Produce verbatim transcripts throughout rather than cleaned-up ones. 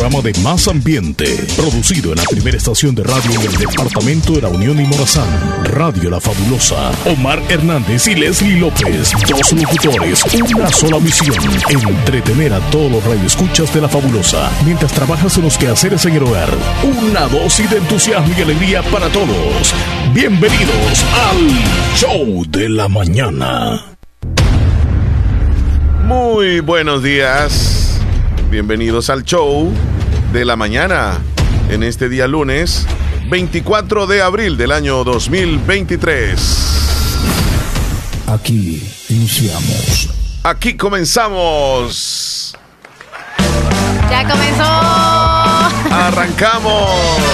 programa de Más Ambiente, producido en la primera estación de radio en el departamento de La Unión y Morazán, Radio La Fabulosa. Omar Hernández y Leslie López, dos locutores, una sola misión: entretener a todos los radioescuchas de La Fabulosa mientras trabajas en los quehaceres en el hogar. Una dosis de entusiasmo y alegría para todos. Bienvenidos al Show de la Mañana. Muy buenos días. Bienvenidos al Show de la Mañana en este día lunes veinticuatro de abril del año dos mil veintitrés. Aquí iniciamos. Aquí comenzamos. Ya comenzó. Arrancamos.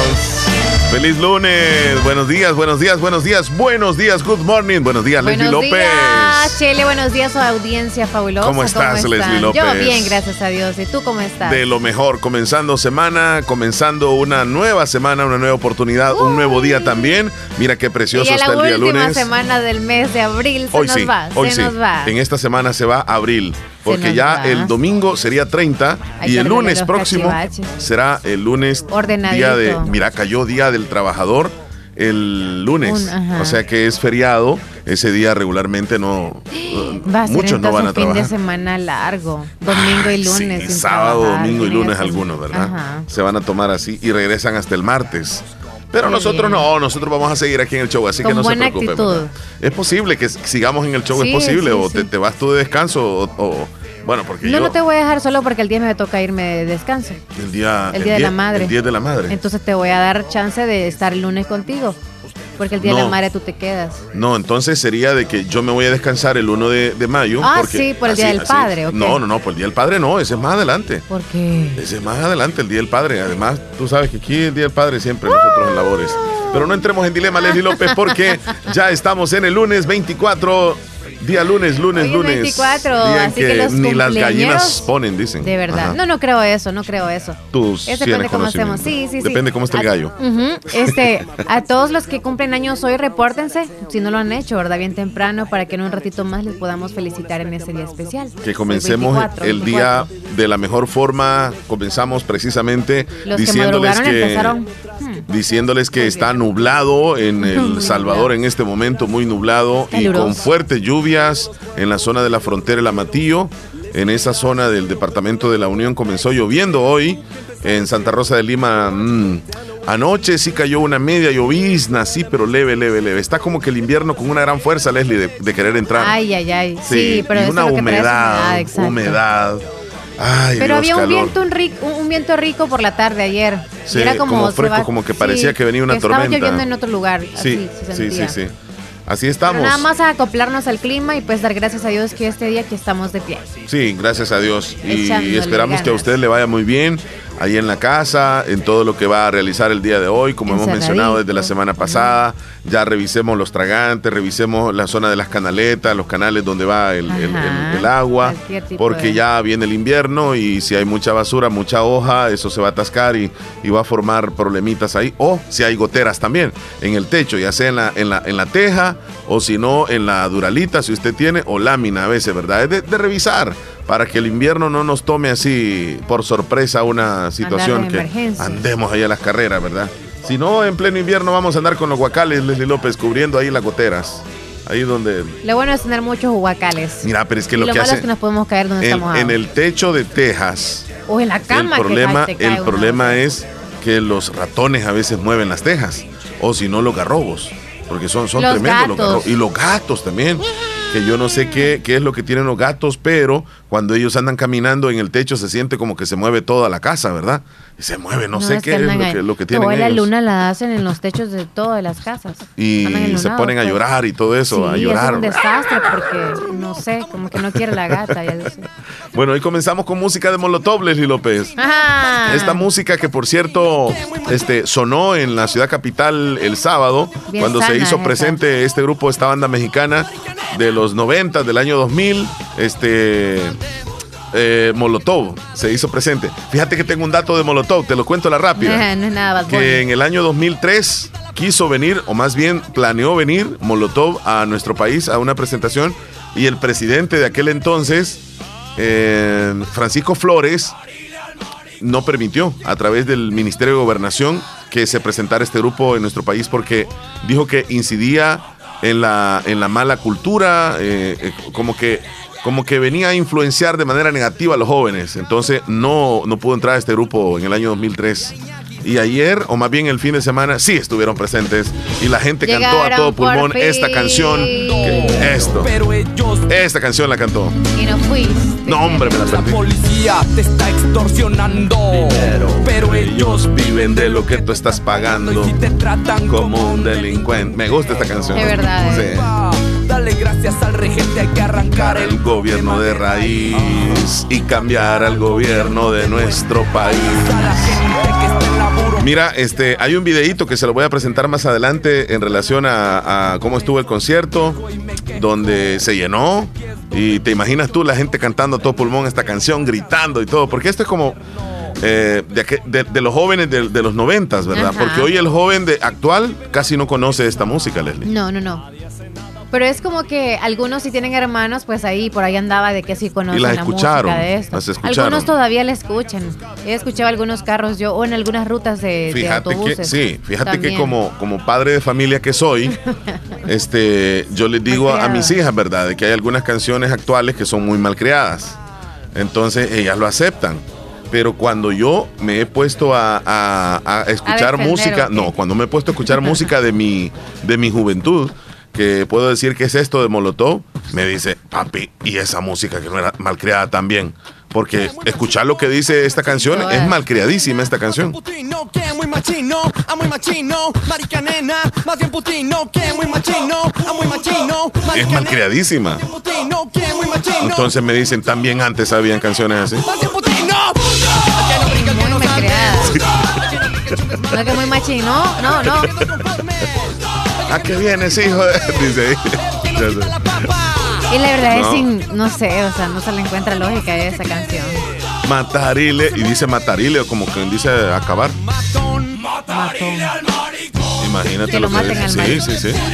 Feliz lunes. Buenos días, buenos días, buenos días, buenos días. Good morning. Buenos días, Leslie López. Buenos días, Chele. Buenos días a audiencia fabulosa. ¿Cómo estás, ¿Cómo Leslie López? Yo bien, gracias a Dios. ¿Y tú cómo estás? De lo mejor. Comenzando semana, comenzando una nueva semana, una nueva oportunidad, Uy. un nuevo día también. Mira qué precioso está el día lunes. La última semana del mes de abril se hoy nos sí, va. Hoy se sí. nos va. En esta semana se va abril. Porque ya va. El domingo sería treinta Hay y el lunes próximo cachivaches. será el lunes día de, mira, cayó Día del Trabajador el lunes, Un, o sea que es feriado. Ese día regularmente no, va a ser muchos no van a un trabajar. Fin de semana largo, domingo y lunes. Sí, sin sábado, trabajar, domingo y lunes algunos, ¿verdad? Ajá. Se van a tomar así y regresan hasta el martes. Pero Qué nosotros bien. no, nosotros vamos a seguir aquí en el show, así Con que no buena se preocupen. actitud. Es posible que sigamos en el show, sí, es posible, sí, o sí. Te, te vas tú de descanso o, o bueno, porque no, yo... no te voy a dejar solo porque el día me toca irme de descanso. El día, el día el de la madre. El día de la madre. Entonces te voy a dar chance de estar el lunes contigo. Porque el día no, de la madre tú te quedas. No, entonces sería de que yo me voy a descansar el primero de, de mayo. Ah, porque sí, por el así, Día del así. Padre. Okay. No, no, no, por el Día del Padre no, ese es más adelante. ¿Por qué? Ese es más adelante, el Día del Padre. Además, tú sabes que aquí el Día del Padre siempre nosotros en labores. Pero no entremos en dilema, Leslie López, porque ya estamos en el lunes veinticuatro. Día lunes, lunes, Hoy es lunes. veinticuatro, día así que, que los ni las gallinas ponen, dicen. De verdad. Ajá. No, no creo eso, no creo eso. Tú es depende cómo hacemos. Sí, sí, sí. Depende cómo esté el gallo. Uh-huh. Este, a todos los que cumplen años hoy, repórtense, si no lo han hecho, ¿verdad? Bien temprano, para que en un ratito más les podamos felicitar en ese día especial. Que comencemos el, el día de la mejor forma. Comenzamos precisamente los diciéndoles que, que, empezaron, diciéndoles que está nublado en El Salvador en este momento, muy nublado y con fuertes lluvias en la zona de la frontera El Amatillo. En esa zona del departamento de La Unión comenzó lloviendo hoy. En Santa Rosa de Lima mmm, anoche sí cayó una media llovizna, sí, pero leve, leve, leve. Está como que el invierno con una gran fuerza, Leslie, de, de querer entrar. Ay, ay, ay. Sí, sí pero y una eso humedad, es lo que humedad. Ay, pero Dios, había un calor. viento un, rico, un viento rico por la tarde ayer. Sí, era como, como fresco, va, como que parecía sí, que venía una que tormenta. Estaba lloviendo en otro lugar. Sí, así se sí, sentía. sí, sí. Así estamos. Pero nada más a acoplarnos al clima y pues dar gracias a Dios que este día aquí estamos de pie. Sí, gracias a Dios. Y Echándole esperamos ganas. que a usted le vaya muy bien ahí en la casa, en todo lo que va a realizar el día de hoy, como hemos mencionado desde la semana pasada. Ya revisemos los tragantes, revisemos la zona de las canaletas, los canales donde va el, el, el, el agua, porque de... ya viene el invierno y si hay mucha basura, mucha hoja, eso se va a atascar y, y va a formar problemitas ahí. O si hay goteras también en el techo, ya sea en la, en la, en la teja o si no en la duralita, si usted tiene, o lámina a veces, ¿verdad? Es de, de revisar para que el invierno no nos tome así por sorpresa una situación que andemos ahí a las carreras, ¿verdad? Si no, en pleno invierno vamos a andar con los guacales, Leslie López, cubriendo ahí las goteras. Ahí donde... Lo bueno es tener muchos guacales. Mira, pero es que y lo, lo que malo hace... es que nos podemos caer donde en, estamos en el techo de tejas. O en la cama. El problema, que cae, te cae el problema es que los ratones a veces mueven las tejas. O si no, los garrobos. Porque son, son los tremendos gatos. los garrobos. Y los gatos también. Que yo no sé qué, qué es lo que tienen los gatos, pero cuando ellos andan caminando en el techo se siente como que se mueve toda la casa, ¿verdad? Y se mueve, no, no sé es qué es lo que, lo que tienen ellos. la luna la hacen en los techos de todas las casas. Y se ponen a llorar y todo eso, sí, a llorar. Es un desastre porque, no sé, como que no quiere la gata. Ya bueno, hoy comenzamos con música de Molotov, Leslie López. Ajá. Esta música que, por cierto, este, sonó en la ciudad capital el sábado, bien cuando se hizo presente esa. este grupo, esta banda mexicana de los noventa, del año dos mil, este... Eh, Molotov se hizo presente. Fíjate que tengo un dato de Molotov, te lo cuento a la rápida. No, no es nada, Bad Bunny. Que en el año dos mil tres quiso venir, o más bien planeó venir Molotov a nuestro país a una presentación, y el presidente de aquel entonces, eh, Francisco Flores, no permitió a través del Ministerio de Gobernación que se presentara este grupo en nuestro país porque dijo que incidía en la, en la mala cultura, eh, eh, como que como que venía a influenciar de manera negativa a los jóvenes. Entonces no, no pudo entrar a este grupo en el año dos mil tres. Y ayer, o más bien el fin de semana, sí estuvieron presentes. Y la gente Llegaron cantó a todo pulmón por esta fin. canción. Que, esto. Esta canción la cantó. Y no fuiste. No, hombre, me la La perdí. policía te está extorsionando, pero ellos viven de lo que tú estás pagando. y si te tratan Como un delincuente. Me gusta esta canción. De verdad, eh. Sí. Dale gracias al regente, hay que arrancar El gobierno de raíz y cambiar al gobierno de nuestro país. a la gente que está en laburo. Mira, este, hay un videíto que se lo voy a presentar más adelante en relación a, a cómo estuvo el concierto, donde se llenó. Y te imaginas tú la gente cantando a todo pulmón esta canción, gritando y todo, porque esto es como eh, de, aqu- de- de los jóvenes de, de los noventas, ¿verdad? Ajá. Porque hoy el joven de actual casi no conoce esta música, Leslie. No, no, no. Pero es como que algunos si tienen hermanos, pues ahí por ahí andaba de que sí conocen Y las la escucharon, música de esto. las escucharon. Algunos todavía la escuchan. He escuchado algunos carros yo o en algunas rutas de, de Fíjate autobuses. que, sí, fíjate también. que como, como padre de familia que soy, este, yo les digo a mis hijas, ¿verdad? De que hay algunas canciones actuales que son muy malcriadas. Entonces ellas lo aceptan. Pero cuando yo me he puesto a, a- a escuchar defender, música, ¿o qué? no, cuando me he puesto a escuchar música de mi, de mi juventud, que puedo decir que es esto de Molotov, me dice, papi, y esa música que no era malcriada también. Porque escuchar lo que dice esta canción No, es eh. malcriadísima esta canción. Putino, que muy machino, a muy machino, marica nena, más bien putino, que muy machino, a muy machino, Es marica malcriadísima. nena, putino, que muy machino, Entonces me dicen, también antes habían canciones así. más bien putino, que no brinca, que Muy no salte. malcriada. No que muy machín, no, no, no. ¿A qué vienes, hijo? Dice ahí. Ya sé. Y la verdad No. es sin, no sé, o sea, no se le encuentra lógica a esa canción. Matarile, y dice matarile, o como que dice acabar. Matón, Matón. Imagínate Que lo que maten dice. al Sí, marido. sí, sí.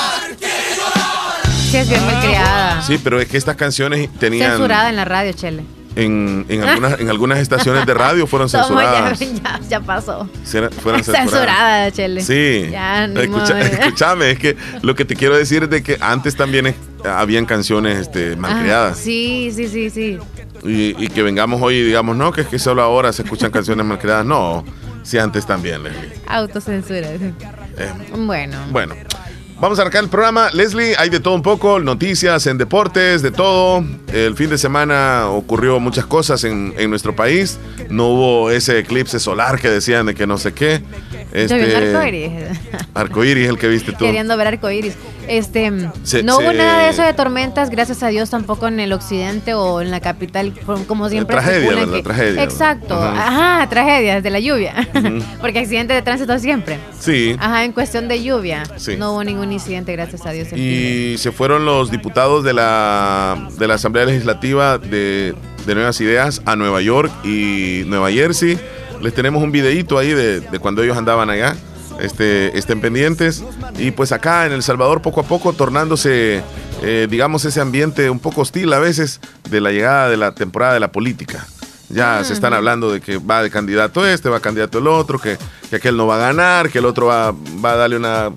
Sí, es bien malcriada. Sí, pero es que estas canciones tenían. Censurada en la radio, Chele. En, en, algunas, en algunas estaciones de radio fueron Toma, censuradas. ya, ya, ya pasó. Sí, era- fueron censuradas. Censurada, Chele. Sí. Ya, ni Escucha- modo. escúchame, es que lo que te quiero decir es de que antes también eh, habían canciones este, Ah, malcriadas. sí, sí, sí, sí. Y, y que vengamos hoy y digamos, no, que es que solo ahora se escuchan canciones malcriadas. No, sí, antes también, Leslie. Autocensura. sí. Eh, Bueno. bueno, vamos a arrancar el programa. Leslie, hay de todo un poco, noticias en deportes, de todo. El fin de semana ocurrió muchas cosas en, en nuestro país. No hubo ese eclipse solar que decían de que no sé qué. Yo vi un Este, arcoíris. arcoíris, el que viste tú. Queriendo ver arcoíris. Este, Se- no hubo se- nada de eso de tormentas, gracias a Dios, tampoco en el occidente o en la capital, como- como siempre. Tragedia, especulan ¿verdad? que- Tragedia. Exacto. Ajá. Ajá, tragedias de la lluvia. Ujú. Porque accidentes de tránsito siempre. Sí. Ajá, en cuestión de lluvia. Sí. No hubo ningún incidente, gracias a Dios. el fin de- Y se fueron los diputados de la, de la Asamblea Legislativa de, de Nuevas Ideas a Nueva York y Nueva Jersey. Les tenemos un videíto ahí de, de cuando ellos andaban allá. Este, estén pendientes. Y pues acá en El Salvador, poco a poco, tornándose, eh, digamos, ese ambiente un poco hostil a veces de la llegada de la temporada de la política. Ya se están hablando de que va de candidato este, va candidato el otro, que, que aquel no va a ganar, que el otro va, va a darle una...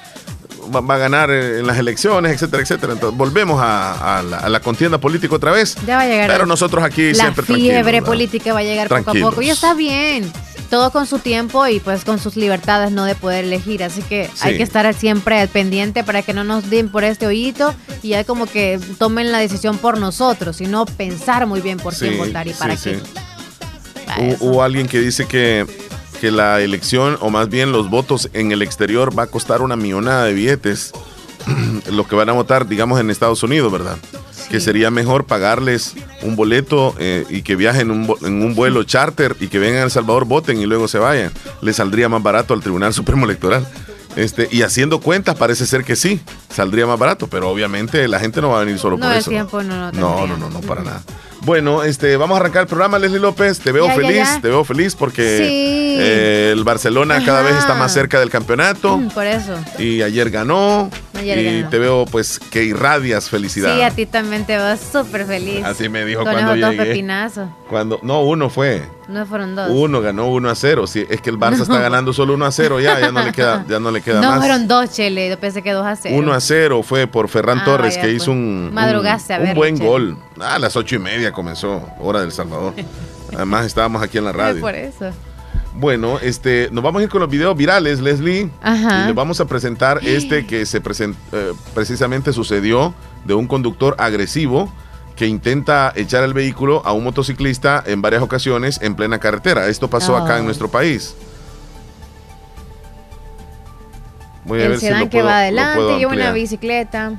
Va, va a ganar en las elecciones, etcétera, etcétera. Entonces volvemos a, a la, a la contienda política otra vez. Ya va a llegar. Pero nosotros aquí la siempre fiebre tranquilos, ¿verdad? política va a llegar poco a Tranquilos. poco y está bien. Todo con su tiempo y pues con sus libertades, no de poder elegir. Así que Sí. hay que estar siempre al pendiente para que no nos den por este hoyito y ya como que tomen la decisión por nosotros, sino pensar muy bien por Sí, quién votar y sí, para sí. qué. Para Hu- eso. Hubo alguien que dice que, que la elección, o más bien los votos en el exterior, va a costar una millonada de billetes. Los que van a votar, digamos, en Estados Unidos, ¿verdad? Sí. Que sería mejor pagarles un boleto eh, y que viajen un vo- en un vuelo charter y que vengan a El Salvador, voten y luego se vayan. Les saldría más barato al Tribunal Supremo Electoral. Este, y haciendo cuentas, parece ser que sí, saldría más barato, pero obviamente la gente no va a venir solo No, por el eso. tiempo no, no No, tendría. no, no, no, para nada. Bueno, este, vamos a arrancar el programa, Leslie López. Te veo Ya, ya, feliz, ya. te veo feliz porque Sí. eh, el Barcelona cada Ajá. vez está más cerca del campeonato Mm, Por eso. y ayer ganó. Me Ayer y ganó. te veo pues que irradias felicidad. Sí, a ti también te vas súper feliz. Así me dijo con cuando esos llegué. dos pepinazos. Cuando, no, uno fue. No fueron dos. Uno ganó uno a cero. Sí, es que el Barça No. está ganando solo uno a cero ya, ya no le queda, ya no le queda no, más. fueron dos, Chele. Yo pensé que dos a cero. uno a cero fue por Ferran Ah, Torres, vaya, que pues. hizo un, Madrugaste a un, un verlo, buen Chele. gol. Ah, a las ocho y media comenzó, hora del Salvador. Además estábamos aquí en la radio. Por eso. Bueno, este, nos vamos a ir con los videos virales, Leslie. Ajá. Y les vamos a presentar este que se present, eh, precisamente sucedió de un conductor agresivo que intenta echar el vehículo a un motociclista en varias ocasiones en plena carretera. Esto pasó acá en Oh. nuestro país. Voy a El ver si sedán lo que puedo- va lo adelante puedo lleva una ampliar. bicicleta.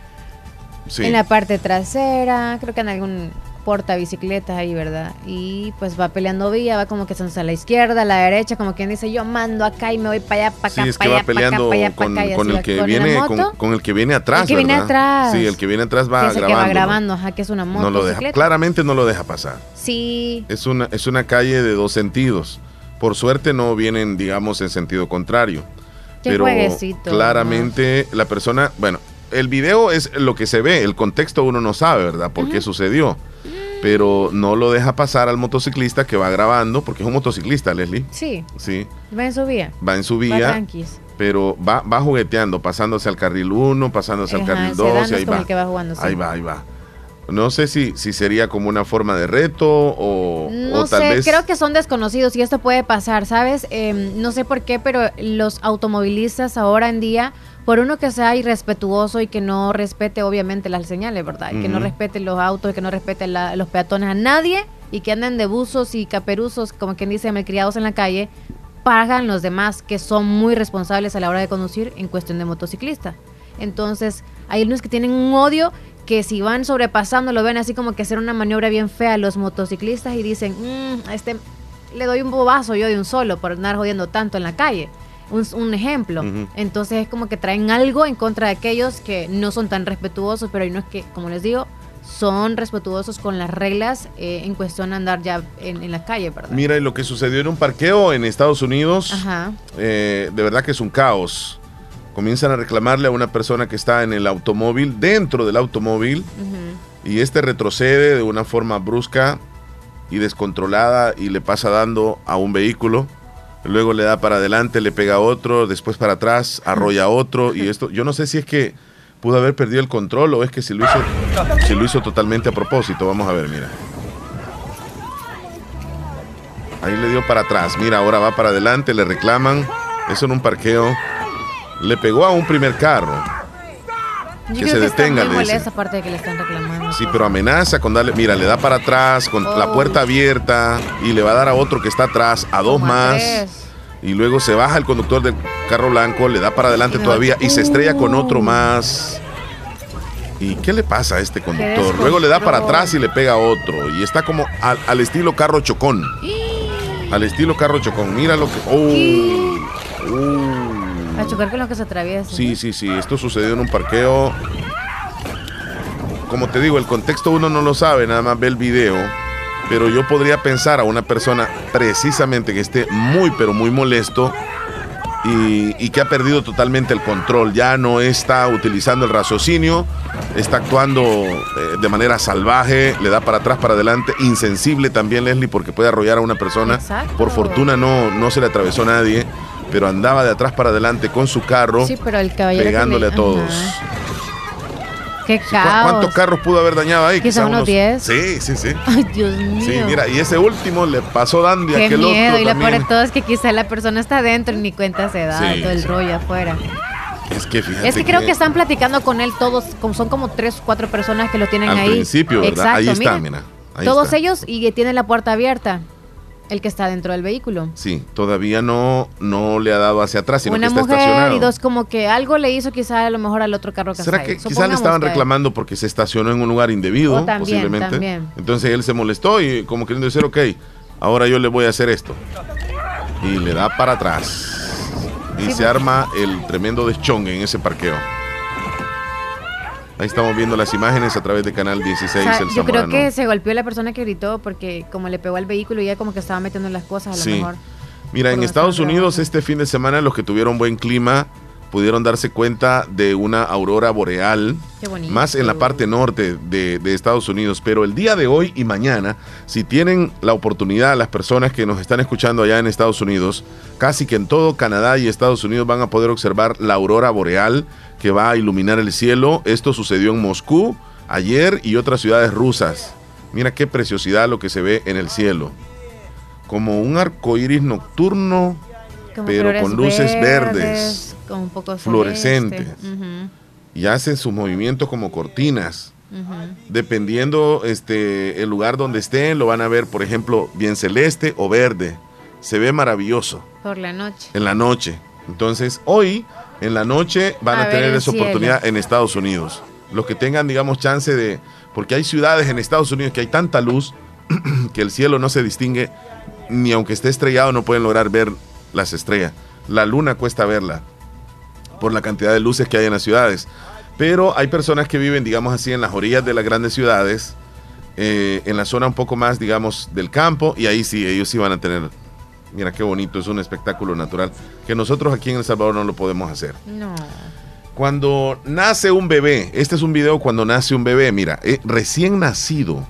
Sí. En la parte trasera, creo que en algún porta bicicletas ahí, ¿verdad? Y pues va peleando vía, va como que se a la izquierda, a la derecha, como quien dice, yo mando acá y me voy para allá, para Sí, acá, es que para va allá, para acá, peleando para allá, para con, acá. y con así el va que con viene la con, moto. con el que viene atrás, El que viene ¿verdad? atrás. Sí, el que viene atrás va Que es el que va grabando. grabando, ajá, que es una No lo deja, motocicleta. claramente no lo deja pasar. Sí. Es una, es una calle de dos sentidos. Por suerte no vienen, digamos, en sentido contrario. Qué Pero jueguecito, claramente la persona, bueno, el video es lo que se ve, el contexto uno no sabe, ¿verdad? Por qué sucedió. Pero no lo deja pasar al motociclista que va grabando, porque es un motociclista, Leslie. Sí, Sí, va en su vía. va en su Va vía, tranquis. pero va, va jugueteando, pasándose al carril uno, pasándose al Ajá, carril el sedán dos, y es ahí como va. el que va jugando, sí. Ahí va, ahí va. No sé si, si sería como una forma de reto o, No o tal sé, vez... creo que son desconocidos y esto puede pasar, ¿sabes? Eh, no sé por qué, pero los automovilistas ahora en día, por uno que sea irrespetuoso y que no respete obviamente las señales, ¿verdad? Y que no Ujú. respete los autos, y que no respete la- los peatones a nadie y que anden de buzos y caperuzos, como quien dice, malcriados en la calle, pagan los demás que son muy responsables a la hora de conducir en cuestión de motociclista. Entonces, hay unos que tienen un odio que si van sobrepasando lo ven así como que hacer una maniobra bien fea a los motociclistas y dicen, "Mm, a este le doy un bobazo yo de un solo por andar jodiendo tanto en la calle". Un, un ejemplo. Ujú. Entonces es como que traen algo en contra de aquellos que no son tan respetuosos, pero hay unos que, como les digo, son respetuosos con las reglas eh, en cuestión de andar ya en, en la calle, ¿verdad? Mira, y lo que sucedió en un parqueo en Estados Unidos, Ajá. eh, de verdad que es un caos. Comienzan a reclamarle a una persona que está en el automóvil, dentro del automóvil, Ujú. y este retrocede de una forma brusca y descontrolada y le pasa dando a un vehículo. Luego le da para adelante, le pega a otro, después para atrás, arrolla a otro. Y esto, yo no sé si es que pudo haber perdido el control o es que si lo hizo, si lo hizo totalmente a propósito. Vamos a ver, mira. Ahí le dio para atrás. Mira, ahora va para adelante, le reclaman. Eso en un parqueo. Le pegó a un primer carro. Yo Que creo se que detenga, está le muy dicen. molesta aparte de que le están reclamando. Sí, cosas. pero amenaza con darle, mira, le da para atrás con la Oh. puerta abierta y le va a dar a otro que está atrás, a dos Como a más. tres. Y luego se baja el conductor del carro blanco, le da para adelante Y me todavía va- y se estrella con Uh. otro más. ¿Y qué le pasa a este conductor? descontrol. Luego le da para atrás y le pega a otro. Y está como al, al estilo carro chocón. Al estilo carro chocón. Mira lo que... Oh. Uh. A chocar con lo que se atraviesa. Sí, sí, sí. Esto sucedió en un parqueo. Como te digo, el contexto uno no lo sabe, nada más ve el video. Pero yo podría pensar a una persona precisamente que esté muy, pero muy molesto y, y que ha perdido totalmente el control. Ya no está utilizando el raciocinio, está actuando eh, de manera salvaje, le da para atrás, para adelante, insensible también, Leslie, porque puede arrollar a una persona. Exacto. Por fortuna no, no se le atravesó a nadie, pero andaba de atrás para adelante con su carro, Sí, pero el caballero que pegándole le- a todos. Ajá. Qué ¿Cu- caos. ¿Cuántos carros pudo haber dañado ahí? Quizá unos diez. Sí, sí, sí. Ay, Dios mío. Sí, mira, y ese último le pasó dando y Qué aquel miedo. otro Y lo peor también. de todo es que quizá la persona está adentro y ni cuenta se da. Sí, todo el sí. rollo afuera. Es que fíjate Es que creo que están platicando con él todos, como son como tres o cuatro personas que lo tienen al ahí. principio, ¿verdad? Exacto, Ahí está, mira. mira. Ahí Todos está. ellos y tienen la puerta abierta. El que está dentro del vehículo. Sí, todavía no, no le ha dado hacia atrás, sino Una que está mujer estacionado. y dos como que algo le hizo quizá a lo mejor al otro carro que ¿Será está que ahí. quizás le Supongamos estaban que- reclamando porque se estacionó en un lugar indebido, Oh, también, posiblemente? también. Entonces él se molestó y como queriendo decir, ok, ahora yo le voy a hacer esto. Y le da para atrás. Y Sí, se porque- arma el tremendo deschongue en ese parqueo. Ahí estamos viendo las imágenes a través de Canal dieciséis, O sea, el yo creo Zamorano. que se golpeó la persona que gritó porque como le pegó al vehículo y ya como que estaba metiendo las cosas a lo Sí. mejor. Mira, en por Estados bastante Unidos abajo. este fin de semana los que tuvieron buen clima pudieron darse cuenta de una aurora boreal, Qué bonito. más en la parte norte de, de Estados Unidos. Pero el día de hoy y mañana, si tienen la oportunidad, las personas que nos están escuchando allá en Estados Unidos, casi que en todo Canadá y Estados Unidos van a poder observar la aurora boreal que va a iluminar el cielo. Esto sucedió en Moscú ayer y otras ciudades rusas. Mira qué preciosidad lo que se ve en el cielo. Como un arco iris nocturno, Como pero flores con luces verdes, verdes, con un poco fluorescentes. celeste. Ujú, Y hacen sus movimientos como cortinas. ujú. Dependiendo este, el lugar donde estén, lo van a ver, por ejemplo, bien celeste o verde. Se ve maravilloso Por la noche. en la noche. Entonces, hoy, en la noche, van A a, ver tener el esa cielo. oportunidad en Estados Unidos. Los que tengan, digamos, chance de... Porque hay ciudades en Estados Unidos que hay tanta luz que el cielo no se distingue, ni aunque esté estrellado no pueden lograr ver las estrellas. La luna cuesta verla por la cantidad de luces que hay en las ciudades. Pero hay personas que viven, digamos así, en las orillas de las grandes ciudades, eh, en la zona un poco más, digamos, del campo, y ahí sí, ellos sí van a tener, mira qué bonito, es un espectáculo natural, que nosotros aquí en El Salvador no lo podemos hacer. No. Cuando nace un bebé, este es un video cuando nace un bebé, mira, eh, recién nacido,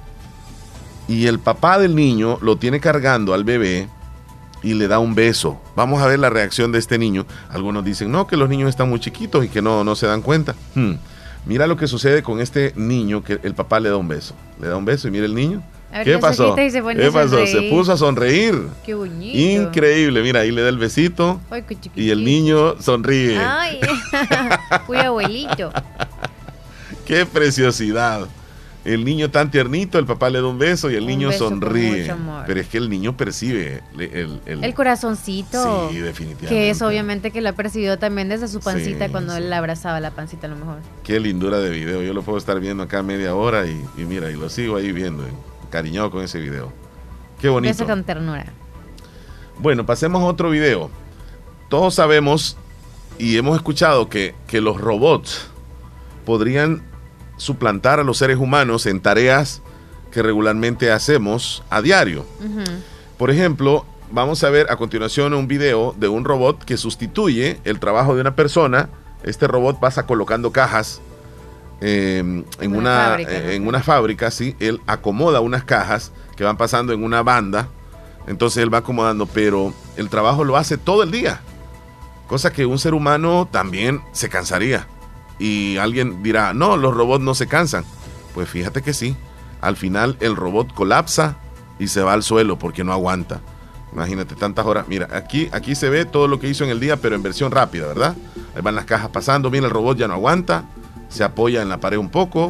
y el papá del niño lo tiene cargando al bebé, y le da un beso. Vamos a ver la reacción de este niño. Algunos dicen, no, que los niños están muy chiquitos y que no, no se dan cuenta. Hmm. Mira lo que sucede con este niño, que el papá le da un beso. Le da un beso y mira el niño. Abre ¿Qué los pasó? ojitos y se pone ¿Qué a pasó? Se sonreír. puso a sonreír. Qué bonito. Increíble. Mira, ahí le da el besito Ay, qué chiquitito. y el niño sonríe. Ay, fui abuelito. ¡Qué preciosidad! El niño tan tiernito, el papá le da un beso y el Un niño beso con sonríe. mucho amor. Pero es que el niño percibe el, el, El corazoncito. Sí, definitivamente. Que es obviamente que lo ha percibido también desde su pancita Sí, cuando sí. él la abrazaba la pancita a lo mejor. Qué lindura de video. Yo lo puedo estar viendo acá media hora y, y mira, y lo sigo ahí viendo, eh, cariñado con ese video. Qué bonito. Beso con ternura. Bueno, pasemos a otro video. Todos sabemos y hemos escuchado que, que los robots podrían suplantar a los seres humanos en tareas que regularmente hacemos a diario. Ujú. Por ejemplo, vamos a ver a continuación un video de un robot que sustituye el trabajo de una persona. Este robot pasa colocando cajas eh, en, Una una, fábrica, ¿no? eh, en una fábrica, ¿sí? Él acomoda unas cajas que van pasando en una banda, entonces él va acomodando, pero el trabajo lo hace todo el día, cosa que un ser humano también se cansaría. Y alguien dirá, no, los robots no se cansan. Pues fíjate que sí. Al final el robot colapsa y se va al suelo porque no aguanta. Imagínate tantas horas. Mira, aquí, aquí se ve todo lo que hizo en el día, pero en versión rápida, ¿verdad? Ahí van las cajas pasando. Mira, el robot ya no aguanta. Se apoya en la pared un poco.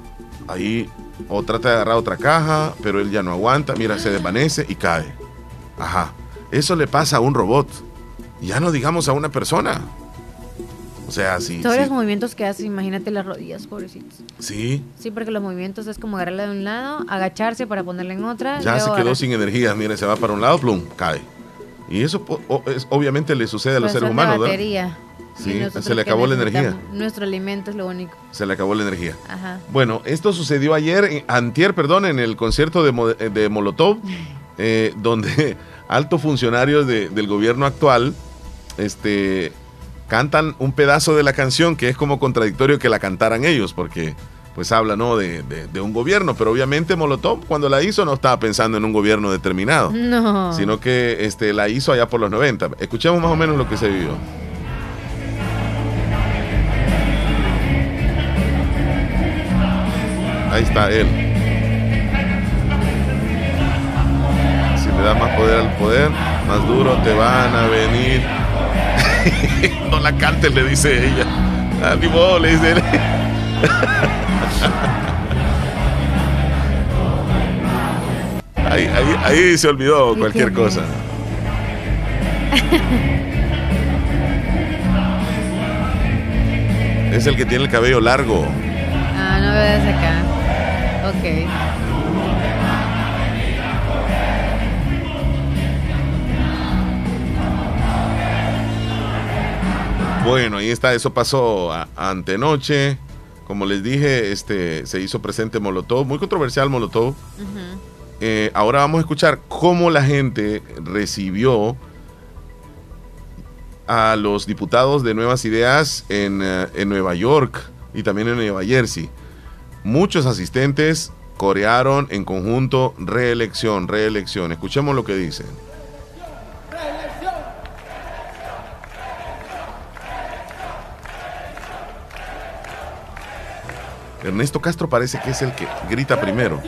Ahí, o trata de agarrar otra caja, pero él ya no aguanta. Mira, se desvanece y cae. Ajá. Eso le pasa a un robot. Ya no digamos a una persona. O sea, sí. Todos sí. los movimientos que hace, imagínate las rodillas, pobrecitos. Sí. Sí, porque los movimientos es como agarrarla de un lado, agacharse para ponerla en otra. Ya luego se quedó agarrar- sin energía. Mire, se va para un lado, plum, cae. Y eso po- o- es- obviamente le sucede a los Pues seres son de humanos, ¿verdad? batería. Sí, Y nosotros se le que acabó la energía. necesitamos, Nuestro alimento es lo único. Se le acabó la energía. Ajá. Bueno, esto sucedió ayer, eh, antier, perdón, en el concierto de, Mo- de Molotov, eh, donde altos funcionarios de- del gobierno actual este, cantan un pedazo de la canción que es como contradictorio que la cantaran ellos, porque pues habla, ¿no?, de, de- de un gobierno, pero obviamente Molotov cuando la hizo no estaba pensando en un gobierno determinado, No. sino que este, la hizo allá por los noventa. Escuchemos más o menos lo que se vivió. Ahí está él. Si le das más poder al poder, más duro te van a venir. No la cantes, le dice ella. Ah, ni modo, le dice él. Ahí, ahí, ahí se olvidó cualquier cosa. Es el que tiene el cabello largo. Ah, no veo desde acá. Ok. Bueno, ahí está, eso pasó a- antenoche. Como les dije, este se hizo presente Molotov, muy controversial Molotov. Ujú. Eh, ahora vamos a escuchar cómo la gente recibió a los diputados de Nuevas Ideas en, uh, en Nueva York y también en Nueva Jersey. Muchos asistentes corearon en conjunto reelección, reelección. Escuchemos lo que dicen. Ernesto Castro parece que es el que grita primero.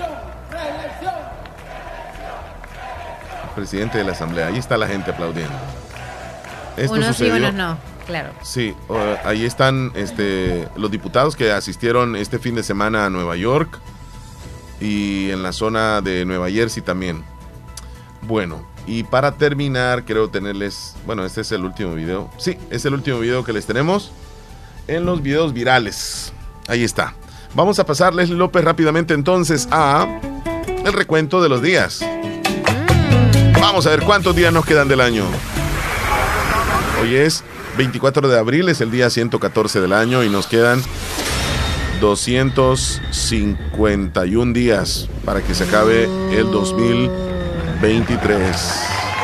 El presidente de la Asamblea. Ahí está la gente aplaudiendo. Esto unos sucedió, sí, unos no, claro. Sí, uh, ahí están este, los diputados que asistieron este fin de semana a Nueva York y en la zona de Nueva Jersey también. Bueno, y para terminar, quiero tenerles, bueno, este es el último video. Sí, es el último video que les tenemos en los videos virales. Ahí está. Vamos a pasar, Leslie López, rápidamente entonces a el recuento de los días. Vamos a ver cuántos días nos quedan del año. Hoy es veinticuatro de abril, es el día ciento catorce del año y nos quedan doscientos cincuenta y un días para que se acabe el dos mil veintitrés.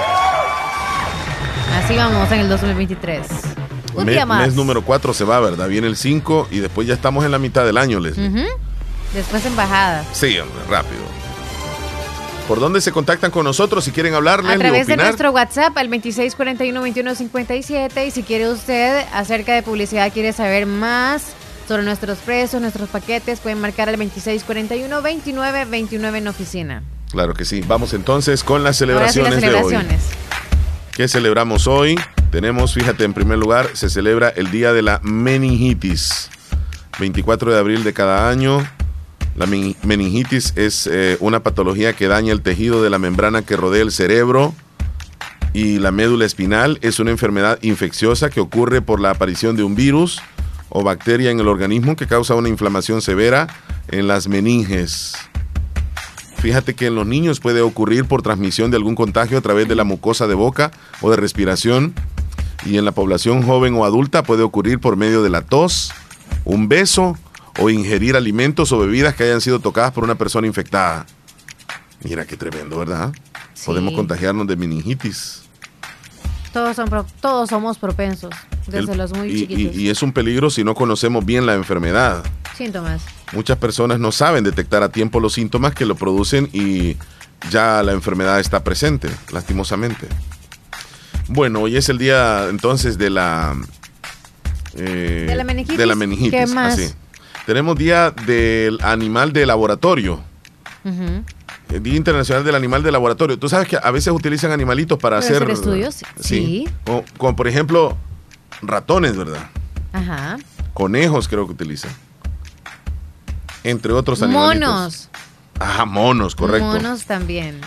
Así vamos en el dos mil veintitrés. Un Me, día más. Mes número cuatro se va, ¿verdad? Viene el cinco y después ya estamos en la mitad del año, Leslie. Uh-huh. Después en bajada. Sí, hombre, rápido. ¿Por dónde se contactan con nosotros si quieren hablar, Leslie, A través opinar? de nuestro WhatsApp al veintiséis cuarenta y uno, veintiuno cincuenta y siete. Y si quiere usted acerca de publicidad, quiere saber más sobre nuestros precios, nuestros paquetes, pueden marcar al veintiséis cuarenta y uno, veintinueve veintinueve en oficina. Claro que sí. Vamos entonces con las Ahora sí, celebraciones, las celebraciones. de hoy. ¿Qué celebramos hoy? Tenemos, fíjate, en primer lugar, se celebra el Día de la Meningitis. veinticuatro de abril de cada año. La meningitis es eh, una patología que daña el tejido de la membrana que rodea el cerebro y la médula espinal. Es una enfermedad infecciosa que ocurre por la aparición de un virus o bacteria en el organismo que causa una inflamación severa en las meninges. Fíjate que en los niños puede ocurrir por transmisión de algún contagio a través de la mucosa de boca o de respiración, y en la población joven o adulta puede ocurrir por medio de la tos, un beso o ingerir alimentos o bebidas que hayan sido tocadas por una persona infectada. Mira qué tremendo, ¿verdad? Sí. Podemos contagiarnos de meningitis. Todos, son pro- todos somos propensos, desde El- los muy y, chiquitos. y, y es un peligro si no conocemos bien la enfermedad. Síntomas. Muchas personas no saben detectar a tiempo los síntomas que lo producen y ya la enfermedad está presente, lastimosamente. Bueno, hoy es el día entonces de la eh, ¿De la meningitis? de la meningitis, ¿Qué más? así. Tenemos día del animal de laboratorio. Uh-huh. El Día Internacional del Animal de Laboratorio. Tú sabes que a veces utilizan animalitos para, ¿Para hacer, hacer estudios? Sí. Como, como por ejemplo ratones, ¿verdad? Ajá. Conejos creo que utilizan. Entre otros animalitos. Monos. Ajá, monos, correcto. Monos también.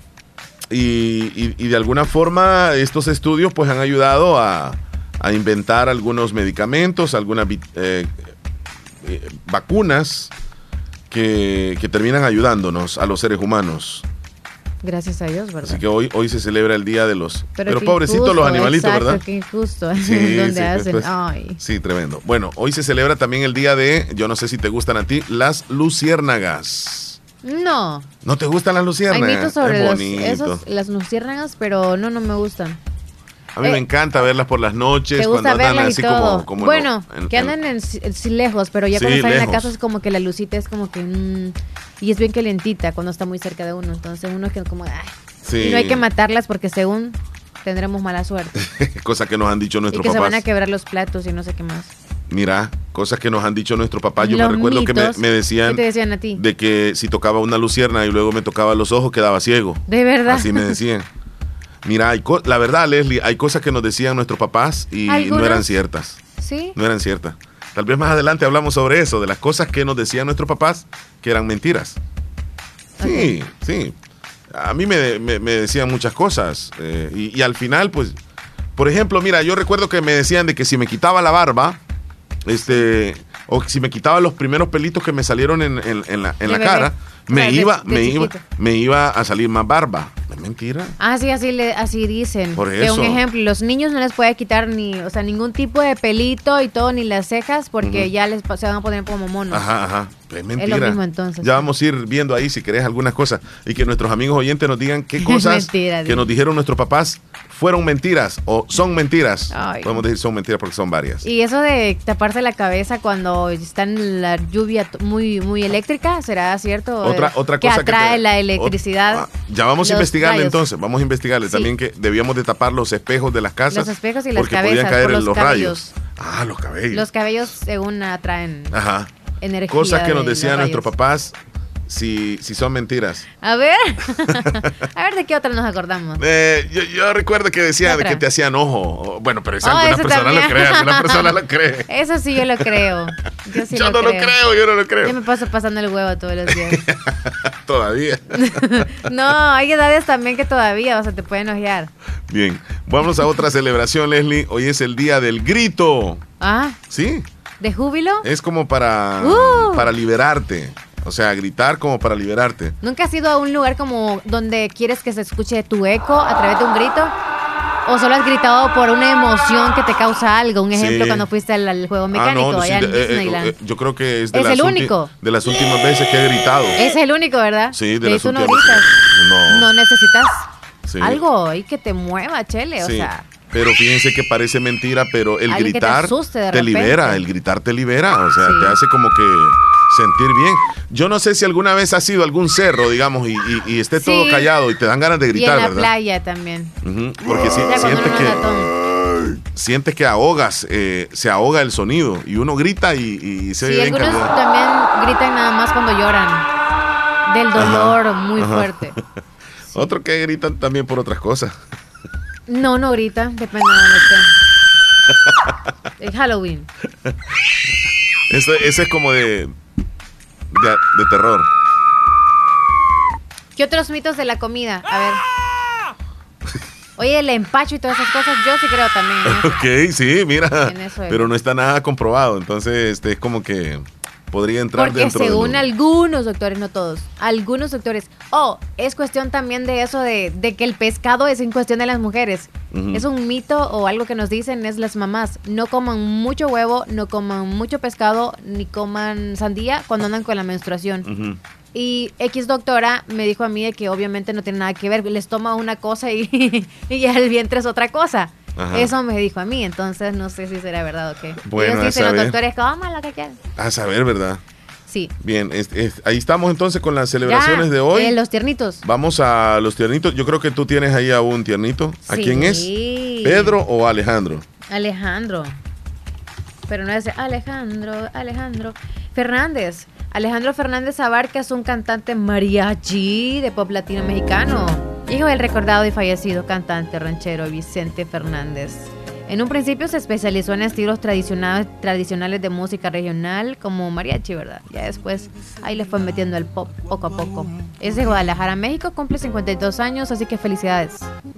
Y, y, y de alguna forma estos estudios pues han ayudado a, a inventar algunos medicamentos, algunas eh, eh, vacunas que, que terminan ayudándonos a los seres humanos. Gracias a Dios, ¿verdad? Así que hoy, hoy se celebra el día de los... Pero, qué pobrecitos injusto, los animalitos, exacto, ¿verdad? Qué injusto. Sí, Donde sí, hacen. pues, Ay. sí, tremendo. Bueno, hoy se celebra también el día de, yo no sé si te gustan a ti, las luciérnagas. No. ¿No te gustan las Hay luciérnagas? mitos sobre Es los, bonito. esos, las luciérnagas, pero no, no me gustan. A mí Eh, me encanta verlas por las noches, Te cuando gusta andan verlas así y todo. como, como en bueno, lo- en- que en- andan en, en- sí, lejos, pero ya Sí, cuando están en la lejos. casa es como que la lucita es como que... mm, y es bien calentita cuando está muy cerca de uno. Entonces uno es que como... Ay, Sí. y no hay que matarlas porque según tendremos mala suerte. Cosa que nos han dicho Y nuestros que se papás. van a quebrar los platos y no sé qué más. Mira, cosas que nos han dicho nuestros papás. Yo Los me recuerdo que me, mitos, me decían, ¿qué te decían a ti? de que si tocaba una lucierna y luego me tocaba los ojos, quedaba ciego. De verdad. Así me decían. Mira, hay co- la verdad, Leslie, hay cosas que nos decían nuestros papás y no ¿Algunas? eran ciertas. ¿Sí? No eran ciertas. Tal vez más adelante hablamos sobre eso, de las cosas que nos decían nuestros papás que eran mentiras. Sí, sí. A mí me, me- me decían muchas cosas. eh, y, y al final, pues, por ejemplo, mira, yo recuerdo que me decían de que si me quitaba la barba, este, o si me quitaba los primeros pelitos que me salieron en, en- en la, en De la bebé. cara, O me sea, de- iba, de me iba, chiquito. me iba a salir más barba. Es mentira. Ah, sí, así, le, así dicen. Por Que un eso. ejemplo, los niños no les puede quitar ni, o sea, ningún tipo de pelito y todo, ni las cejas, porque Ujú. ya les pa- se van a poner como monos. Ajá, ajá. Es mentira. mismo entonces. Ya vamos a ir viendo ahí si querés algunas cosas y que nuestros amigos oyentes nos digan qué cosas mentira, que dice. nos dijeron nuestros papás fueron mentiras o son mentiras. Ay. Podemos decir son mentiras porque son varias. Y eso de taparse la cabeza cuando está en la lluvia t- muy muy eléctrica, ¿será cierto? Otra, otra que cosa atrae que te- la electricidad. ot- ah, ya vamos a los investigarle rayos. entonces, vamos a investigarle Sí. también que debíamos de tapar los espejos de las casas. Los espejos y las porque cabezas, podían caer por en los los cabellos. rayos. Ah, los cabellos. Los cabellos según atraen Ajá. energía. Cosas que nos de decían los nuestros rayos. papás si, si son mentiras. A ver. A ver de qué otra nos acordamos. Eh, yo, yo recuerdo que decían ¿Qué otra? que te hacían ojo. Bueno, pero eso Oh, alguna eso persona también. lo cree, alguna persona lo cree. Eso sí yo lo creo. Yo sí yo lo no creo. lo creo, yo no lo creo. Yo me paso pasando el huevo todos los días. Todavía. No, hay edades también que todavía, o sea, te pueden ojear. Bien, vamos a otra celebración, Leslie. Hoy es el día del grito. Ah, ¿Sí? ¿de júbilo? Es como para, Uh. para liberarte. O sea, gritar como para liberarte. ¿Nunca has ido a un lugar como donde quieres que se escuche tu eco a través de un grito? ¿O solo has gritado por una emoción que te causa algo? Un ejemplo, Sí. cuando fuiste al, al juego mecánico Ah, no, allá sí, en eh, eh, Disneyland. eh, yo creo que es de, ¿Es las el ulti- único? de las últimas veces que he gritado. Es el único, ¿verdad? Sí, de Que las tú no últimas gritas. veces. No. No necesitas Sí. algo ahí que te mueva, chele, Sí, o sea... pero fíjense que parece mentira, pero el Alguien que te gritar asuste de te repente. libera, el gritar te libera, o sea, Sí. te hace como que sentir bien. Yo no sé si alguna vez has ido a algún cerro, digamos, y, y- y esté Sí. todo callado y te dan ganas de Y gritar, en la ¿verdad? playa también. Ujú, porque si- Ya cuando sientes uno que es latón. sientes que ahogas, eh, se ahoga el sonido y uno grita y, y se Sí, oye bien algunos callado. también gritan nada más cuando lloran. Del dolor Ajá, muy ajá. fuerte. Otro que gritan también por otras cosas. No, no gritan, depende de dónde estén. Es Halloween. Ese, ese es como de, de, de terror. ¿Qué otros mitos de la comida? A ver. Oye, el empacho y todas esas cosas, yo sí creo también en eso. Ok, sí, mira. En eso es. Pero no está nada comprobado. Entonces, este es como que podría entrar Porque dentro según de lo- algunos doctores, no todos, algunos doctores, oh, es cuestión también de eso de, de que el pescado es en cuestión de las mujeres. Ujú. Es un mito o algo que nos dicen es las mamás, no coman mucho huevo, no coman mucho pescado, ni coman sandía cuando andan con la menstruación. Ujú. Y X doctora me dijo a mí de que obviamente no tiene nada que ver, les toma una cosa y, y ya el vientre es otra cosa. Ajá. Eso me dijo a mí, entonces no sé si será verdad o qué. Bueno, Ellos a dicen los saber. doctores, coman lo que quieran. A saber, ¿verdad? Sí. Bien, es- es- ahí estamos entonces con las celebraciones Ya, de hoy. eh, los tiernitos. Vamos a los tiernitos. Yo creo que tú tienes ahí a un tiernito. ¿A Sí. quién es? ¿Pedro o Alejandro? Alejandro. Pero no es Alejandro, Alejandro Fernández. Alejandro Fernández Abarca es un cantante mariachi de pop latino mexicano, hijo del recordado y fallecido cantante ranchero Vicente Fernández. En un principio se especializó en estilos tradicionales, tradicionales de música regional como mariachi, ¿verdad? Ya después ahí le fue metiendo el pop poco a poco. Es de Guadalajara, México, cumple cincuenta y dos años, así que felicidades.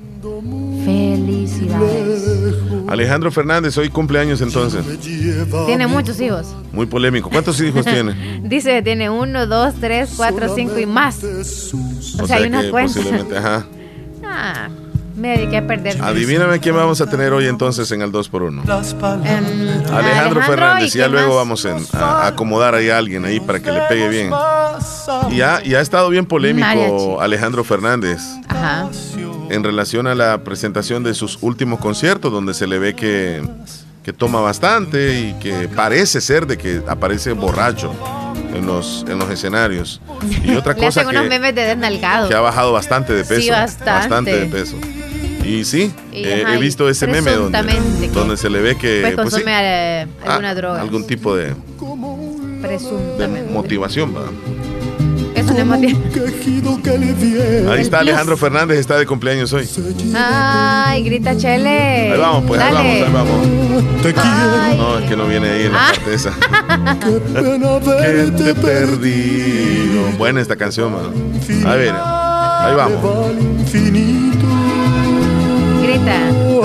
Felicidades. Alejandro Fernández, hoy cumpleaños entonces. Tiene muchos hijos. Muy polémico. ¿Cuántos hijos tiene? Dice, tiene uno, dos, tres, cuatro, cinco y más. O, sea, hay una que cuenta. posiblemente, ajá. Ah, me dediqué a perder. Adivíname quién vamos a tener hoy entonces en el dos por uno. Em, Alejandro Fernández, ¿y ya quién luego más? vamos en- a, a acomodar ahí a alguien ahí para que le pegue bien. Y ha, y ha estado bien polémico Mariachi. Alejandro Fernández Ajá. en relación a la presentación de sus últimos conciertos, donde se le ve que, que toma bastante y que parece ser de que aparece borracho en los, en los escenarios. Y otra Le cosa hacen unos que, memes de desnalgado. que ha bajado bastante de peso. Sí, bastante. de peso. Y sí, Y, eh, ajá, he visto ese meme donde, presuntamente que- donde se le ve que Pues pues sí, consume eh, alguna ah, droga. algún tipo de, de Presuntamente. motivación, ¿va? Eso no es motivo. Ahí El está plus. Alejandro Fernández, está de cumpleaños hoy. Ay, grita Chele. Ahí vamos, pues ahí Dale. vamos, ahí vamos. Ay. No, es que no viene ahí en la Ah. parte esa. Que te perdí. No, buena esta canción, man. Ahí viene. Ahí vamos. Grita.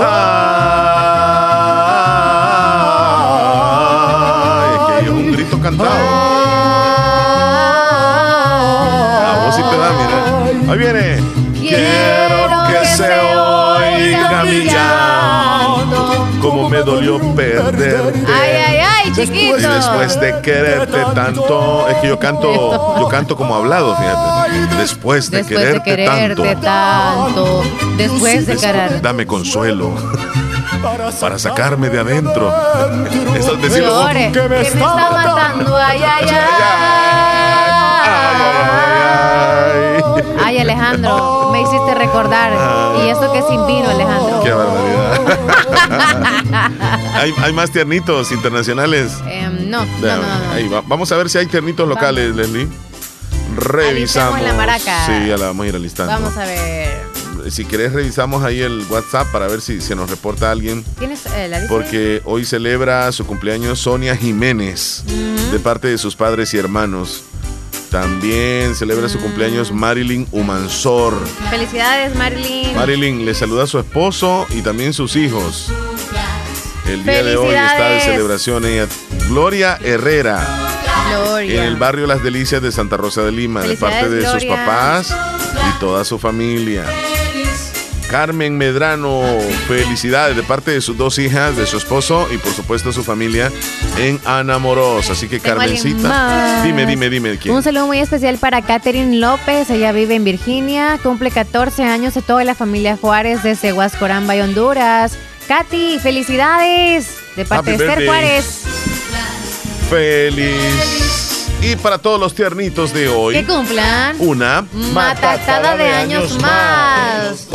Ay, es que es un grito cantado. La voz sí te da, mira. Ahí viene. Quiero que se oiga mi llanto Cómo me dolió perderte. Ay, ay, ay, chiquito. Y después de quererte tanto. Es que yo canto, yo canto como hablado, fíjate. Después de Después quererte, de quererte tanto. tanto. Después de querer. Dame consuelo. Para sacarme de adentro. Eso es decirlo. Llore, que me está matando. Ay, ay, ay. Ay, Alejandro, me hiciste recordar. Y esto que sin vino, Alejandro. Qué barbaridad. ¿Hay, hay más tiernitos internacionales? Eh, no, no, no, no. Ahí va. Vamos a ver si hay tiernitos locales, Vamos. Leslie. Revisamos. Alicemos la maraca. Sí, ya la vamos a ir alistando. Vamos a ver. Si querés, revisamos ahí el WhatsApp para ver si se nos reporta alguien. ¿Tienes eh, la lista? Porque hoy celebra su cumpleaños Sonia Jiménez, uh-huh. de parte de sus padres y hermanos. También celebra uh-huh. su cumpleaños Marilyn Humansor. Felicidades, Marilyn. Marilyn le saluda a su esposo y también sus hijos. El día de hoy está de celebración ella. Gloria Herrera. Gloria. En el barrio Las Delicias de Santa Rosa de Lima, de parte de Gloria. Sus papás y toda su familia. Carmen Medrano, felicidades de parte de sus dos hijas, de su esposo y por supuesto su familia en Anamoros. Así que Carmencita, dime, dime, dime quién. Un saludo muy especial para Catherine López, ella vive en Virginia, cumple catorce años de toda la familia Juárez desde Huascoramba y Honduras. Katy, felicidades de parte Happy de Esther birthday. Juárez. Feliz. Y para todos los tiernitos de hoy, que cumplan una matatada de años más.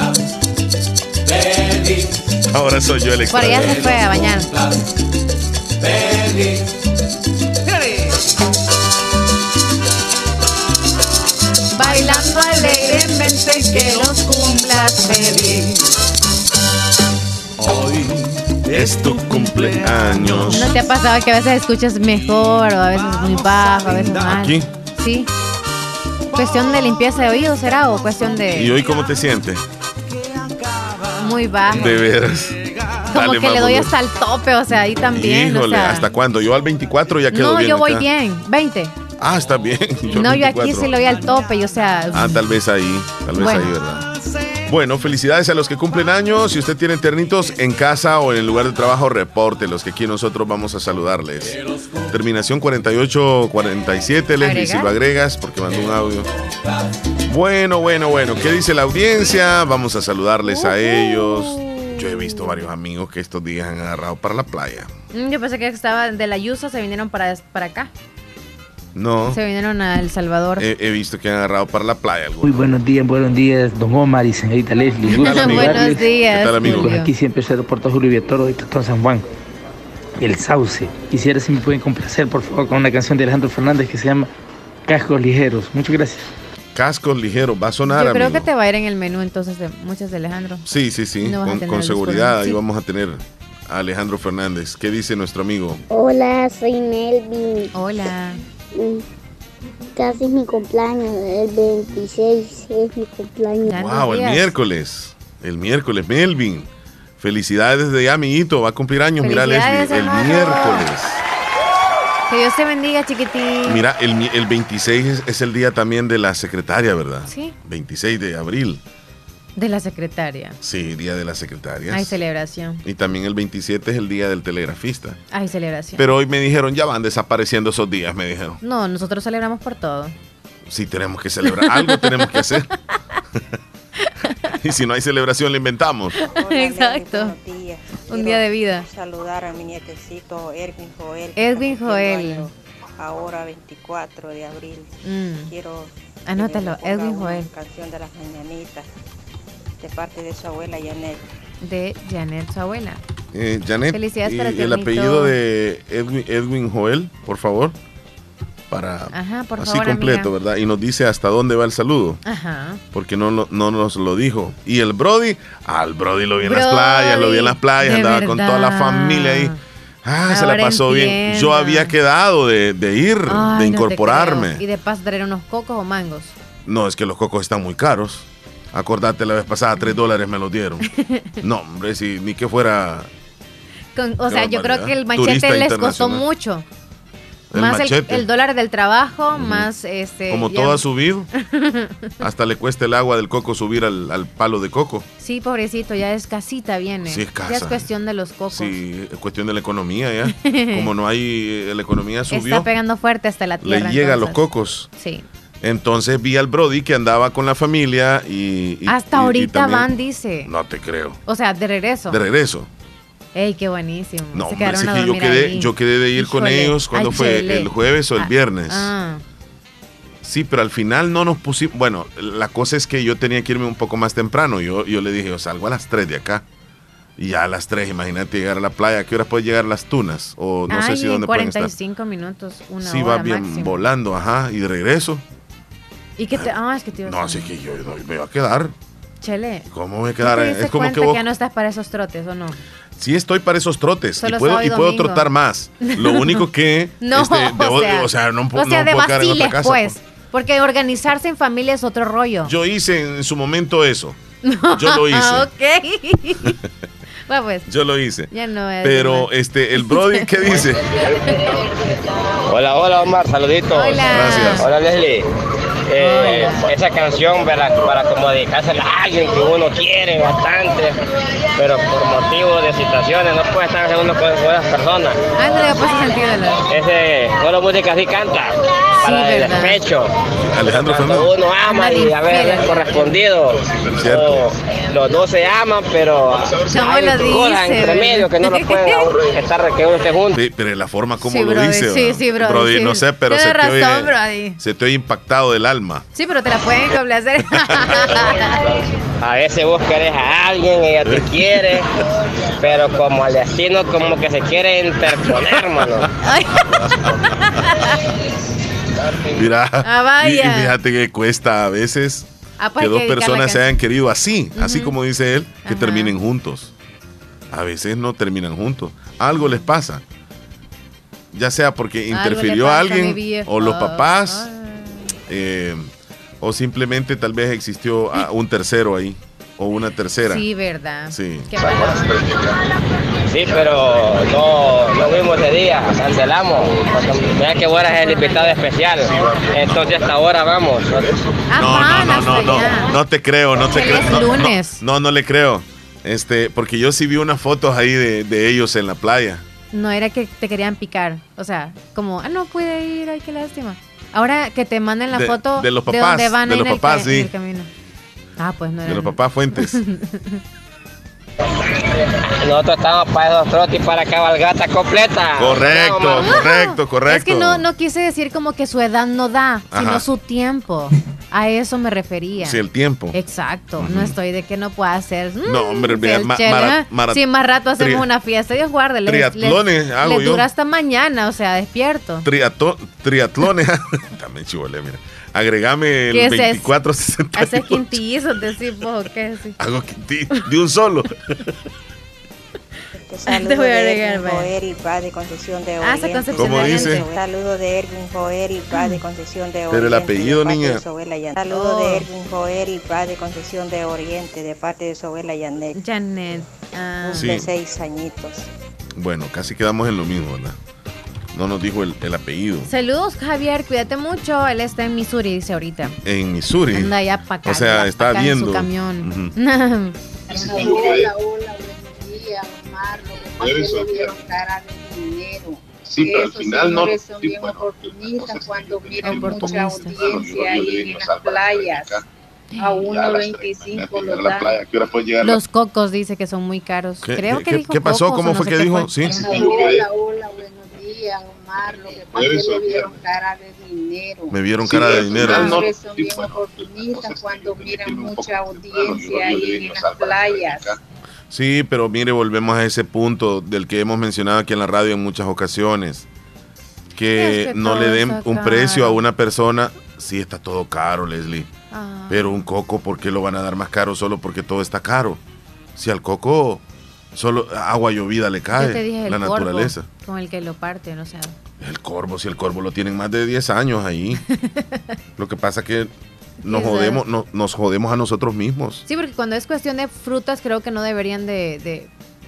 Ahora soy yo el extra. Por allá se fue a bañar. Bailando alegremente que los cumplas feliz. Hoy es tu cumpleaños. ¿No te ha pasado que a veces escuchas mejor o a veces muy bajo, a veces mal? ¿Aquí? Sí. ¿Cuestión de limpieza de oídos será o cuestión de...? ¿Y hoy cómo te sientes? Muy bajo. De veras. Como Dale, que le doy vámonos. hasta el tope, o sea, ahí también. Híjole, o sea, ¿hasta cuándo? Yo al veinticuatro ya quedo no, bien. yo voy acá. bien, veinte. Ah, está bien. Yo no, yo aquí veinticuatro. sí le doy al tope, y, o sea... Ah, tal vez ahí, tal vez Bueno. ahí, ¿verdad? Bueno, felicidades a los que cumplen años. Si usted tiene ternitos en casa o en el lugar de trabajo, repórtelos, que aquí nosotros vamos a saludarles. Terminación cuarenta y ocho cuarenta y siete, Leslie, si lo agregas, porque mandó un audio. Bueno, bueno, bueno, ¿qué dice la audiencia? Vamos a saludarles a ellos. Yo he visto varios amigos que estos días han agarrado para la playa. Yo pensé que estaban de la Yusa, se vinieron para, para acá. No. Se vinieron a El Salvador. He, he visto que han agarrado para la playa. Muy buenos días, buenos días, don Omar y señorita Leslie. ¿Qué tal, amigo? Buenos días. ¿Qué tal, amigo? Pues aquí siempre se reporta Julio Viatoro de Totón San Juan. El Sauce. Quisiera si me pueden complacer, por favor, con una canción de Alejandro Fernández que se llama Cascos Ligeros. Muchas gracias. Cascos ligeros, va a sonar, Yo creo amigo. que te va a ir en el menú entonces de muchas de Alejandro. Sí, sí, sí, No vas a con, tener con el seguridad ahí sí. vamos a tener a Alejandro Fernández. ¿Qué dice nuestro amigo? Hola, soy Melvin. Hola. Mm, Casi es mi cumpleaños, el veintiséis es mi cumpleaños. Ya. Wow, el días. miércoles, el miércoles, Melvin. Felicidades desde ya, amiguito, va a cumplir años, mira Felicidades, Leslie, el hermano. miércoles. Que Dios te bendiga, chiquitín. Mira, el, mi- el veintiséis es, es el día también de la secretaria, ¿verdad? Sí. veintiséis de abril, De la secretaria. sí, día de la secretaria. Hay celebración. Y también el veintisiete es el día del telegrafista. Hay celebración. Pero hoy me dijeron, ya van desapareciendo esos días, me dijeron. No, nosotros celebramos por todo. Sí, tenemos que celebrar, algo tenemos que hacer. Y si no hay celebración, la inventamos. Hola, Exacto. Leslie, buenos días. Un Quiero día de vida. Saludar a mi nietecito Edwin Joel. que Edwin está cumpliendo Joel. años Ahora veinticuatro de abril. Mm. Quiero que Anótalo, me ponga Edwin una Joel. canción de las mañanitas de parte de su abuela Janet. De Janet, su abuela. Eh, Janet, Felicidades y para el Tiernito. apellido de Edwin, Edwin Joel, por favor. Para Ajá, por así favor, completo, amiga. ¿verdad? Y nos dice hasta dónde va el saludo, Ajá. porque no, no, no nos lo dijo. Y el Brody, al Brody lo vi en las Brody, playas, lo vi en las playas, de andaba con toda la verdad. familia ahí. Ah, se la Ahora pasó bien. entiendo. Yo había quedado de, de ir, Ay, de no te incorporarme. creo. Y de paso traer unos cocos o mangos. No, es que los cocos están muy caros. Acordate, la vez pasada, tres dólares me los dieron. No, hombre, si ni que fuera... Con- o Qué sea, yo creo barbaridad. que el machete Turista les costó internacional. mucho. El más el, machete. el dólar del trabajo, Ujú. más este... Como ya- todo ha subido, hasta le cuesta el agua del coco subir al, al palo de coco. Sí, pobrecito, ya es casita viene. Sí, es Ya es casa. cuestión de los cocos. Sí, es cuestión de la economía ya. Como no hay, eh, la economía subió, Está pegando fuerte hasta la le tierra. llega a los entonces. cocos. Sí. Entonces vi al Brody que andaba con la familia y... y- Hasta y- y ahorita también- van, dice. No te creo. O sea, de regreso. De regreso. Ey, qué buenísimo. No, Se hombre, quedaron es a que yo dormir quedé, ahí. yo quedé de ir con Híjole. ellos cuando Ay, fue chele. el jueves o el Ah, viernes. Ah, Sí, pero al final no nos pusimos... Bueno, la cosa es que yo tenía que irme un poco más temprano. Yo, yo le dije, yo salgo a las tres de acá. Y ya a las tres, imagínate llegar a la playa. ¿A qué hora puede llegar Las Tunas? O no sé Ay, si en dónde pueden cuarenta y estar. cinco minutos, una Sí, hora va bien máximo. volando, ajá. Y de regreso. ¿Y qué te...? Ah, es que te iba a No, decir. así que yo no, me va a quedar. Chele. ¿Cómo me voy a ¿No quedar? te diste Es como cuenta que vos... que no estás para esos trotes, o no? Sí estoy para esos trotes. Solo y puedo, sábado y y puedo domingo. trotar más. Lo único que... No, este, debo- o, sea, o sea, no, o pu- sea, no de puedo quedar en otra vaciles, casa. pues. Porque organizarse en familia es otro rollo. Yo hice en su momento eso. Yo lo hice. Ok. Bueno, pues, Yo lo hice. ya no es. Pero este, el Brody, ¿qué dice? Hola, hola Omar, saluditos. Hola. Gracias. Hola Leslie. Eh, esa canción para, para como dedicársela a alguien que uno quiere bastante, pero por motivo de situaciones no puede estar uno con esas personas. Ah, no le pasa sentido la... Ese, solo música así canta, para el verdad. despecho. Alejandro Cuando Fernández. uno ama y a veces es correspondido. Cierto. O los dos se aman, pero ¿Cómo hay lo cosas dice, entre medio que no lo pueden estar que uno esté juntos. Sí, pero la forma como Sí, lo Brody, dice. sí, ¿verdad? sí, Brody, sí. no sé, pero se Tienes te, razón, oye, Brody. se te oye impactado del alma. Sí, pero te la pueden complacer. A veces vos querés a alguien, ella te quiere, pero como al destino como que se quiere interponer, mano. Ay, Mira, Ah, vaya. y, y fíjate que cuesta a veces Ah, pues que dos hay que dedicar la personas se canción. hayan querido así, así como dice él, que Ajá. terminen juntos. A veces no terminan juntos. Algo les pasa. Ya sea porque Algo interfirió le a pasa a mi alguien viejo. o los papás, Ah. eh, o simplemente tal vez existió ah, un tercero ahí o una tercera. Sí, verdad. Sí. Qué malo. Sí, pero no, no vimos ese día, cancelamos. Porque mira que vos eras el invitado especial. Entonces hasta ahora vamos. Ah, No, van no, no, hasta no, no, allá. no te creo, no te Él creo. es No, no, lunes. no, no le creo. Este, porque yo sí vi unas fotos ahí de, de ellos en la playa. No era que te querían picar. O sea, como, ah, no puede ir, ay, qué lástima. Ahora que te manden la De- foto de los de papás, donde van de ahí los en el papás, ca- sí. en el camino. Ah, pues no era. De los papás Fuentes. Nosotros estamos para esos trotes y para cabalgata completa. Correcto, No, man. correcto, correcto. Es que no, no quise decir como que su edad no da, sino Ajá. su tiempo. A eso me refería. Sí, el tiempo. Exacto, no estoy de que no pueda hacer. mm, No, hombre, mira, el ma- chela. mara- mara- Sí, más rato hacemos tri- una fiesta. Dios guarde, les, triatlones les- hago les yo. dura hasta mañana, o sea, despierto. Triato- triatlones. También chivole, mira. Agregame ¿Qué el es eso? veinticuatro sesenta. Haces quintillizos, decís vos, ¿o qué? Sí. Hago quinti- de un solo. Te saludo Te voy a de agregar, Erwin vaya. Joel y Paz de Concepción de Ah, Oriente. esa Concepción ¿Cómo de dice? Oriente. Saludo de Erwin Joel y Paz de Concepción de Oriente. Pero el apellido, de parte niña. de su abuela Yanet. Saludo Oh. de Erwin Joel y Paz de Concepción de Oriente de parte de su abuela Yanet. Janet. Ah. Sí. De seis añitos. Bueno, casi quedamos en lo mismo, ¿verdad? No nos dijo el, el apellido. Saludos, Javier, cuídate mucho. Él está en Missouri, dice ahorita. En Missouri. Anda allá para acá. O sea, allá está pa' acá en viendo. su camión. Hola, hola, buenos días, Omar. Lo que pasa es que le dieron cara de dinero. Sí, pero al Esos final no- señores son sí, bien bueno, oportunistas cuando miran Oportunistas. mucha audiencia ahí en las playas. A uno veinticinco lo dan. Los cocos dice que son muy caros. ¿Qué, Creo qué- que qué- dijo qué pasó? cocos, ¿Cómo o no fue sé que qué dijo? fue. Sí. Hola, hola, buenos días, Omar. Lo que pasa es que le dieron cara de dinero. Me vieron cara de dinero. Los hombres son bien oportunistas cuando miran mucha audiencia ahí en las playas. Sí, pero mire, volvemos a ese punto del que hemos mencionado aquí en la radio en muchas ocasiones. Que, Es que no todo le den está un caro. precio a una persona. Sí, está todo caro, Leslie. Ah. Pero un coco, ¿por qué lo van a dar más caro solo porque todo está caro? Si al coco solo agua llovida le Yo cae, te dije el la corvo naturaleza. con el que lo parten, o sea. El corvo, si el corvo lo tienen más de diez años ahí. Lo que pasa que nos Quizás. jodemos, no- nos jodemos a nosotros mismos. Sí, porque cuando es cuestión de frutas creo que no deberían de, de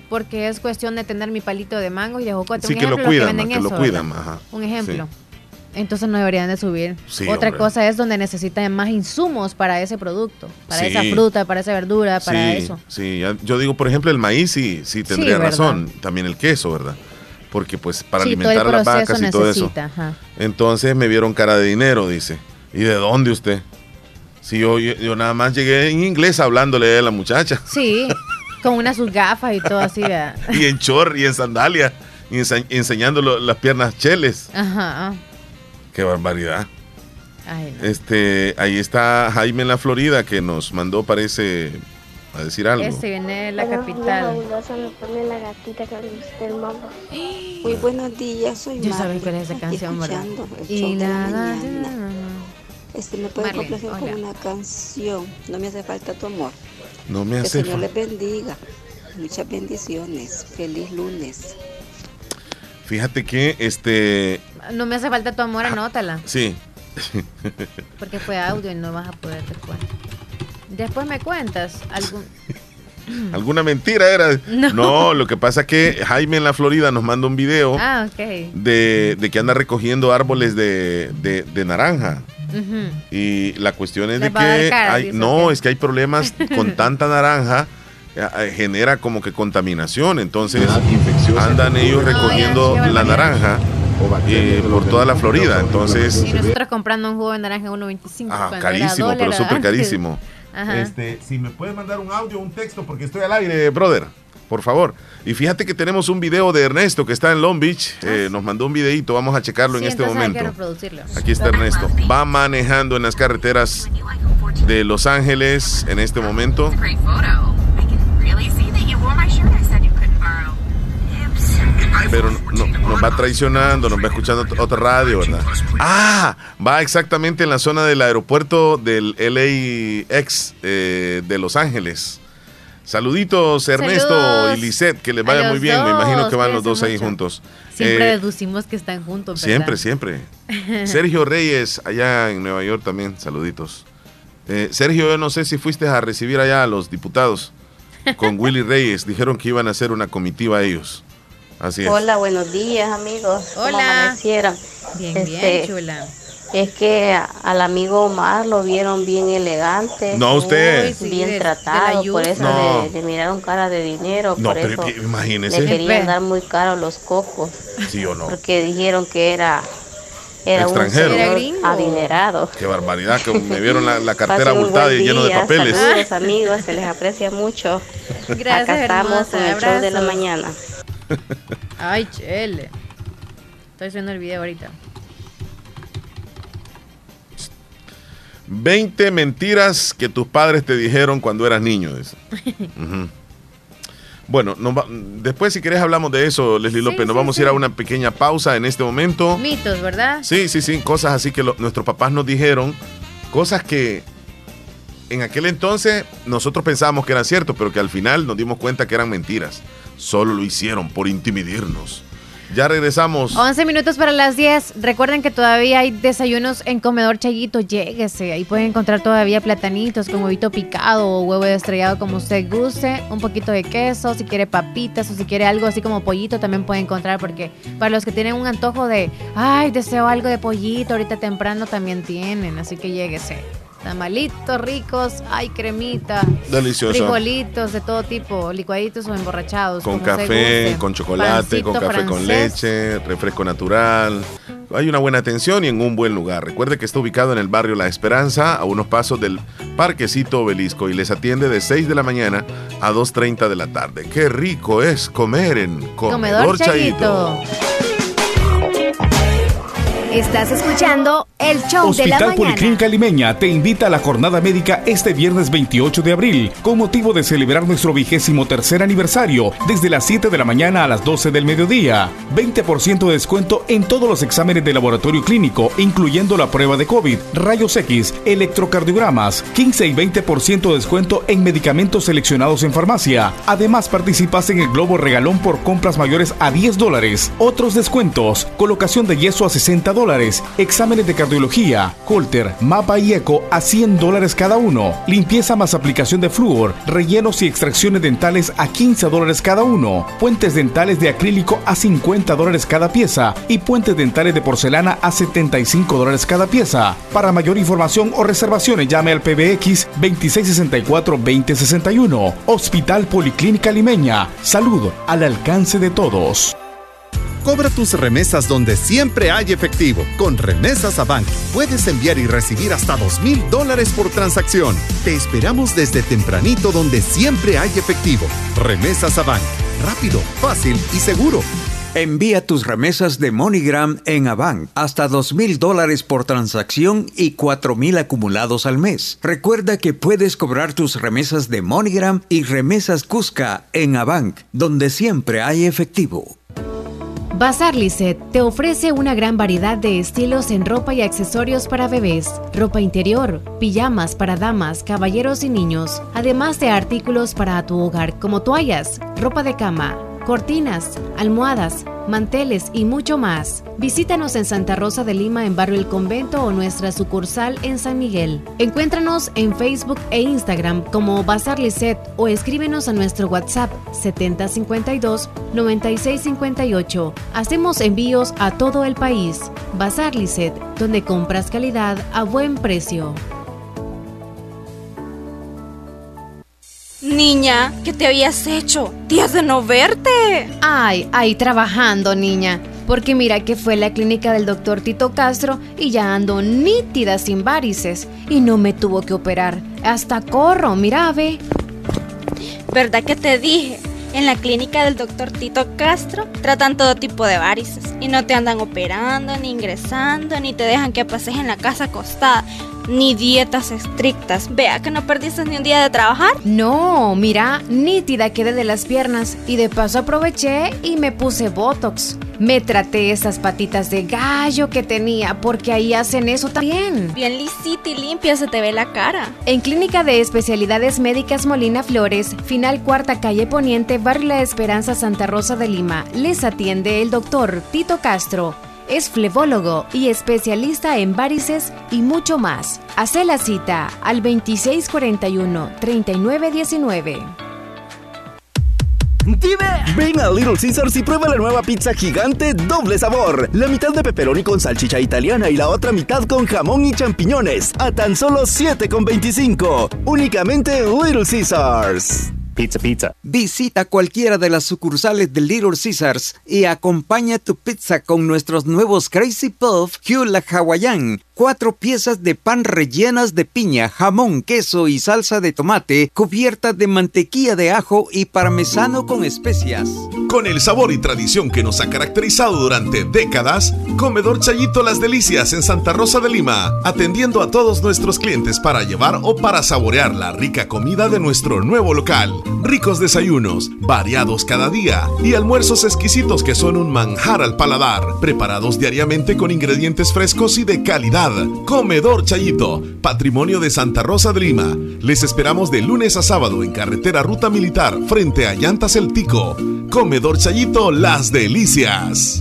porque es cuestión de tener mi palito de mango y de jocote. Sí, un que ejemplo, lo cuidan, que venden que eso, lo cuidan. ¿verdad? Ajá. Un ejemplo. Sí. Entonces no deberían de subir. Sí, Otra hombre. cosa es donde necesitan más insumos para ese producto, para Sí. esa fruta, para esa verdura, para Sí, eso. sí, ya- yo digo, por ejemplo, el maíz sí, sí tendría Sí, ¿verdad? razón, también el queso, ¿verdad? Porque pues para Sí, alimentar todo a el las vacas proceso y todo eso. necesita, ajá. Entonces me vieron cara de dinero, dice. ¿Y de dónde usted? Si yo, yo, yo nada más llegué en inglés hablándole a la muchacha. Sí, con unas sus gafas y todo así, ¿verdad? Y en short y en sandalia, y ense- enseñándolo las piernas cheles. Ajá. Qué barbaridad. Ay, no. Este, ahí está Jaime en la Florida que nos mandó, parece, a decir algo. Este viene de la Buenos días, capital. fabulosa, me pone la gatita que le gusta el mambo. Muy buenos días, soy Ya Marley, sabes cuál es esa aquí canción, ¿verdad? escuchando el Y show de la nada, mañana. Este me puede Marley, complacer con hola. una canción. No me hace falta tu amor. No me Que el hace Señor les falta. bendiga. Muchas bendiciones. Feliz lunes. Fíjate que, este, No me hace falta tu amor, anótala. sí. Porque fue audio y no vas a poder después. Después me cuentas algún. ¿Alguna mentira era? No. No, lo que pasa es que Jaime en la Florida nos manda un video Ah, ok. de, de que anda recogiendo árboles de, de, de naranja. Ujú. Y la cuestión es Les de va a dar que cara, hay, dice no, que- es que hay problemas con tanta naranja, eh, eh, genera como que contaminación, entonces andan ellos recogiendo Ay, qué la barbaridad. naranja eh, por toda la Florida, entonces Y nosotros comprando un jugo de naranja uno veinticinco. ah, cuando era carísimo, dólar pero súper antes. carísimo. Ajá. Este, si me puedes mandar un audio, un texto, porque estoy al aire, brother, por favor. Y fíjate que tenemos un video de Ernesto que está en Long Beach, eh, nos mandó un videito, vamos a checarlo Sí, en este entonces hay que momento. reproducirlo. Aquí está Ernesto. Va manejando en las carreteras de Los Ángeles en este momento. Pero no, nos va traicionando, nos va escuchando ot- otra radio, ¿verdad? Ah, va exactamente en la zona del aeropuerto del L A X eh, de Los Ángeles. Saluditos, Ernesto Saludos y Lisette, que les a vaya los muy bien. Me imagino que van los dos, dos ahí cuídense juntos. Siempre Eh, deducimos que están juntos, ¿verdad? Siempre, siempre. Sergio Reyes, allá en Nueva York también, saluditos. Eh, Sergio, yo no sé si fuiste a recibir allá a los diputados con Willy Reyes. Dijeron que iban a hacer una comitiva ellos. Así es. Hola, buenos días, amigos. ¿Cómo Hola. amanecieron? Bien, Este, bien, chula. Es que a- al amigo Omar lo vieron bien elegante. No, usted. Uy, sí, Bien de- de tratado, la por yuca. eso No. le, le miraron cara de dinero. No, por pero eso pi- imagínese. le querían Ve. dar muy caro los cocos. Sí o no. Porque dijeron que era, era un Extranjero. Era señor gringo. adinerado. Qué barbaridad, que me vieron la, la cartera Pasen un abultada y buen lleno de día. papeles. Saludos, amigos, se les aprecia mucho. Gracias, Acá estamos hermosa. en el show de la Abrazos. mañana. Ay, chele. Estoy viendo el video ahorita. veinte mentiras que tus padres te dijeron cuando eras niño. dice. Ujú. Bueno, nos va- después si querés hablamos de eso, Leslie Sí, López. Nos sí, vamos a ir sí. a una pequeña pausa en este momento. Mitos, ¿verdad? Sí, sí, sí, cosas así que lo- nuestros papás nos dijeron, cosas que en aquel entonces nosotros pensábamos que eran ciertos, pero que al final nos dimos cuenta que eran mentiras. Solo lo hicieron por intimidarnos. Ya regresamos. once minutos para las diez. Recuerden que todavía hay desayunos en Comedor Chayito. Lléguese. Ahí pueden encontrar todavía platanitos con huevito picado o huevo estrellado como usted guste. Un poquito de queso, si quiere papitas o si quiere algo así como pollito también puede encontrar. Porque para los que tienen un antojo de, ay, deseo algo de pollito ahorita temprano también tienen. Así que lléguese. Tamalitos ricos, ay, cremita. Delicioso. Frijolitos de todo tipo, licuaditos o emborrachados. Con como usted café, guste. con chocolate, con Pancito café con francés. leche, refresco natural. Hay una buena atención y en un buen lugar. Recuerde que está ubicado en el barrio La Esperanza, a unos pasos del Parquecito Obelisco, y les atiende de seis de la mañana a dos treinta de la tarde. Qué rico es comer en Comedor, Comedor Chayito. Chayito. Estás escuchando el show de la Hospital mañana. Policlínica Limeña te invita a la jornada médica este viernes veintiocho de abril con motivo de celebrar nuestro vigésimo tercer aniversario desde las siete de la mañana a las doce del mediodía. veinte por ciento de descuento en todos los exámenes de laboratorio clínico, incluyendo la prueba de COVID, rayos X, electrocardiogramas, quince y veinte por ciento de descuento en medicamentos seleccionados en farmacia. Además, participas en el Globo Regalón por compras mayores a diez dólares. Otros descuentos, colocación de yeso a sesenta dólares, exámenes de cardiología, Holter, Mapa y Eco a cien dólares cada uno. Limpieza más aplicación de flúor, rellenos y extracciones dentales a quince dólares cada uno. Puentes dentales de acrílico a cincuenta dólares cada pieza y puentes dentales de porcelana a setenta y cinco dólares cada pieza. Para mayor información o reservaciones llame al P B X veintiséis sesenta y cuatro veinte sesenta y uno. Hospital Policlínica Limeña. Salud al alcance de todos. Cobra tus remesas donde siempre hay efectivo. Con Remesas Avant puedes enviar y recibir hasta dos mil dólares por transacción. Te esperamos desde tempranito donde siempre hay efectivo. Remesas Avant. Rápido, fácil y seguro. Envía tus remesas de MoneyGram en Avant, hasta dos mil dólares por transacción y cuatro mil acumulados al mes. Recuerda que puedes cobrar tus remesas de MoneyGram y remesas Cusca en Avant, donde siempre hay efectivo. Bazar Lisset te ofrece una gran variedad de estilos en ropa y accesorios para bebés, ropa interior, pijamas para damas, caballeros y niños, además de artículos para tu hogar como toallas, ropa de cama, cortinas, almohadas, manteles y mucho más. Visítanos en Santa Rosa de Lima en Barrio El Convento o nuestra sucursal en San Miguel. Encuéntranos en Facebook e Instagram como Bazar Lisset o escríbenos a nuestro WhatsApp setenta cincuenta y dos noventa y seis cincuenta y ocho. Hacemos envíos a todo el país. Bazar Lisset, donde compras calidad a buen precio. Niña, ¿qué te habías hecho? Días de no verte. Ay, ay, trabajando, niña. Porque mira que fue la clínica del doctor Tito Castro y ya ando nítida sin varices. Y no me tuvo que operar. Hasta corro, mira, ve. ¿Verdad que te dije? En la clínica del doctor Tito Castro tratan todo tipo de varices. Y no te andan operando, ni ingresando, ni te dejan que pases en la casa acostada. Ni dietas estrictas. Vea que no perdiste ni un día de trabajar. No, mira, nítida quedé de las piernas y de paso aproveché y me puse Botox. Me traté esas patitas de gallo que tenía porque ahí hacen eso también. Bien lisita y limpia se te ve la cara. En Clínica de Especialidades Médicas Molina Flores, final Cuarta Calle Poniente, Barrio La Esperanza, Santa Rosa de Lima, les atiende el doctor Tito Castro. Es flebólogo y especialista en varices y mucho más. Hace la cita al veintiséis cuarenta y uno, treinta y nueve diecinueve. ¡Dime! Ven a Little Caesars y prueba la nueva pizza gigante doble sabor. La mitad de pepperoni con salchicha italiana y la otra mitad con jamón y champiñones. A tan solo siete con veinticinco. Únicamente en Little Caesars. Pizza, pizza. Visita cualquiera de las sucursales de Little Caesars y acompaña tu pizza con nuestros nuevos Crazy Puff Hula Hawaiian. Cuatro piezas de pan rellenas de piña, jamón, queso y salsa de tomate, cubiertas de mantequilla de ajo y parmesano con especias. Con el sabor y tradición que nos ha caracterizado durante décadas, Comedor Chayito Las Delicias en Santa Rosa de Lima, atendiendo a todos nuestros clientes para llevar o para saborear la rica comida de nuestro nuevo local. Ricos desayunos, variados cada día y almuerzos exquisitos que son un manjar al paladar, preparados diariamente con ingredientes frescos y de calidad. Comedor Chayito, patrimonio de Santa Rosa de Lima. Les esperamos de lunes a sábado en carretera Ruta Militar frente a Llantas El Tico. Comedor Chayito Las Delicias.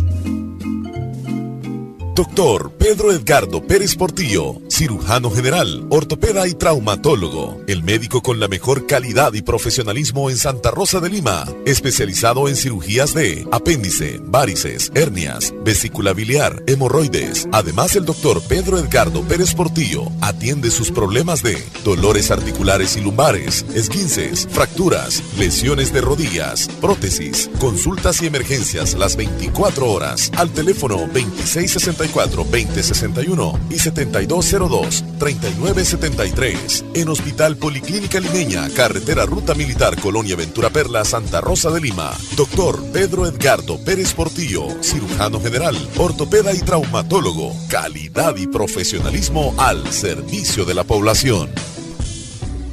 Doctor Pedro Edgardo Pérez Portillo, cirujano general, ortopeda y traumatólogo, el médico con la mejor calidad y profesionalismo en Santa Rosa de Lima, especializado en cirugías de apéndice, varices, hernias, vesícula biliar, hemorroides. Además, el doctor Pedro Edgardo Pérez Portillo atiende sus problemas de dolores articulares y lumbares, esguinces, fracturas, lesiones de rodillas, prótesis, consultas y emergencias las veinticuatro horas al teléfono veintiséis sesenta y cuatro veinte sesenta y uno y setenta y dos cero dos treinta y nueve setenta y tres. En Hospital Policlínica Limeña, carretera Ruta Militar, Colonia Ventura Perla, Santa Rosa de Lima. Doctor Pedro Edgardo Pérez Portillo, cirujano general, ortopeda y traumatólogo. Calidad y profesionalismo al servicio de la población.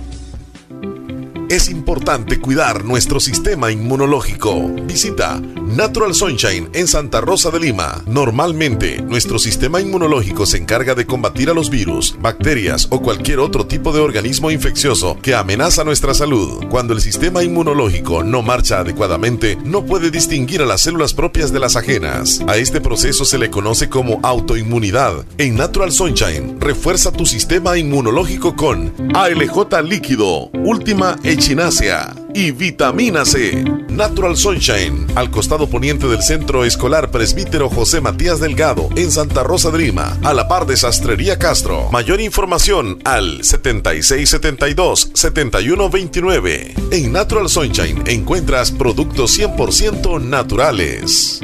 Es importante cuidar nuestro sistema inmunológico. Visita Natural Sunshine en Santa Rosa de Lima. Normalmente, nuestro sistema inmunológico se encarga de combatir a los virus, bacterias o cualquier otro tipo de organismo infeccioso que amenaza nuestra salud. Cuando el sistema inmunológico no marcha adecuadamente, no puede distinguir a las células propias de las ajenas. A este proceso se le conoce como autoinmunidad. En Natural Sunshine, refuerza tu sistema inmunológico con A L J líquido, Última Echinacea y vitamina C. Natural Sunshine, al costado poniente del Centro Escolar Presbítero José Matías Delgado, en Santa Rosa de Lima, a la par de Sastrería Castro. Mayor información al setenta y seis setenta y dos, setenta y uno veintinueve. En Natural Sunshine encuentras productos cien por ciento naturales.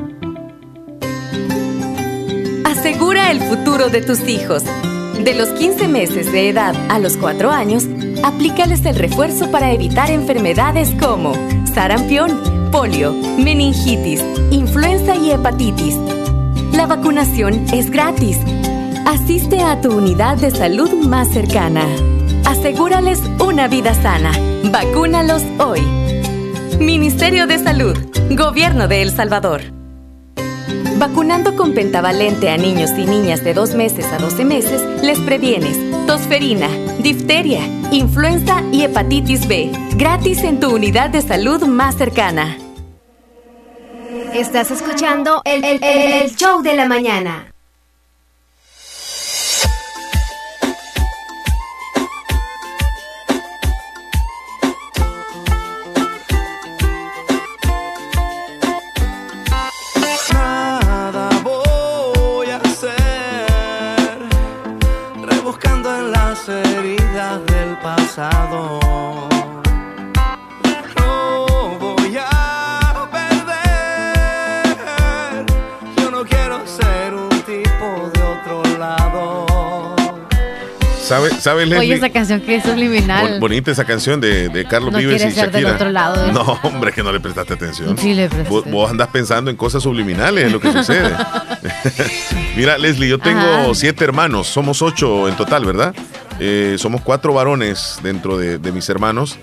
Asegura el futuro de tus hijos. De los quince meses de edad a los cuatro años, aplícales el refuerzo para evitar enfermedades como sarampión, polio, meningitis, influenza y hepatitis. La vacunación es gratis. Asiste a tu unidad de salud más cercana. Asegúrales una vida sana. Vacúnalos hoy. Ministerio de Salud, Gobierno de El Salvador. Vacunando con pentavalente a niños y niñas de dos meses a doce meses, les previenes tosferina, difteria, influenza y hepatitis B. Gratis en tu unidad de salud más cercana. Estás escuchando el, el, el, el show de la mañana. Pasado. No voy a perder. Yo no quiero ser un tipo de otro lado. ¿Sabe, sabe Leslie? Oye, esa canción que es subliminal. Bon, bonita esa canción de, de Carlos no Vives y ser Shakira. Del otro lado, ¿eh? No, hombre, que no le prestaste atención. Sí, le presté. Vos, vos andás pensando en cosas subliminales, es lo que sucede. Mira, Leslie, yo tengo Ajá. siete hermanos, somos ocho en total, ¿verdad? Eh, somos cuatro varones dentro de, de mis hermanos.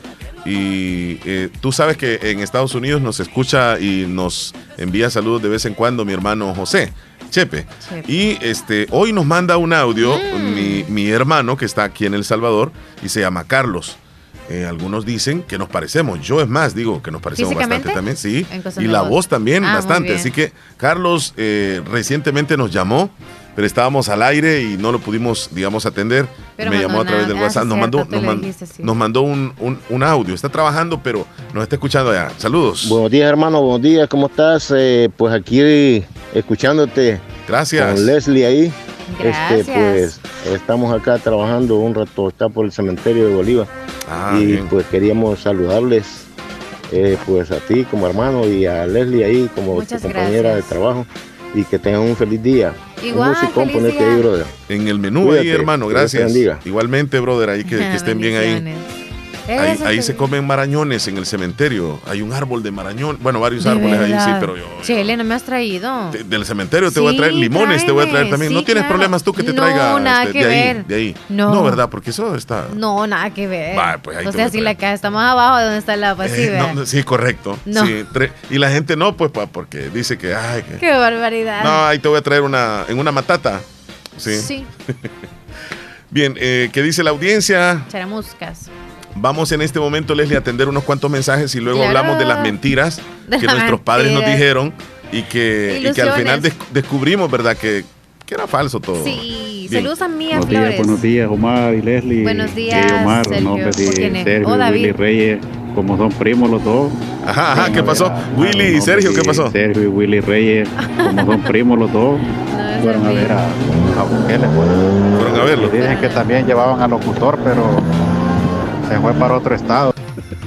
Y eh, tú sabes que en Estados Unidos nos escucha y nos envía saludos de vez en cuando mi hermano José Chepe. Chepe. Y este hoy nos manda un audio mm. mi, mi hermano que está aquí en El Salvador y se llama Carlos. Eh, algunos dicen que nos parecemos. Yo es más, digo que nos parecemos bastante también, sí. Y la voz, voz también ah, bastante. Así que Carlos eh, recientemente nos llamó, pero estábamos al aire y no lo pudimos, digamos, atender. Pero me llamó a través del WhatsApp, nos mandó, nos, man, dijiste, sí. nos mandó un, un, un audio. Está trabajando, pero nos está escuchando allá. Saludos. Buenos días, hermano. Buenos días. ¿Cómo estás? Eh, pues aquí escuchándote. Gracias. Con Leslie ahí. Gracias. Este, pues estamos acá trabajando un rato. Está por el cementerio de Bolívar. Ah, y bien. Pues queríamos saludarles, eh, pues a ti como hermano y a Leslie ahí como Muchas tu compañera gracias. de trabajo. Y que tengan un feliz día. Igual, un musicón, ponete ahí, brother. En el menú Cuídate, ahí, hermano, gracias. Igualmente, brother, ahí que, que estén bien ahí. Ahí, ahí se comen marañones en el cementerio. Hay un árbol de marañón. Bueno, varios árboles ahí, sí, pero yo. Chele, no me has traído. De, del cementerio te sí, voy a traer limones, tráeme, te voy a traer también. Sí, ¿No tienes claro. problemas tú que te traiga no, nada este, que de ver. ahí? De ahí. No. no, ¿verdad? Porque eso está. No, nada que ver. Va, pues ahí o sea, si la casa está más abajo de donde está la pasiva. Eh, no, sí, correcto. No. Sí, tre- y la gente no, pues, pa, porque dice que. Ay, que... Qué barbaridad. No, ahí te voy a traer una. En una matata. Sí. Sí. Bien, eh, ¿qué dice la audiencia? Charamuscas. Vamos en este momento, Leslie, a atender unos cuantos mensajes y luego claro. hablamos de las mentiras de que nuestros mentira. padres nos dijeron y que, y que al final des- descubrimos, ¿verdad? Que, que era falso todo. Sí, Bien. saludos a Mía buenos Flores. Días, buenos días, Omar y Leslie. Buenos días, eh, Omar, Sergio. nombre de Sergio oh, y Willy Reyes, como son primos los dos. Ajá, ajá, ¿qué pasó? A, Willy y Sergio, ¿qué pasó? Sergio y Willy Reyes, como son primos los dos. No, fueron a ver a, a Bukele. Fueron a verlo. Y dicen que también llevaban al locutor, pero se fue para otro estado.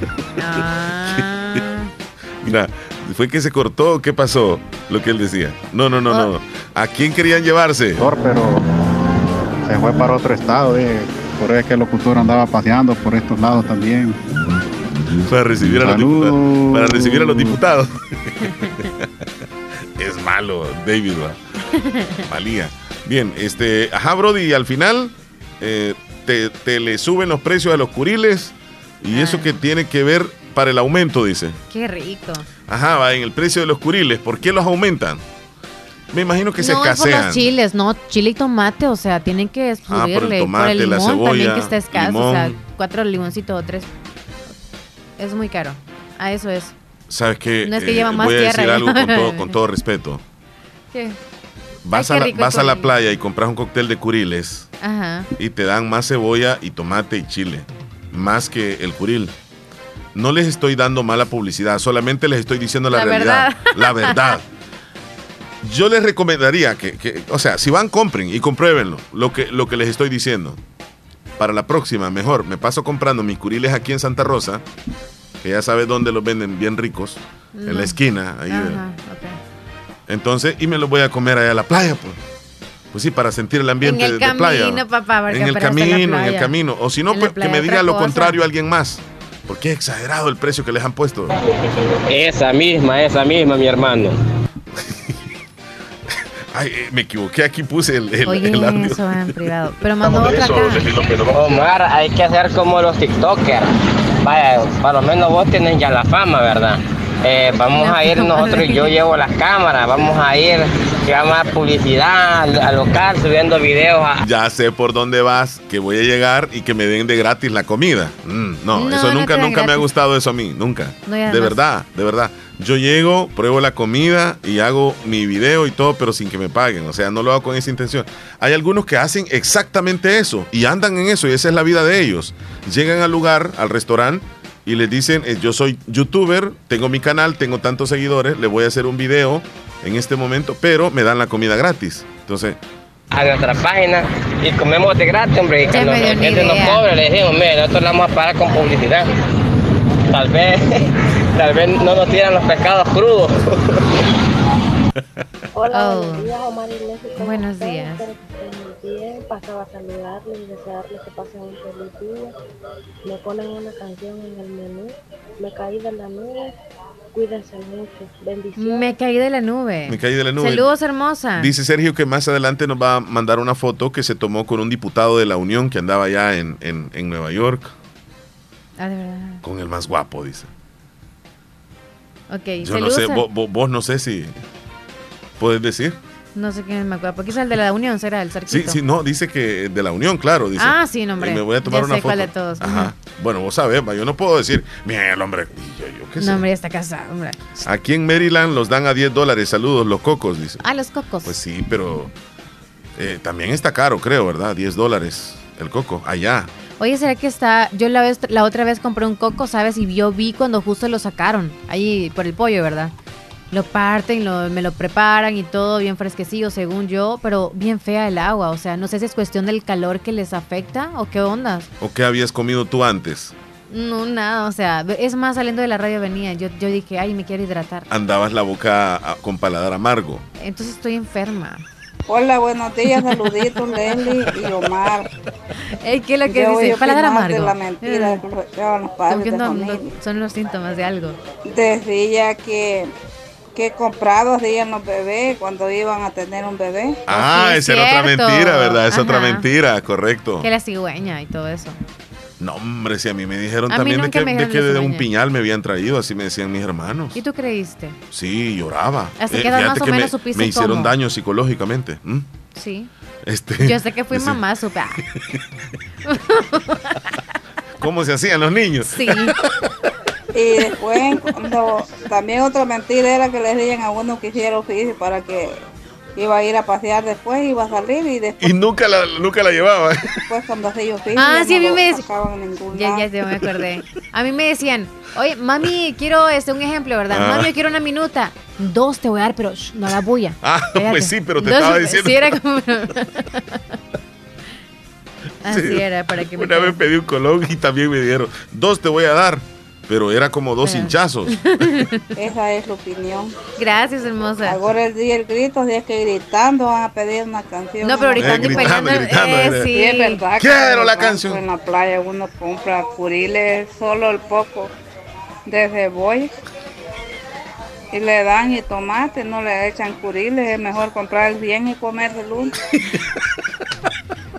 Ah. Mira, ¿fue que se cortó? ¿Qué pasó? Lo que él decía. No, no, no, oh. no. ¿A quién querían llevarse? Pero se fue para otro estado. Eh. Por eso es que el locutor andaba paseando por estos lados también. Para recibir a los diputados. Para recibir a los diputados. Es malo, David. Malía. Bien, este, ajá, Brody, y al final eh, te, te le suben los precios a los curiles. Y eso que tiene que ver, para el aumento, dice. Qué rico. Ajá, va en el precio de los curiles. ¿Por qué los aumentan? Me imagino que se no, escasean. No, por los chiles, no, chile y tomate, o sea, tienen que subirle. Ah, por el tomate, por el limón la cebolla, también que está escaso, limón. o sea, cuatro limoncitos o tres. Es muy caro. A eso es. ¿Sabes qué? No es que eh, lleva más voy a decir tierra. algo con todo, con todo respeto. ¿Qué? Vas, Ay, a, la, rico vas a la curil. playa y compras un cóctel de curiles. Ajá. Y te dan más cebolla y tomate y chile. Más que el curil. No les estoy dando mala publicidad, solamente les estoy diciendo la, La realidad. verdad. La verdad. Yo les recomendaría que, que, o sea, si van, compren y compruébenlo, lo que, lo que les estoy diciendo. Para la próxima, mejor, me paso comprando mis curiles aquí en Santa Rosa, que ya sabes dónde los venden bien ricos, No. en la esquina. Ahí de- Ajá, ok. Entonces, y me los voy a comer allá a la playa, pues. Pues sí, para sentir el ambiente En el de, de playa. camino, papá, porque En el apenas está camino, la en el playa. camino. O si no, En la pues, que playa me otra diga lo cosa. contrario alguien más. Porque es exagerado el precio que les han puesto. Esa misma, esa misma, mi hermano. Ay, eh, me equivoqué, aquí puse el, el, Oye, el audio. eso en privado. Pero mandó otra acá. Omar, hay que hacer como los TikTokers. Vaya, para lo menos vos tenés ya la fama, ¿verdad? Eh, vamos a ir nosotros, yo llevo las cámaras, vamos a ir, que vamos a dar publicidad al, al local, subiendo videos a... Ya sé por dónde vas, que voy a llegar y que me den de gratis la comida. Mm, no, No, eso no nunca, te dan nunca me ha gratis. gustado eso a mí, nunca. No, y de además- verdad, de verdad. Yo llego, pruebo la comida y hago mi video y todo, pero sin que me paguen. O sea, no lo hago con esa intención. Hay algunos que hacen exactamente eso y andan en eso y esa es la vida de ellos. Llegan al lugar, al restaurante y les dicen, eh, yo soy youtuber, tengo mi canal, tengo tantos seguidores, le voy a hacer un video en este momento, pero me dan la comida gratis. Entonces, a nuestra página y comemos de gratis, hombre. Y Ya cuando me dio la una gente nos idea. cobre, le decimos, mire, nosotros la vamos a pagar con publicidad. Tal vez, tal vez no nos tiran los pescados crudos. Hola, Oh. buenos días, Omar y Leslie. ¿Cómo Buenos están? días. Espero que estén muy bien. Pasaba a saludarles y desearles que pasen un feliz día. Me ponen una canción en el menú. Me caí de la nube. Cuídense mucho. Bendiciones. Me caí de la nube. me caí de la nube. Saludos, hermosa. Dice Sergio que más adelante nos va a mandar una foto que se tomó con un diputado de la Unión que andaba allá en, en, en Nueva York, Ah, de verdad. con el más guapo, dice. Ok, Yo saludos. no sé, a- vos, vos- vos no sé si puedes decir. No sé quién es más guapo. Quizás el de la Unión será el Sí, cerquito. sí, no, dice que de la Unión, claro, dice. Ah, sí, no, hombre. Y me voy a tomar Ya una sé foto. cuál de todos. Ajá. Bueno, vos sabés, va, yo no puedo decir, mira el hombre, y yo, yo qué sé. No, hombre, ya está casado, hombre. Aquí en Maryland los dan a diez dólares, saludos, los cocos, dice. Ah, los cocos. Pues sí, pero eh, también está caro, creo, ¿verdad? diez dólares el coco, allá. Oye, ¿será que está? Yo la, vez, la otra vez compré un coco, ¿sabes? Y yo vi cuando justo lo sacaron, ahí por el pollo, ¿verdad? Lo parten, lo, me lo preparan y todo bien fresquecillo, según yo, pero bien fea el agua. O sea, no sé si es cuestión del calor que les afecta o qué ondas. ¿O qué habías comido tú antes? No, nada, o sea, es más, saliendo de la radio venía, yo, yo dije, ay, me quiero hidratar. Andabas la boca ah, con paladar amargo. Entonces estoy enferma. Hola, buenos días, saluditos, Leslie y Omar. Ey, ¿qué es lo que Yo voy dice? a Paladar opinar amargo. de la mentira Eh. que llevan los Como padres que de no- familia. no- son los síntomas de algo. Decía que, que comprados dían los bebés cuando iban a tener un bebé. Ah, sí, esa era otra cierto. mentira, ¿verdad? Es otra Ajá. mentira, correcto. Que la cigüeña y todo eso. No, hombre, si a mí me dijeron A mí también de nunca que, me de, dijeron que de de un cigüeña. piñal me habían traído, así me decían mis hermanos. ¿Y tú creíste? Sí, lloraba. Hasta que edad más o que menos me, supiste me hicieron cómo. daño psicológicamente. ¿m? Sí. Este, Yo sé que fui decía, mamá, supe. Ah. ¿Cómo se hacían los niños? Sí. Y después, cuando, también otra mentira era que les decían a uno que hiciera oficio para que iba a ir a pasear después, iba a salir y después, Y nunca la, nunca la llevaba. después cuando hacía oficio Ah, ya sí, a no mí lo me decían. sacaban en ningún Ya, lado. ya, ya me acordé. A mí me decían, oye, mami, quiero este un ejemplo, ¿verdad? Ah. Mami, yo quiero una minuta. Dos te voy a dar, pero shh, no la bulla. Ah, Cállate. pues sí, pero te Dos, estaba diciendo. Sí, era como. Así Sí. era, para que me. Una vez pedí un colón y también me dieron, dos te voy a dar, pero era como dos Ah. hinchazos. Esa es la opinión. Gracias, hermosa. Ahora el día del grito, es que gritando van a pedir una canción. No, pero gritando Eh, y gritando, peleando. gritando, eh, eh. sí. Sí, es verdad. que Quiero la en el canción. campo, En la playa uno compra curiles, solo el poco de cebolla. Y le dan y tomate, no le echan curiles. Es mejor comprar el bien y comer el uno.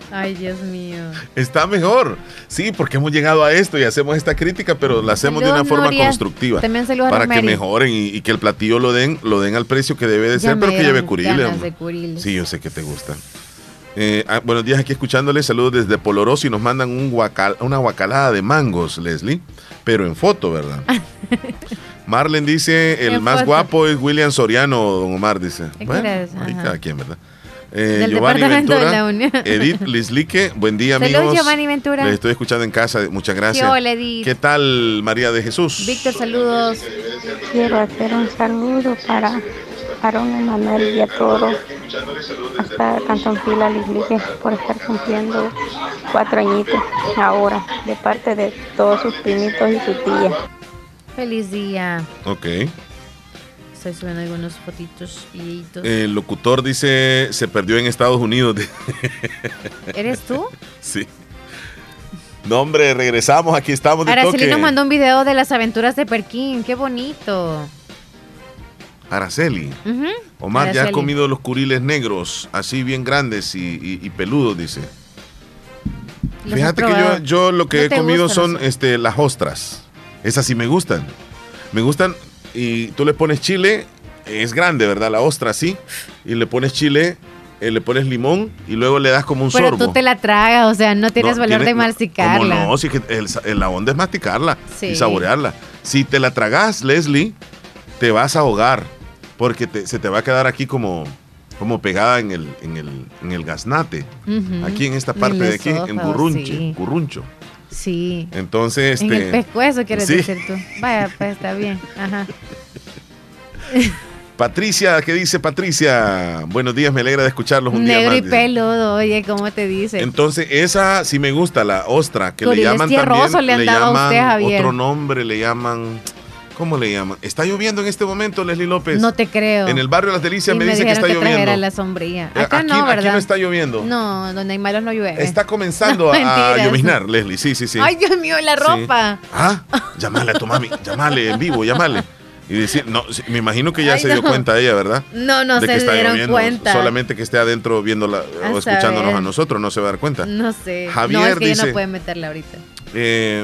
Ay, Dios mío. Está mejor. Sí, porque hemos llegado a esto y hacemos esta crítica, pero la hacemos Saludos, de una forma Nuria. constructiva. También saludos a para que Rosemary. mejoren y, y que el platillo lo den, lo den al precio que debe de Ya ser, me pero que dieron lleve curiles. ganas hombre. de curiles. Sí, yo sé que te gustan. Eh, ah, buenos días, aquí escuchándoles. Saludos desde Poloroso y nos mandan un guacal, una guacalada de mangos, Leslie, pero en foto, ¿verdad? Marlen dice, el En más foto. guapo es William Soriano, don Omar dice. ¿Qué Bueno, quieres? ahí Ajá. cada quien, ¿verdad? Eh, Del Giovanni departamento de Ventura, la Unión. Edith Lislique, buen día, Saludos, amigos. Giovanni Ventura. Les estoy escuchando en casa, muchas gracias. ¿Qué hola, Edith? ¿Qué tal, María de Jesús? Víctor, saludos. Quiero hacer un saludo para Aaron Emanuel Villatoro, hasta Cantonfila Lislique, por estar cumpliendo cuatro añitos ahora, de parte de todos sus primitos y su tía. Feliz día. Ok. Estoy subiendo algunos fotitos, videitos. El locutor dice, se perdió en Estados Unidos. ¿Eres tú? Sí. No, hombre, regresamos, aquí estamos de Araceli toque. nos mandó un video de las aventuras de Perkin. Qué bonito. Araceli. Ujú. Omar, ya has Araceli. comido los curiles negros, así bien grandes y, y- y peludos, dice. Los Fíjate has que yo, probado. yo lo que ¿No he te comido gustan son los- este, las ostras. Esas sí me gustan. Me gustan y tú le pones chile, es grande, ¿verdad? La ostra así. Y le pones chile, eh, le pones limón y luego le das como un Pero sorbo. tú te la tragas, o sea, no tienes No, valor tiene- de no, masticarla. ¿cómo no? Si que el, el- la onda es masticarla Sí. y saborearla. Si te la tragas, Leslie, te vas a ahogar porque te- se te va a quedar aquí como, como pegada en el, en el, en el gaznate. Ujú. Aquí en esta En parte el de aquí, en esófago, Gurrunche, sí. Curruncho. Sí. Entonces, En este. el pescuezo, quieres sí. decir tú. Vaya, pues está bien. Ajá. Patricia, ¿qué dice Patricia? Buenos días, me alegra de escucharlos un día Negro más. y dice. peludo, oye, ¿cómo te dice? Entonces, esa sí me gusta, la ostra, que le Curiles llaman tierroso también, le han le dado a llaman usted, Javier. otro nombre, le llaman, ¿cómo le llaman? ¿Está lloviendo en este momento, Leslie López? No te creo. En el barrio Las Delicias Y me, me dice que dijeron está que trajera lloviendo. la sombrilla. Eh, Acá aquí, no, ¿verdad? aquí no está lloviendo. No, donde hay malos no llueve. Está comenzando No, a mentiras. lloviznar, Leslie, sí, sí, sí. Ay, Dios mío, la Sí. ropa. Ah, llamale a tu mami, llamale en vivo, llamale. Y decir, no, sí, me imagino que ya Ay, se dio no. cuenta ella, ¿verdad? No, no De se que está dieron lloviendo. cuenta. Solamente que esté adentro viéndola A o escuchándonos saber. a nosotros, no se va a dar cuenta. No sé. Javier no, es que ella dice- no puede meterla ahorita. Eh,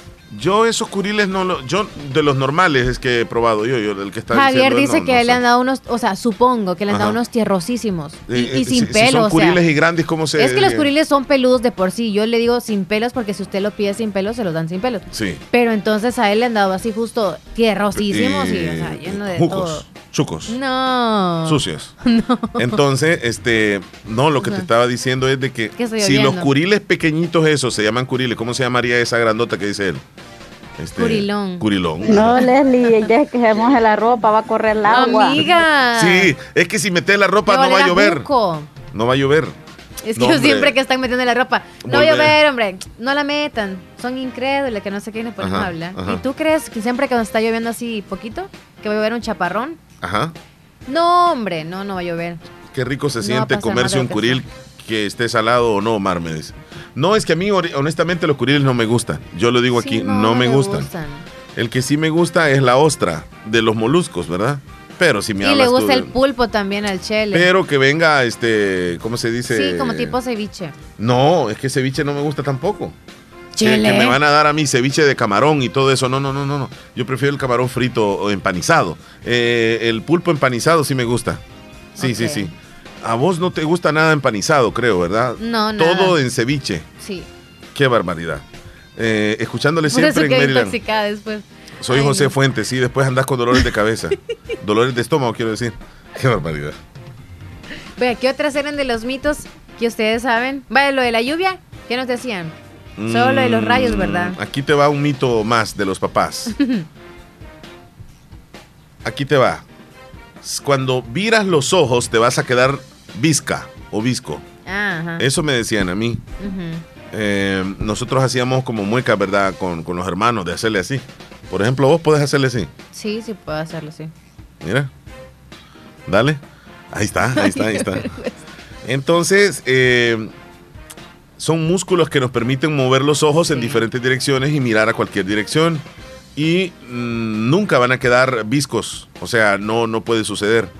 yo esos curiles no lo, yo de los normales es que he probado yo, yo del que está Javier diciendo, dice no, que no le sé. han dado unos, o sea, supongo que le han dado Ajá. unos tierrosísimos. Y, Eh, y eh, sin si- pelo, si son o sea. curiles y grandes, ¿cómo se...? Es que los curiles son peludos de por sí. Yo le digo sin pelos porque si usted lo pide sin pelos, se los dan sin pelos. Sí. Pero entonces a él le han dado así justo tierrosísimos y, Eh, o sea, lleno de jucos, todo. chucos, No. sucios. No. Entonces, este, no, lo que te Ajá. estaba diciendo es de que ¿Qué estoy si los oyendo? curiles pequeñitos esos se llaman curiles, ¿cómo se llamaría esa grandota que dice él? Este, Curilón. Curilón. No, Leslie, ya que se moje la ropa, va a correr el agua. Amiga. Sí, es que si metes la ropa Le no va a valerá llover. buco. No va a llover. Es que No, yo hombre. siempre que están metiendo la ropa, no voy a Volver. llover, hombre, no la metan. Son incrédulos, que no sé qué nos ponemos Ajá, a hablar. ajá. ¿Y tú crees que siempre que nos está lloviendo así poquito, que va a llover un chaparrón? Ajá. No, hombre, no, no va a llover. Qué rico se No va a siente pasar comerse más un de lo que curil que esté salado o no, Omar, me dice. No, es que a mí ori- honestamente los curiles no me gustan. Yo lo digo Sí, aquí, no, me le gustan. El que sí me gusta es la ostra de los moluscos, ¿verdad? Pero si me Y le hablas tú gusta de- el pulpo también al chele. Pero que venga, este, ¿cómo se dice? Sí, como tipo ceviche. No, es que ceviche no me gusta tampoco. Que, Chile. que me van a dar a mí ceviche de camarón y todo eso. No, no, no, no, no. Yo prefiero el camarón frito o empanizado. Eh, el pulpo empanizado sí me gusta. Sí, sí, Ok. sí. A vos no te gusta nada empanizado, creo, ¿verdad? No, nada. Todo en ceviche. Sí. Qué barbaridad. Eh, escuchándole Por eso siempre en quedé Maryland. intoxicada después. Soy Ay, José no. Fuentes, sí, después andás con dolores de cabeza. Dolores de estómago, quiero decir. Qué barbaridad. Vea, ¿qué otras eran de los mitos que ustedes saben? Vaya, lo de la lluvia, ¿qué nos decían? Solo lo de los rayos, ¿verdad? Mm, Aquí te va un mito más de los papás. Aquí te va. Cuando viras los ojos te vas a quedar visca o visco. Ajá. Eso me decían a mí. Ujú. Eh, nosotros hacíamos como muecas, ¿verdad? Con, con los hermanos de hacerle así. Por ejemplo, vos podés hacerle así. Sí, sí puedo hacerlo, sí. Mira. Dale. Ahí está, ahí está, ahí está. Entonces, eh, son músculos que nos permiten mover los ojos en diferentes direcciones y mirar a cualquier dirección. Y mm, nunca van a quedar viscos. O sea, no, no puede suceder.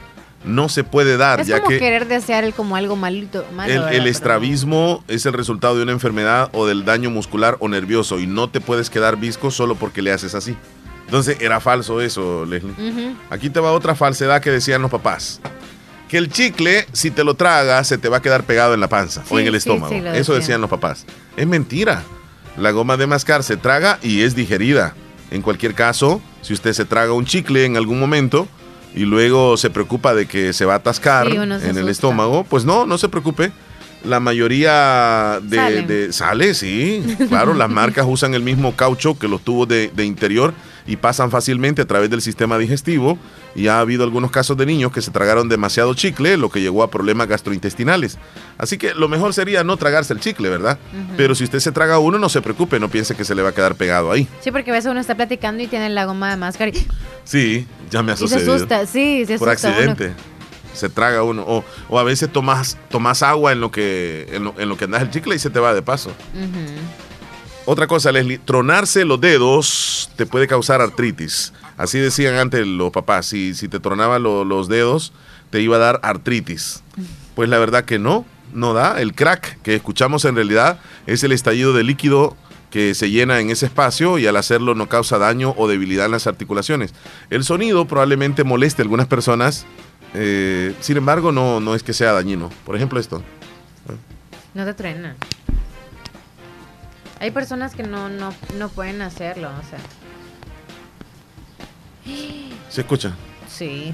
no se puede dar. Es ya como que querer desear el como algo malito. Malo, el, ¿verdad? el estrabismo es el resultado de una enfermedad o del daño muscular o nervioso y no te puedes quedar visco solo porque le haces así. Entonces era falso eso, Leslie. Uh-huh. Aquí te va otra falsedad que decían los papás. Que el chicle, si te lo tragas, se te va a quedar pegado en la panza sí, o en el estómago. Sí, sí, eso decían. decían los papás. Es mentira. La goma de mascar se traga y es digerida. En cualquier caso, si usted se traga un chicle en algún momento y luego se preocupa de que se va a atascar sí, en el asusta. estómago, pues no, no se preocupe. La mayoría de sale, de, sale sí. Claro, las marcas usan el mismo caucho que los tubos de, de interior y pasan fácilmente a través del sistema digestivo. Y ha habido algunos casos de niños que se tragaron demasiado chicle, lo que llegó a problemas gastrointestinales. Así que lo mejor sería no tragarse el chicle, ¿verdad? Uh-huh. Pero si usted se traga uno, no se preocupe, no piense que se le va a quedar pegado ahí. Sí, porque a veces uno está platicando y tiene la goma de máscara y... Sí, ya me ha sucedido. Y se asusta, sí, se asusta. Por accidente. Uno. Se traga uno. O, o a veces tomas, tomas agua en lo, que, en, lo, en lo que andas el chicle y se te va de paso. Uh-huh. Otra cosa, Leslie, tronarse los dedos te puede causar artritis. Así decían antes los papás, si, si te tronaban lo, los dedos, te iba a dar artritis. Pues la verdad que no, no da. El crack que escuchamos en realidad es el estallido de líquido que se llena en ese espacio y al hacerlo no causa daño o debilidad en las articulaciones. El sonido probablemente moleste a algunas personas, eh, sin embargo no, no es que sea dañino. Por ejemplo esto. No te truena. Hay personas que no, no, no pueden hacerlo, o sea... ¿Se escucha? Sí.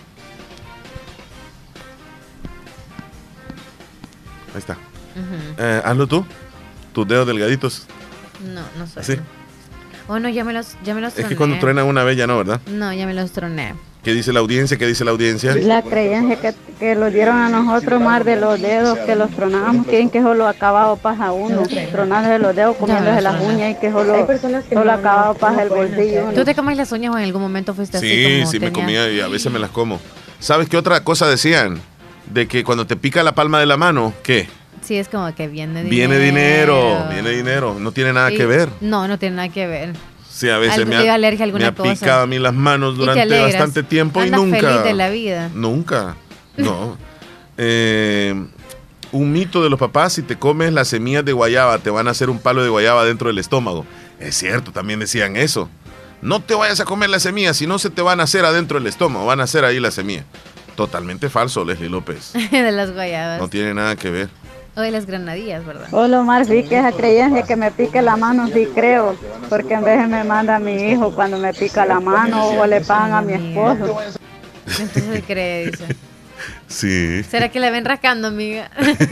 Ahí está. Uh-huh. eh, hazlo tú. Tus dedos delgaditos. No, no soy. ¿Sí? Oh, no, ya me los, ya me los troné. Es que cuando truenan una vez ya no, ¿verdad? No, ya me los troné. ¿Qué dice la audiencia? ¿Qué dice la audiencia? La creencia que, que lo dieron a nosotros más de los dedos que los tronábamos. Quieren que solo acabado pasa uno. Tronándose los dedos, comiéndose las uñas y que solo, que solo no, acabado no pasa el bolsillo. ¿Tú te comes las uñas o en algún momento fuiste sí, así? Sí, sí, me comía y a veces me las como. ¿Sabes qué otra cosa decían? De que cuando te pica la palma de la mano, ¿qué? Sí, es como que viene dinero. Viene dinero, viene dinero. No tiene nada sí. que ver. No, no tiene nada que ver. Sí, a veces me ha, alergia a me ha picado a mí las manos durante bastante tiempo y nunca. Feliz de la vida. Nunca, no. eh, un mito de los papás, si te comes las semillas de guayaba, te van a hacer un palo de guayaba dentro del estómago. Es cierto, también decían eso. No te vayas a comer las semillas, si no se te van a hacer adentro del estómago, van a hacer ahí las semillas. Totalmente falso, Leslie López. De las guayabas. No tiene nada que ver. O de las granadillas, ¿verdad? Hola, Omar, sí que esa creencia que me pique la mano, sí creo, porque en vez me manda a mi hijo cuando me pica la mano o le pagan a mi esposo. Entonces cree, dice. Sí. ¿Será que le ven rascando, amiga?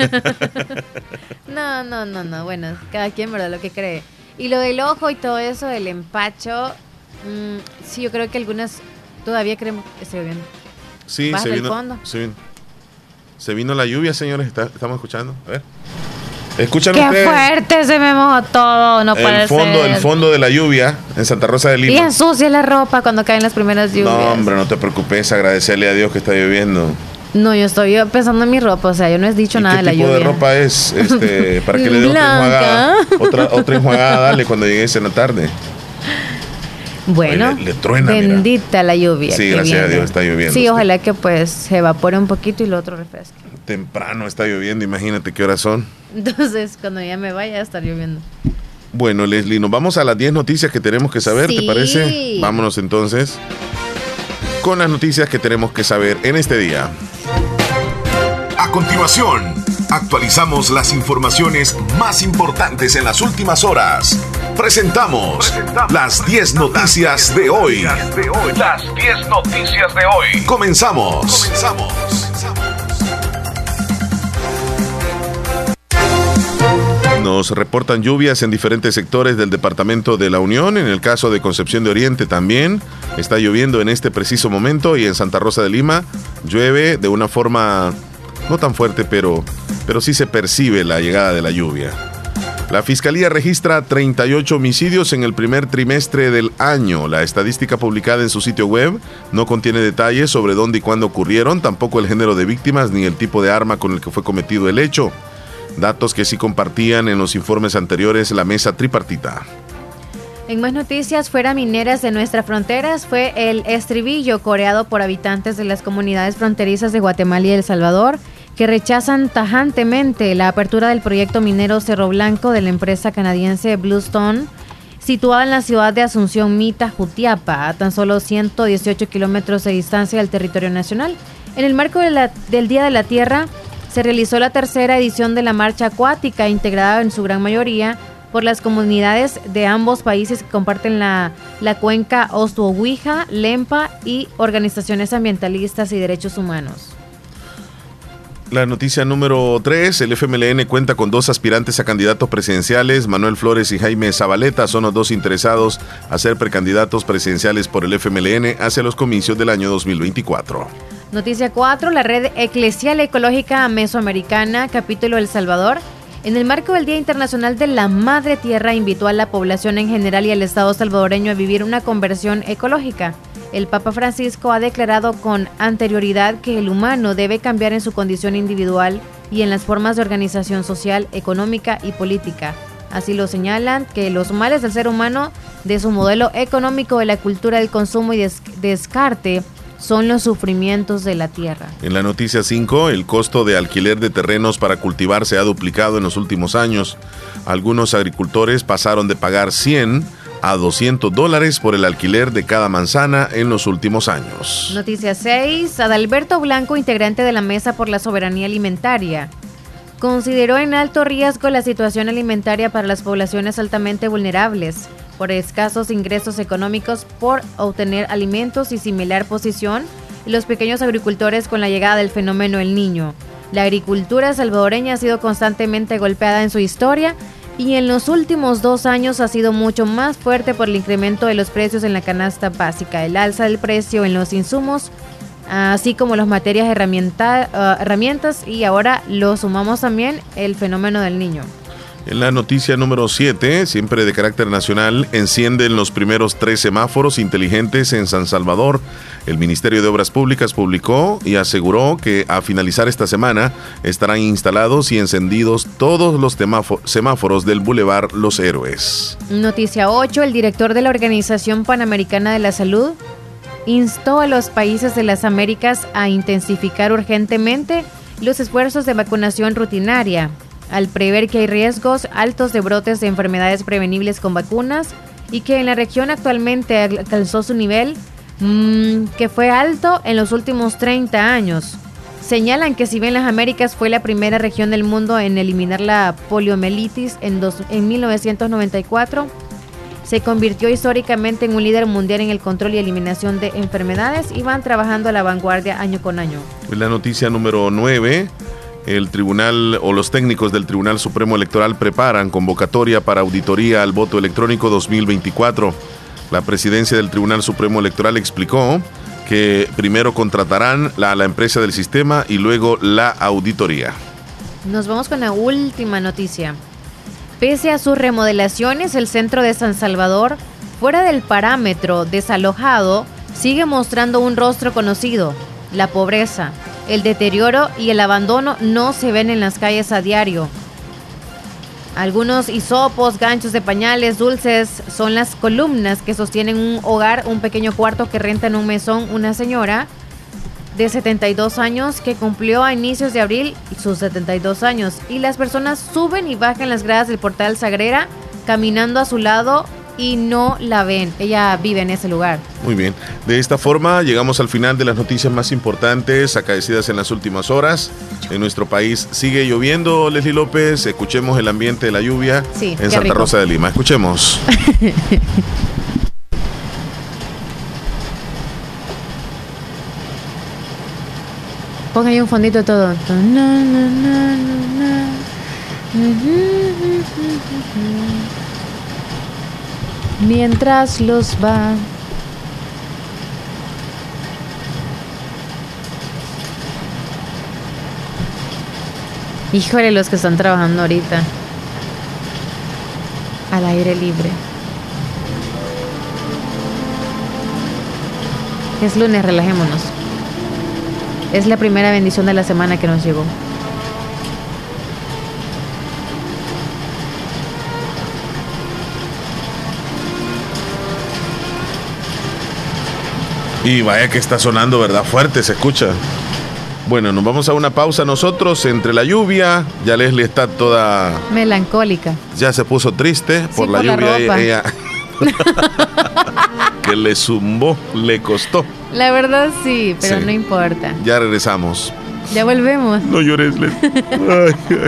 No, no, no, no, bueno, cada quien, ¿verdad? Lo que cree. Y lo del ojo y todo eso, el empacho, mmm, sí, yo creo que algunas todavía creemos que se bien. Sí, se vino, fondo. se vino. Se vino la lluvia, señores. Está, estamos escuchando. A ver. Escuchan Qué ustedes. fuerte, se me mojó todo. No puede el fondo, ser. El fondo de la lluvia en Santa Rosa de Lima. Y ensucia la ropa cuando caen las primeras lluvias. No, hombre, no te preocupes. Agradecerle a Dios que está lloviendo. No, yo estoy pensando en mi ropa. O sea, yo no he dicho nada de la lluvia. ¿Qué tipo de ropa es? Este, para que le dé otra enjuagada. Otra, otra enjuagada, dale, cuando llegues en la tarde. Bueno, le, le truena, bendita mira. La lluvia. Sí, gracias viene. A Dios está lloviendo. Sí, ojalá que pues se evapore un poquito y lo otro refresque. Temprano está lloviendo, imagínate qué horas son. Entonces, cuando ya me vaya a estar lloviendo. Bueno, Leslie, nos vamos a las diez noticias que tenemos que saber, sí. ¿Te parece? Vámonos entonces con las noticias que tenemos que saber en este día. A continuación, actualizamos las informaciones más importantes en las últimas horas. Presentamos, Presentamos las diez noticias de hoy. de hoy. Las diez noticias de hoy. Comenzamos. Comenzamos. Nos reportan lluvias en diferentes sectores del departamento de La Unión. En el caso de Concepción de Oriente también está lloviendo en este preciso momento, y en Santa Rosa de Lima llueve de una forma no tan fuerte, pero, pero sí se percibe la llegada de la lluvia. La Fiscalía registra treinta y ocho homicidios en el primer trimestre del año. La estadística publicada en su sitio web no contiene detalles sobre dónde y cuándo ocurrieron, tampoco el género de víctimas ni el tipo de arma con el que fue cometido el hecho. Datos que sí compartían en los informes anteriores la mesa tripartita. En más noticias, fuera mineras de nuestras fronteras, fue el estribillo coreado por habitantes de las comunidades fronterizas de Guatemala y El Salvador, que rechazan tajantemente la apertura del proyecto minero Cerro Blanco de la empresa canadiense Bluestone, situada en la ciudad de Asunción Mita, Jutiapa, a tan solo ciento dieciocho kilómetros de distancia del territorio nacional. En el marco de la, del Día de la Tierra, se realizó la tercera edición de la marcha acuática, integrada en su gran mayoría por las comunidades de ambos países que comparten la, la cuenca Ostuohuija, Lempa y organizaciones ambientalistas y derechos humanos. La noticia número tres, el F M L N cuenta con dos aspirantes a candidatos presidenciales. Manuel Flores y Jaime Zabaleta son los dos interesados a ser precandidatos presidenciales por el F M L N hacia los comicios del año dos mil veinticuatro. Noticia cuatro, la Red Eclesial Ecológica Mesoamericana, capítulo El Salvador, en el marco del Día Internacional de la Madre Tierra, invitó a la población en general y al Estado salvadoreño a vivir una conversión ecológica. El Papa Francisco ha declarado con anterioridad que el humano debe cambiar en su condición individual y en las formas de organización social, económica y política. Así lo señalan, que los males del ser humano, de su modelo económico, de la cultura del consumo y des- descarte, son los sufrimientos de la tierra. En la noticia cinco, el costo de alquiler de terrenos para cultivar se ha duplicado en los últimos años. Algunos agricultores pasaron de pagar cien a doscientos dólares por el alquiler de cada manzana en los últimos años. Noticia seis, Adalberto Blanco, integrante de la Mesa por la Soberanía Alimentaria, consideró en alto riesgo la situación alimentaria para las poblaciones altamente vulnerables por escasos ingresos económicos por obtener alimentos y similar posición y los pequeños agricultores con la llegada del fenómeno El Niño. La agricultura salvadoreña ha sido constantemente golpeada en su historia y en los últimos dos años ha sido mucho más fuerte por el incremento de los precios en la canasta básica, el alza del precio en los insumos, así como las materias herramienta, uh, herramientas y ahora lo sumamos también el fenómeno del Niño. En la noticia número siete, siempre de carácter nacional, encienden los primeros tres semáforos inteligentes en San Salvador. El Ministerio de Obras Públicas publicó y aseguró que a finalizar esta semana estarán instalados y encendidos todos los semáforos del Boulevard Los Héroes. Noticia ocho, el director de la Organización Panamericana de la Salud instó a los países de las Américas a intensificar urgentemente los esfuerzos de vacunación rutinaria, al prever que hay riesgos altos de brotes de enfermedades prevenibles con vacunas y que en la región actualmente alcanzó su nivel mmm, que fue alto en los últimos treinta años. Señalan que si bien las Américas fue la primera región del mundo en eliminar la poliomielitis en, dos, en mil novecientos noventa y cuatro, se convirtió históricamente en un líder mundial en el control y eliminación de enfermedades y van trabajando a la vanguardia año con año. La noticia número nueve. El tribunal o los técnicos del Tribunal Supremo Electoral preparan convocatoria para auditoría al voto electrónico dos mil veinticuatro. La presidencia del Tribunal Supremo Electoral explicó que primero contratarán a la empresa del sistema y luego la auditoría. Nos vamos con la última noticia. Pese a sus remodelaciones, el centro de San Salvador, fuera del parámetro desalojado, sigue mostrando un rostro conocido: la pobreza. El deterioro y el abandono no se ven en las calles a diario. Algunos hisopos, ganchos de pañales, dulces son las columnas que sostienen un hogar, un pequeño cuarto que renta en un mesón una señora de setenta y dos años que cumplió a inicios de abril sus setenta y dos años. Y las personas suben y bajan las gradas del Portal Sagrera caminando a su lado y no la ven. Ella vive en ese lugar. Muy bien. De esta forma llegamos al final de las noticias más importantes acaecidas en las últimas horas. En nuestro país sigue lloviendo, Leslie López. Escuchemos el ambiente de la lluvia sí, en Santa rico. Rosa de Lima. Escuchemos. Ponga ahí un fondito todo. Mientras los va. Híjole, los que están trabajando ahorita al aire libre. Es lunes, relajémonos. Es la primera bendición de la semana que nos llegó. Y vaya que está sonando, ¿verdad? Fuerte se escucha. Bueno, nos vamos a una pausa nosotros entre la lluvia. Ya Leslie está toda melancólica. Ya se puso triste por sí, la por lluvia. La ropa. Ella que le zumbó, le costó. La verdad sí, pero sí. No importa. Ya regresamos. Ya volvemos. No llores, Leslie. Ay, ay.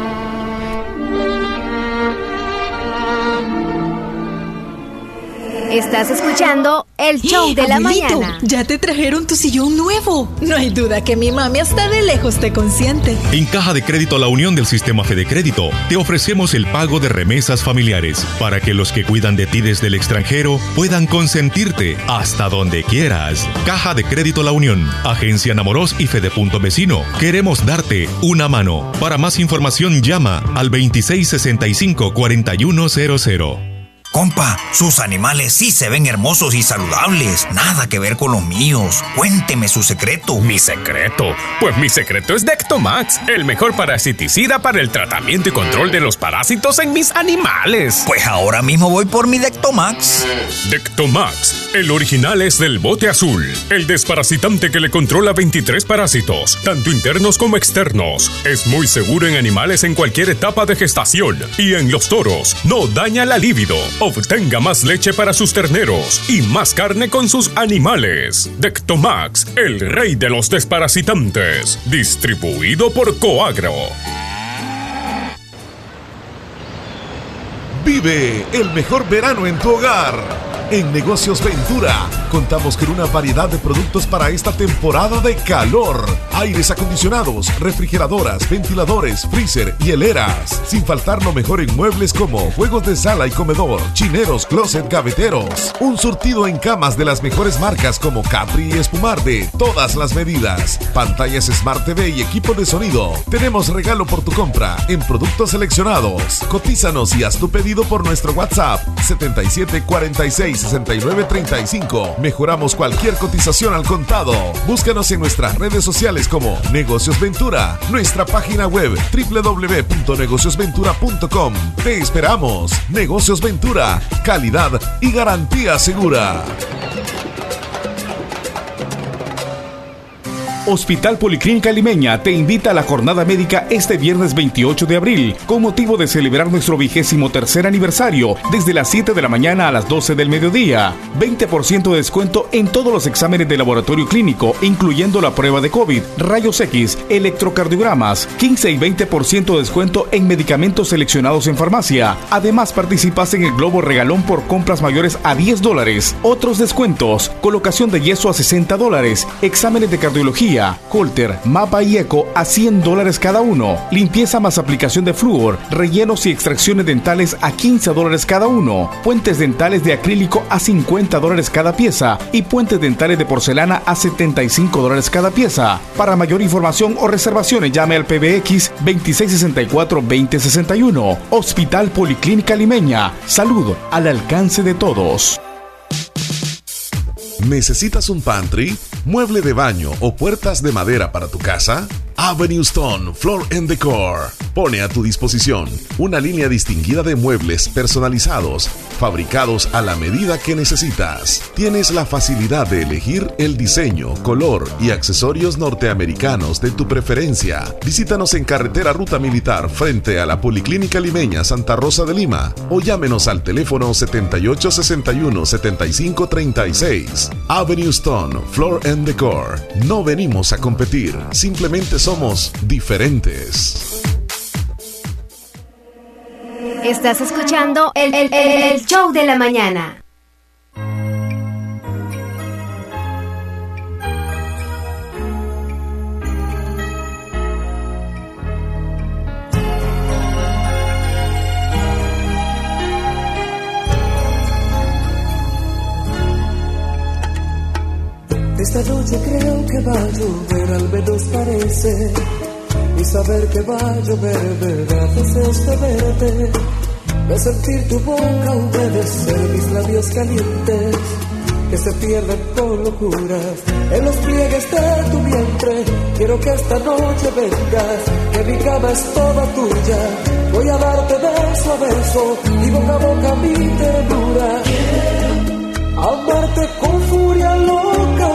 Estás escuchando el show de la Abuelito, mañana. Ya te trajeron tu sillón nuevo. No hay duda que mi mami hasta de lejos te consiente. En Caja de Crédito La Unión del Sistema Fede Crédito te ofrecemos el pago de remesas familiares para que los que cuidan de ti desde el extranjero puedan consentirte hasta donde quieras. Caja de Crédito La Unión, Agencia Namoros y Fede Punto Vecino. Queremos darte una mano. Para más información llama al veintiséis sesenta y cinco, cuarenta y uno cero cero. Compa, sus animales sí se ven hermosos y saludables. Nada que ver con los míos. Cuénteme su secreto. ¿Mi secreto? Pues mi secreto es Dectomax, el mejor parasiticida para el tratamiento y control de los parásitos en mis animales. Pues ahora mismo voy por mi Dectomax. Dectomax, el original es del bote azul. El desparasitante que le controla veintitrés parásitos, tanto internos como externos. Es muy seguro en animales en cualquier etapa de gestación. Y en los toros, no daña la libido. Obtenga más leche para sus terneros y más carne con sus animales. Dectomax, el rey de los desparasitantes. Distribuido por Coagro. Vive el mejor verano en tu hogar. En Negocios Ventura contamos con una variedad de productos para esta temporada de calor. Aires acondicionados, refrigeradoras, ventiladores, freezer y heleras. Sin faltar lo mejor en muebles como juegos de sala y comedor, chineros, closet, gaveteros. Un surtido en camas de las mejores marcas como Capri y Espumar de todas las medidas. Pantallas Smart T V y equipo de sonido. Tenemos regalo por tu compra en productos seleccionados. Cotízanos y haz tu pedido por nuestro WhatsApp setenta y siete cuarenta y seis sesenta y nueve treinta y cinco. Mejoramos cualquier cotización al contado. Búscanos en nuestras redes sociales como Negocios Ventura, nuestra página web doble u doble u doble u punto negocios ventura punto com. Te esperamos. Negocios Ventura, calidad y garantía segura. Hospital Policlínica Limeña te invita a la jornada médica este viernes veintiocho de abril con motivo de celebrar nuestro vigésimo tercer aniversario desde las siete de la mañana a las doce del mediodía. veinte por ciento de descuento en todos los exámenes de laboratorio clínico, incluyendo la prueba de COVID, rayos X, electrocardiogramas, quince y veinte por ciento de descuento en medicamentos seleccionados en farmacia. Además, participas en el Globo Regalón por compras mayores a diez dólares. Otros descuentos: colocación de yeso a sesenta dólares, exámenes de cardiología, Holter, Mapa y Eco a cien dólares cada uno. Limpieza más aplicación de flúor, rellenos y extracciones dentales a quince dólares cada uno. Puentes dentales de acrílico a cincuenta dólares cada pieza. Y puentes dentales de porcelana a setenta y cinco dólares cada pieza. Para mayor información o reservaciones llame al P B X veintiséis sesenta y cuatro veinte sesenta y uno. Hospital Policlínica Limeña. Salud al alcance de todos. ¿Necesitas un pantry, mueble de baño o puertas de madera para tu casa? Avenue Stone Floor and Decor pone a tu disposición una línea distinguida de muebles personalizados, fabricados a la medida que necesitas. Tienes la facilidad de elegir el diseño, color y accesorios norteamericanos de tu preferencia. Visítanos en Carretera Ruta Militar frente a la Policlínica Limeña Santa Rosa de Lima o llámenos al teléfono setenta y ocho sesenta y uno setenta y cinco treinta y seis. Avenue Stone Floor and Decor. No venimos a competir, simplemente somos diferentes. Estás escuchando el, el, el, el show de la mañana. Esta noche creo que va a llover, al menos parece. Y saber que va a llover, verdad es este verte. De sentir tu boca humedecer mis labios calientes, que se pierden con locuras en los pliegues de tu vientre. Quiero que esta noche vengas, que mi cama es toda tuya. Voy a darte beso a beso y boca a boca mi ternura. Amarte con furia loca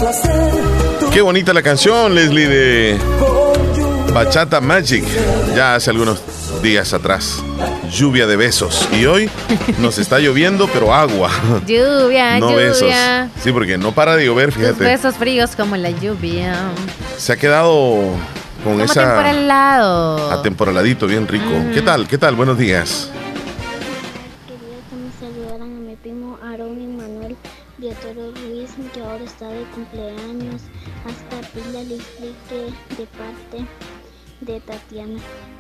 placer. Qué bonita la canción, Leslie, de Bachata Magic, ya hace algunos días atrás. Lluvia de besos. Y hoy nos está lloviendo, pero agua. Lluvia, no lluvia. Besos. Sí, porque no para de llover, fíjate. Tus besos fríos como la lluvia. Se ha quedado con como esa... atemporalado. Atemporaladito, bien rico. Mm. ¿Qué tal? ¿Qué tal? Buenos días. Quería que me saludaran a mi primo Aarón y Manuel Viatoro Ruiz, que ahora está de cumpleaños. Hasta Pila le explique de parte de Tatiana.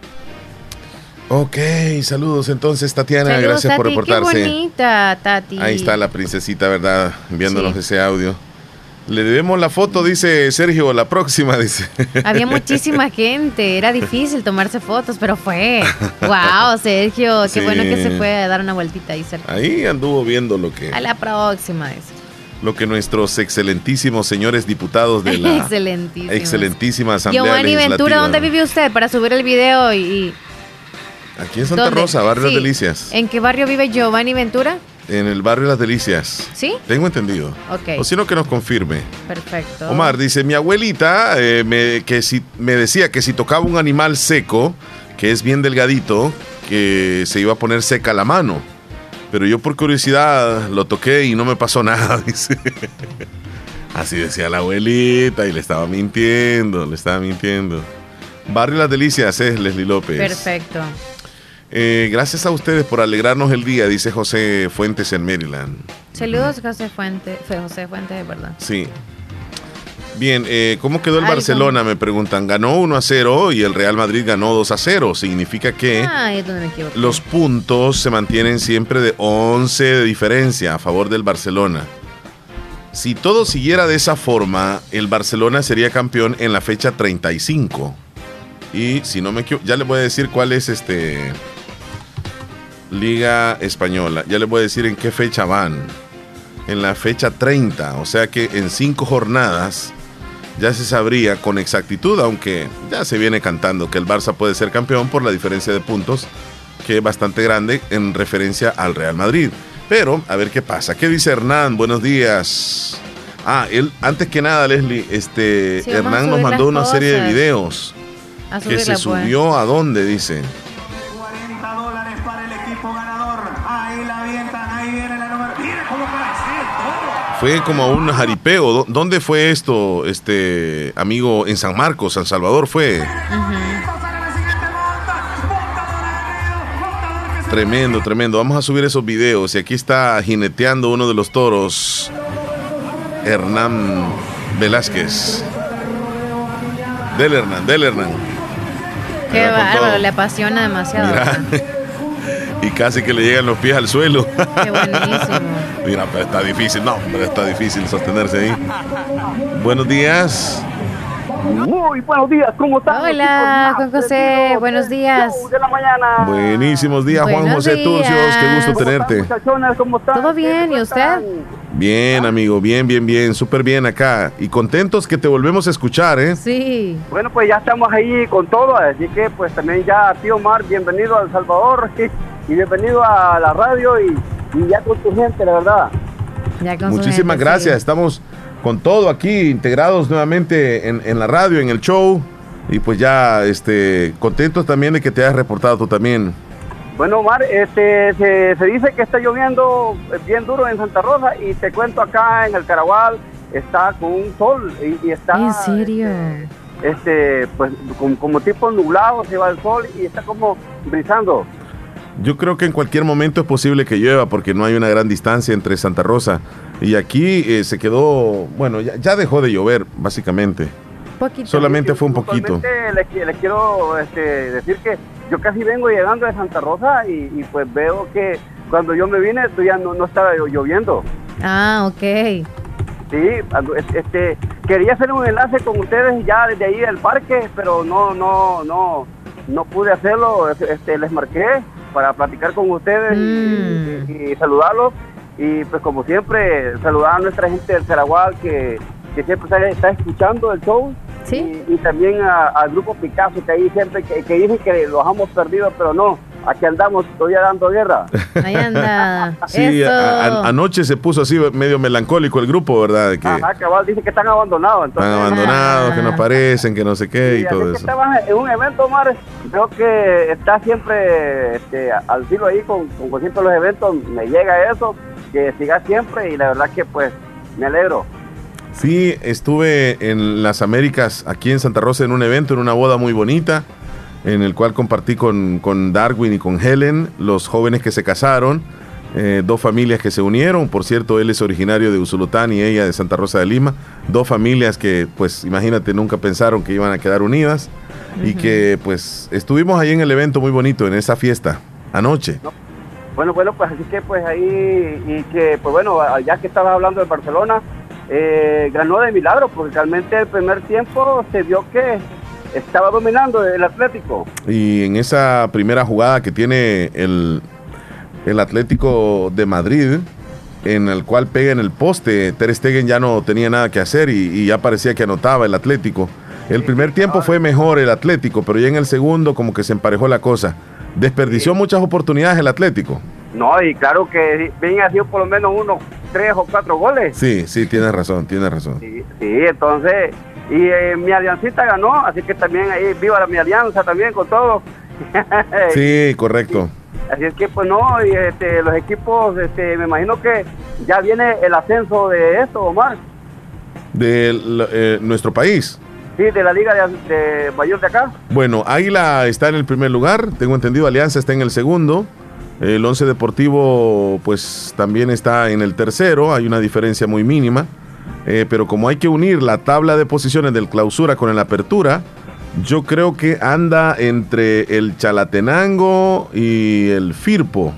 Ok, saludos entonces, Tatiana, saludos, gracias Tati, por reportarse. Qué bonita, Tati. Ahí está la princesita, ¿verdad? Enviándonos sí. ese audio. Le debemos la foto, dice Sergio, la próxima, dice. Había muchísima gente, era difícil tomarse fotos, pero fue. Wow, Sergio, qué sí. bueno que se fue a dar una vueltita ahí cerca. Ahí anduvo viendo lo que... A la próxima, dice. Lo que nuestros excelentísimos señores diputados de la excelentísima, excelentísima Asamblea Giovanni Legislativa. Ventura, ¿dónde vive usted para subir el video? y, y... Aquí en Santa ¿Dónde? Rosa, Barrio sí. Las Delicias. ¿En qué barrio vive Giovanni Ventura? En el barrio Las Delicias. ¿Sí? Tengo entendido. Ok. O si no, que nos confirme. Perfecto. Omar dice, mi abuelita eh, me, que si, me decía que si tocaba un animal seco, que es bien delgadito, que se iba a poner seca la mano. Pero yo por curiosidad lo toqué y no me pasó nada, dice. Así decía la abuelita y le estaba mintiendo, le estaba mintiendo. Barrio Las Delicias es Leslie López. Perfecto. Eh, gracias a ustedes por alegrarnos el día, dice José Fuentes en Maryland. Saludos, José Fuentes. Fue José Fuentes, de verdad. Sí. Bien, eh, ¿cómo quedó el Ay, Barcelona? ¿cómo? Me preguntan. Ganó uno a cero y el Real Madrid ganó dos a cero. Significa que ah, es donde me equivoqué. Los puntos se mantienen siempre de once de diferencia a favor del Barcelona. Si todo siguiera de esa forma, el Barcelona sería campeón en la fecha treinta y cinco. Y si no me equivoco, ya les voy a decir cuál es este Liga Española. Ya les voy a decir en qué fecha van. En la fecha treinta. O sea que en cinco jornadas ya se sabría con exactitud, aunque ya se viene cantando que el Barça puede ser campeón por la diferencia de puntos, que es bastante grande en referencia al Real Madrid. Pero, a ver qué pasa. ¿Qué dice Hernán? Buenos días. Ah, él, antes que nada, Leslie, este, sí, Hernán nos mandó una cosas. serie de videos. A que se subió pues. a dónde, dice. cuarenta dólares para el equipo ganador. Ahí la avientan, ahí viene la número. Mira cómo parece. Fue como un jaripeo. ¿Dónde fue esto, este amigo? En San Marcos, San Salvador fue. Uh-huh. Tremendo, tremendo. Vamos a subir esos videos. Y aquí está jineteando uno de los toros, Hernán Velázquez. Del Hernán, del Hernán. Qué bárbaro, le apasiona demasiado. Mira, y casi que le llegan los pies al suelo. Qué buenísimo. Mira, pero está difícil, no, pero está difícil sostenerse ahí. Buenos días. Muy buenos días, ¿cómo están? Hola, Juan José, buenos días. De la mañana. Buenísimos días, buenos Juan José días. Turcios, qué gusto tenerte. Muchachones, ¿cómo están? ¿Todo bien? ¿Y usted? Bien, amigo, bien, bien, bien, súper bien acá. Y contentos que te volvemos a escuchar, ¿eh? Sí. Bueno, pues ya estamos ahí con todo, así que pues también ya, tío Omar, bienvenido a El Salvador y bienvenido a la radio y, y ya con tu gente, la verdad. Ya con Muchísimas gente, gracias, sí. Estamos con todo aquí, integrados nuevamente en, en la radio, en el show, y pues ya este, contentos también de que te hayas reportado tú también. Bueno, Omar, este, se, se dice que está lloviendo bien duro en Santa Rosa y te cuento acá en el Caragual está con un sol y, y está... ¿En serio? Este, este pues como, como tipo nublado, se va el sol y está como brisando. Yo creo que en cualquier momento es posible que llueva porque no hay una gran distancia entre Santa Rosa y aquí eh, se quedó, bueno, ya, ya dejó de llover básicamente. Poquito. Solamente fue un poquito. Les, les quiero este, decir que yo casi vengo llegando de Santa Rosa y, y pues veo que cuando yo me vine ya no, no estaba lloviendo. Ah, ok. Sí, este, quería hacer un enlace con ustedes ya desde ahí del parque, pero no, no, no, no pude hacerlo. Este, les marqué para platicar con ustedes mm. y, y, y saludarlos. Y pues como siempre, saludar a nuestra gente del Caragual que, que siempre está, está escuchando el show. ¿Sí? Y, y también a, al grupo Picasso, que ahí siempre que, que dicen que los hemos perdido, pero no, aquí andamos todavía dando guerra. Ahí anda. Sí, a, a, anoche se puso así medio melancólico el grupo, ¿verdad? De que Ajá, cabal, dice que están abandonados. Entonces, están abandonados, que no aparecen, que no sé qué sí, y todo que eso. Estaban en un evento, Omar, creo que está siempre este, al filo ahí con, con, con siempre los eventos, me llega eso, que siga siempre y la verdad que pues me alegro. Sí, estuve en las Américas, aquí en Santa Rosa, en un evento, en una boda muy bonita, en el cual compartí con, con Darwin y con Helen, los jóvenes que se casaron, eh, dos familias que se unieron. Por cierto, él es originario de Usulután y ella de Santa Rosa de Lima. Dos familias que, pues, imagínate, nunca pensaron que iban a quedar unidas. Uh-huh. Y que, pues, estuvimos ahí en el evento muy bonito, en esa fiesta, anoche. No. Bueno, bueno, pues así que, pues, ahí, y que, pues, bueno, ya que estabas hablando de Barcelona, Eh, ganó de milagro, porque realmente el primer tiempo se vio que estaba dominando el Atlético. Y en esa primera jugada que tiene el, el Atlético de Madrid, en el cual pega en el poste, Ter Stegen ya no tenía nada que hacer y, y ya parecía que anotaba el Atlético. El primer tiempo fue mejor el Atlético, pero ya en el segundo como que se emparejó la cosa. Desperdició sí. muchas oportunidades el Atlético. No, y claro que bien ha sido por lo menos unos tres o cuatro goles. Sí, sí, tienes razón, tienes razón. Sí, sí, entonces, y eh, mi aliancita ganó, así que también ahí viva la, mi alianza también con todo. Sí, correcto. Sí, así es que pues no, y este, los equipos, este, me imagino que ya viene el ascenso de esto, Omar. De eh, nuestro país. Sí, de la Liga de, de Mayor de acá. Bueno, Águila está en el primer lugar, tengo entendido, Alianza está en el segundo. El Once Deportivo pues también está en el tercero, hay una diferencia muy mínima, eh, pero como hay que unir la tabla de posiciones del Clausura con el Apertura, yo creo que anda entre el Chalatenango y el Firpo,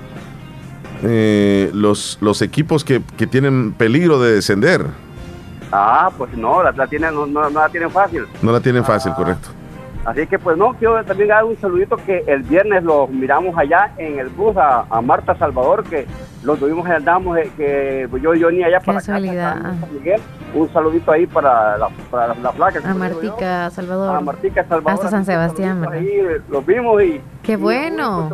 eh, los, los equipos que, que tienen peligro de descender. Ah, pues no, la, la tienen, no, no, no la tienen fácil. No la tienen fácil, ah. correcto. Así que pues no, quiero también dar un saludito que el viernes los miramos allá en el bus a, a Marta Salvador, que los tuvimos y andamos, eh, que yo, yo ni allá para acá, San Miguel. Un saludito ahí para la, para la, la placa. A Martica Salvador. A Martica Salvador. Hasta San Sebastián, ¿verdad? Ahí los vimos y... ¡Qué y bueno!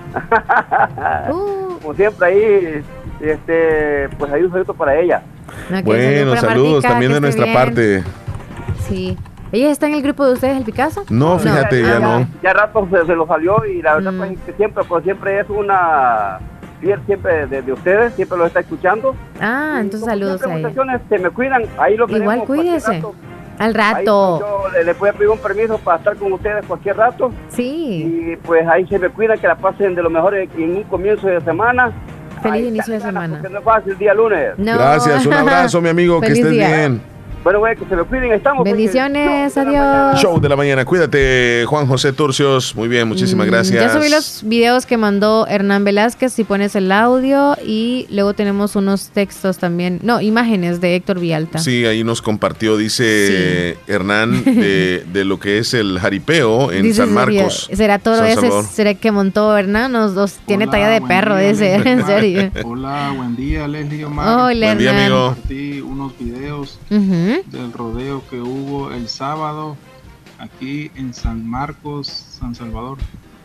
uh. Como siempre ahí, este, pues ahí un saludito para ella. No, bueno, saludos Martica, también de nuestra bien. parte. Sí. ¿Ella está en el grupo de ustedes, el Picasso? No, fíjate, no. ya, ya no. Ya rato se, se lo salió y la verdad mm. pues que siempre, pues siempre es una fiel siempre de, de ustedes, siempre lo está escuchando. Ah, y entonces saludos a ella. Se me cuidan, ahí lo Igual cuídese. Rato. Al rato. Ahí, yo le, le voy a pedir un permiso para estar con ustedes cualquier rato. Sí. Y pues ahí se me cuidan, que la pasen de lo mejor en un comienzo de semana. Feliz ahí inicio de semana. Porque no es fácil el día lunes. No. Gracias, un abrazo, mi amigo, que estés día. bien. Bueno, güey, que se me cuiden, estamos. Bendiciones, adiós. Show de la mañana, cuídate, Juan José Turcios. Muy bien, muchísimas gracias. Ya subí los videos que mandó Hernán Velázquez, si pones el audio, y luego tenemos unos textos también, no, imágenes de Héctor Villalta. Sí, ahí nos compartió, dice sí. Hernán, de, de lo que es el jaripeo en dice, San Marcos. ¿Será todo ese será que montó Hernán? Nos, nos tiene talla de perro, día, dice, en serio. Hola, buen día, Leslie Omar. Hola, buen Hernán. día, amigo. Compartí unos videos uh-huh. del rodeo que hubo el sábado aquí en San Marcos, San Salvador.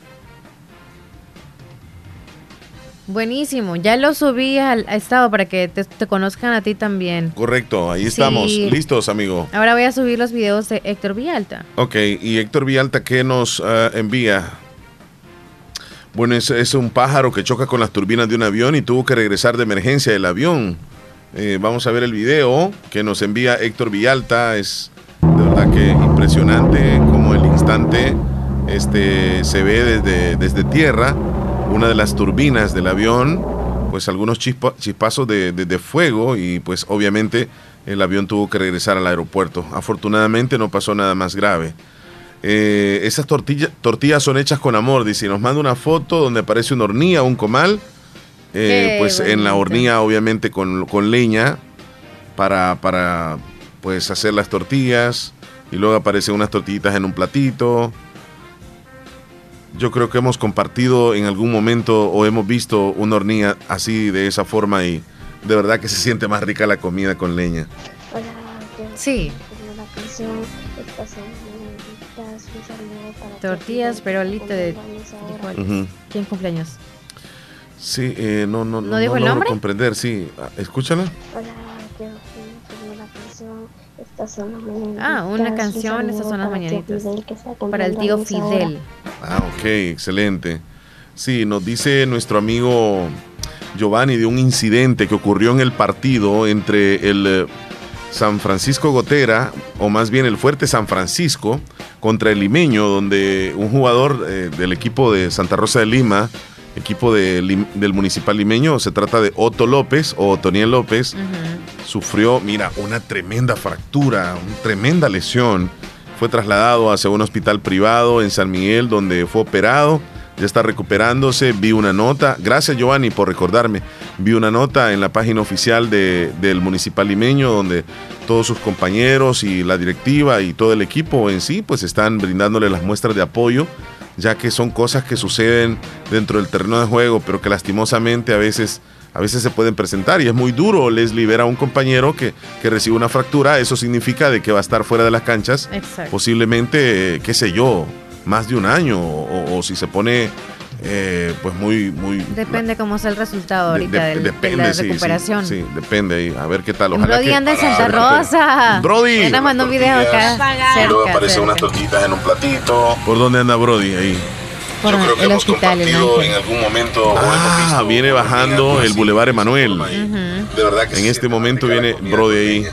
Buenísimo, ya lo subí al estado para que te, te conozcan a ti también. Correcto, ahí estamos, sí. listos, amigo. Ahora voy a subir los videos de Héctor Villalta. Ok, y Héctor Villalta, ¿qué nos uh, envía? Bueno, es, es un pájaro que choca con las turbinas de un avión y tuvo que regresar de emergencia del avión. Eh, vamos a ver el video que nos envía Héctor Villalta. Es de verdad que impresionante como el instante este, se ve desde, desde tierra. Una de las turbinas del avión, pues algunos chispa, chispazos de, de, de fuego y pues obviamente el avión tuvo que regresar al aeropuerto. Afortunadamente no pasó nada más grave. Eh, esas tortillas, tortillas son hechas con amor, dice, nos manda una foto donde aparece una hornilla, un comal. Eh, pues bonito. En la hornilla obviamente con, con leña para, para pues hacer las tortillas y luego aparecen unas tortillitas en un platito. Yo creo que hemos compartido en algún momento o hemos visto una hornilla así de esa forma y de verdad que se siente más rica la comida con leña. Hola, sí. La canción Estas son un saludo para Tortillas, perolita de frijoles. Uh-huh. ¿Quién cumpleaños? Sí, eh, no, no, ¿No dijo no, el no nombre? comprender, sí. Escúchala. Hola, quiero pedir una canción. Estas son las mañanitas. Ah, una canción, estas son las mañanitas. Para el tío Fidel. Ah, ok, excelente. Sí, nos dice nuestro amigo Giovanni de un incidente que ocurrió en el partido entre el eh, San Francisco Gotera, o más bien el Fuerte San Francisco, contra el Limeño, donde un jugador eh, del equipo de Santa Rosa de Lima, equipo de, del Municipal Limeño, se trata de Otto López o Otoniel López, uh-huh. sufrió, mira, una tremenda fractura, una tremenda lesión. Fue trasladado hacia un hospital privado en San Miguel, donde fue operado. Ya está recuperándose. Vi una nota, gracias Giovanni por recordarme, vi una nota en la página oficial de, del Municipal Limeño, donde todos sus compañeros y la directiva y todo el equipo en sí, pues están brindándole las muestras de apoyo, ya que son cosas que suceden dentro del terreno de juego, pero que lastimosamente a veces, a veces se pueden presentar, y es muy duro, Leslie, ver a un compañero que, que recibe una fractura. Eso significa de que va a estar fuera de las canchas. Exacto. Posiblemente, qué sé yo, más de un año, o, o si se pone eh, pues muy muy depende cómo sea el resultado ahorita de, de, del, depende, de la recuperación. Sí, sí, sí, depende ahí, a ver qué tal. Ojalá Brody que, anda en Santa Rosa. Brody, él nos mandó un video acá cerca, luego aparecen unas tortitas en un platito. ¿Por dónde anda Brody ahí? Por Yo creo que el hemos hospital, compartido en algún momento. Ah, viene bajando el Boulevard Emanuel. Uh-huh. De verdad que en este momento viene Brody ahí.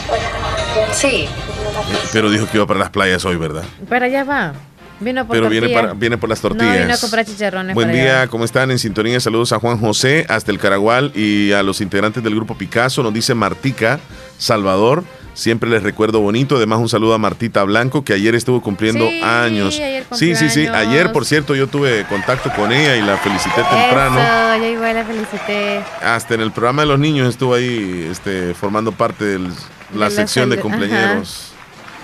Sí. Pero dijo que iba para las playas hoy, ¿verdad? Para allá va. Vino por Pero tortilla. viene, para, viene por las tortillas. No, vino a comprar chicharrones. Buen para día, allá. ¿cómo están? En sintonía, saludos a Juan José, hasta el Caragual, y a los integrantes del grupo Picasso. Nos dice Martica Salvador. Siempre les recuerdo bonito. Además, un saludo a Martita Blanco, que ayer estuvo cumpliendo sí, años. Ayer sí, sí, sí. Ayer, por cierto, yo tuve contacto con ella y la felicité temprano. Eso, yo igual la felicité. Hasta en el programa de los niños estuvo ahí este, formando parte de la de sección la de cumpleañeros. Ajá.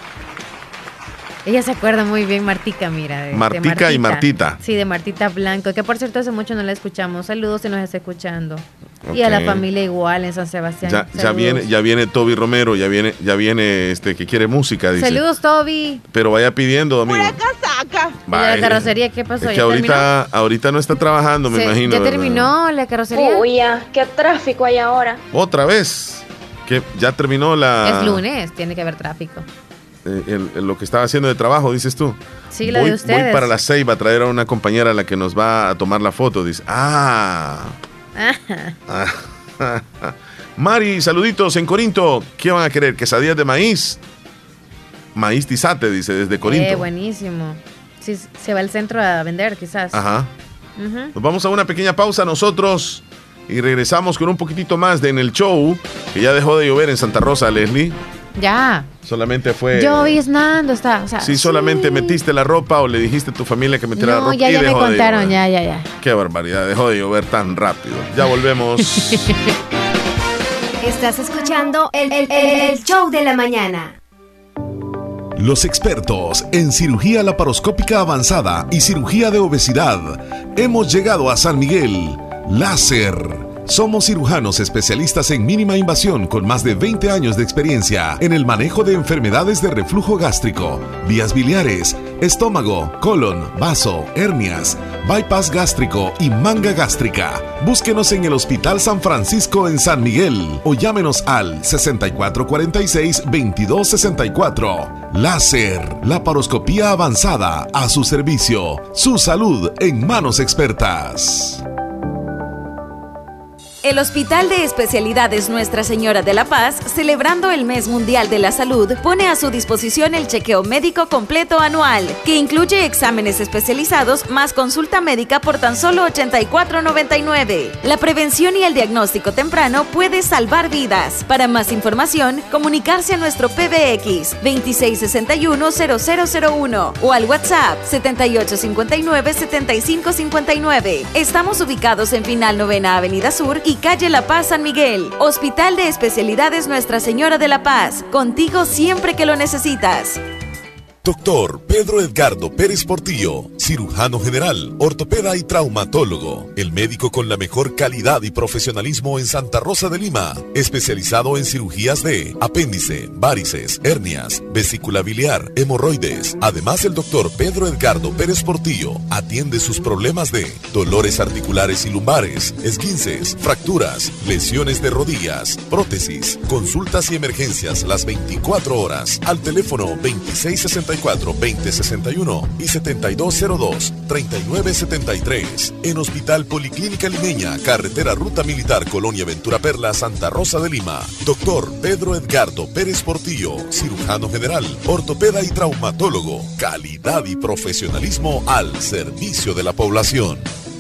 Ella se acuerda muy bien, Martica, mira. De, Martica de Martita. y Martita. Sí, de Martita Blanco, que por cierto hace mucho no la escuchamos. Saludos si nos está escuchando. Okay. Y a la familia igual en San Sebastián. Ya, ya viene, ya viene Toby Romero, ya viene, ya viene este que quiere música, dice. Saludos, Toby. Pero vaya pidiendo, amigo. Pura casaca. ¿Y la carrocería qué pasó? Es que ahorita, ahorita no está trabajando, me sí, imagino. ¿Ya ¿verdad? terminó la carrocería? Uy, ya, qué tráfico hay ahora. ¿Otra vez? Que ya terminó la... Es lunes, tiene que haber tráfico. Eh, el, el, lo que estaba haciendo de trabajo, dices tú. Sí, lo voy, de ustedes. Voy para la Ceiba a traer a una compañera a la que nos va a tomar la foto. Dice, ah. Mari, saluditos en Corinto. ¿Qué van a querer? ¿Quesadillas de maíz? Maíz tizate, dice, desde Corinto. Eh, buenísimo. Sí, se va al centro a vender, quizás. Ajá. Uh-huh. Nos vamos a una pequeña pausa nosotros y regresamos con un poquitito más de En el Show, que ya dejó de llover en Santa Rosa, Leslie. Ya. Solamente fue... Lloviznando está. O sea, sí, solamente sí. metiste la ropa o le dijiste a tu familia que metiera no, la ropa. Ya, y ya dejó me contaron, de ya, ya, ya. Qué barbaridad, dejó de llover tan rápido. Ya volvemos. Estás escuchando el, el, el, el Show de la Mañana. Los expertos en cirugía laparoscópica avanzada y cirugía de obesidad. Hemos llegado a San Miguel. Láser. Somos cirujanos especialistas en mínima invasión con más de veinte años de experiencia en el manejo de enfermedades de reflujo gástrico, vías biliares, estómago, colon, vaso, hernias, bypass gástrico y manga gástrica. Búsquenos en el Hospital San Francisco en San Miguel o llámenos al sesenta y cuatro cuarenta y seis, veintidós sesenta y cuatro. Láser, laparoscopía avanzada a su servicio. Su salud en manos expertas. El Hospital de Especialidades Nuestra Señora de la Paz, celebrando el Mes Mundial de la Salud, pone a su disposición el chequeo médico completo anual, que incluye exámenes especializados más consulta médica por tan solo ochenta y cuatro noventa y nueve. La prevención y el diagnóstico temprano puede salvar vidas. Para más información, comunicarse a nuestro P B X veintiséis sesenta y uno, cero cero cero uno o al WhatsApp setenta y ocho cincuenta y nueve, setenta y cinco cincuenta y nueve. Estamos ubicados en Final Novena Avenida Sur y calle La Paz San Miguel. Hospital de Especialidades Nuestra Señora de la Paz. Contigo siempre que lo necesitas. Doctor Pedro Edgardo Pérez Portillo, cirujano general, ortopeda y traumatólogo. El médico con la mejor calidad y profesionalismo en Santa Rosa de Lima. Especializado en cirugías de apéndice, varices, hernias, vesícula biliar, hemorroides. Además, el doctor Pedro Edgardo Pérez Portillo atiende sus problemas de dolores articulares y lumbares, esguinces, fracturas, lesiones de rodillas, prótesis, consultas y emergencias las veinticuatro horas al teléfono veintiséis sesenta y cuatro, veinte sesenta y uno y setenta y dos cero dos, treinta y nueve setenta y tres. En Hospital Policlínica Limeña, carretera Ruta Militar, Colonia Ventura Perla, Santa Rosa de Lima. Doctor Pedro Edgardo Pérez Portillo, cirujano general, ortopeda y traumatólogo. Calidad y profesionalismo al servicio de la población.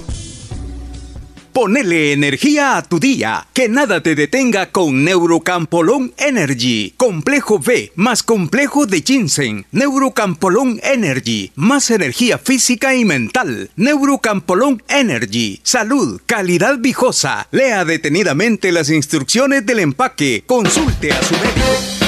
Ponele energía a tu día, que nada te detenga con Neurocampolón Energy. Complejo B más complejo de ginseng. Neurocampolón Energy, más energía física y mental. Neurocampolón Energy, salud, calidad viejosa. Lea detenidamente las instrucciones del empaque. Consulte a su médico.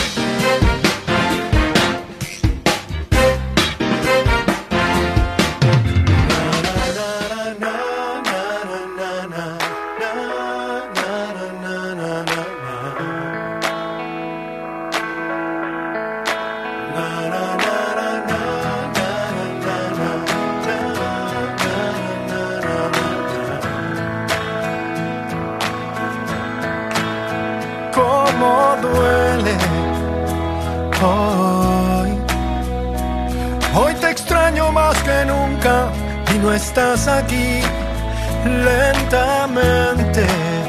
No estás aquí lentamente.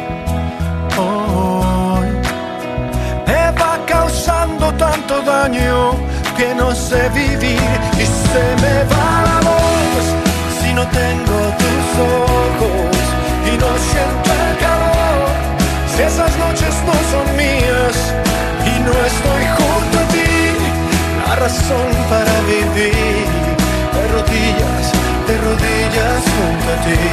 Hoy me va causando tanto daño que no sé vivir y se me va la voz si no tengo tus ojos y no siento el calor. Si esas noches no son mías y no estoy junto a ti, la razón para vivir de rodillas, de rodillas junto a ti.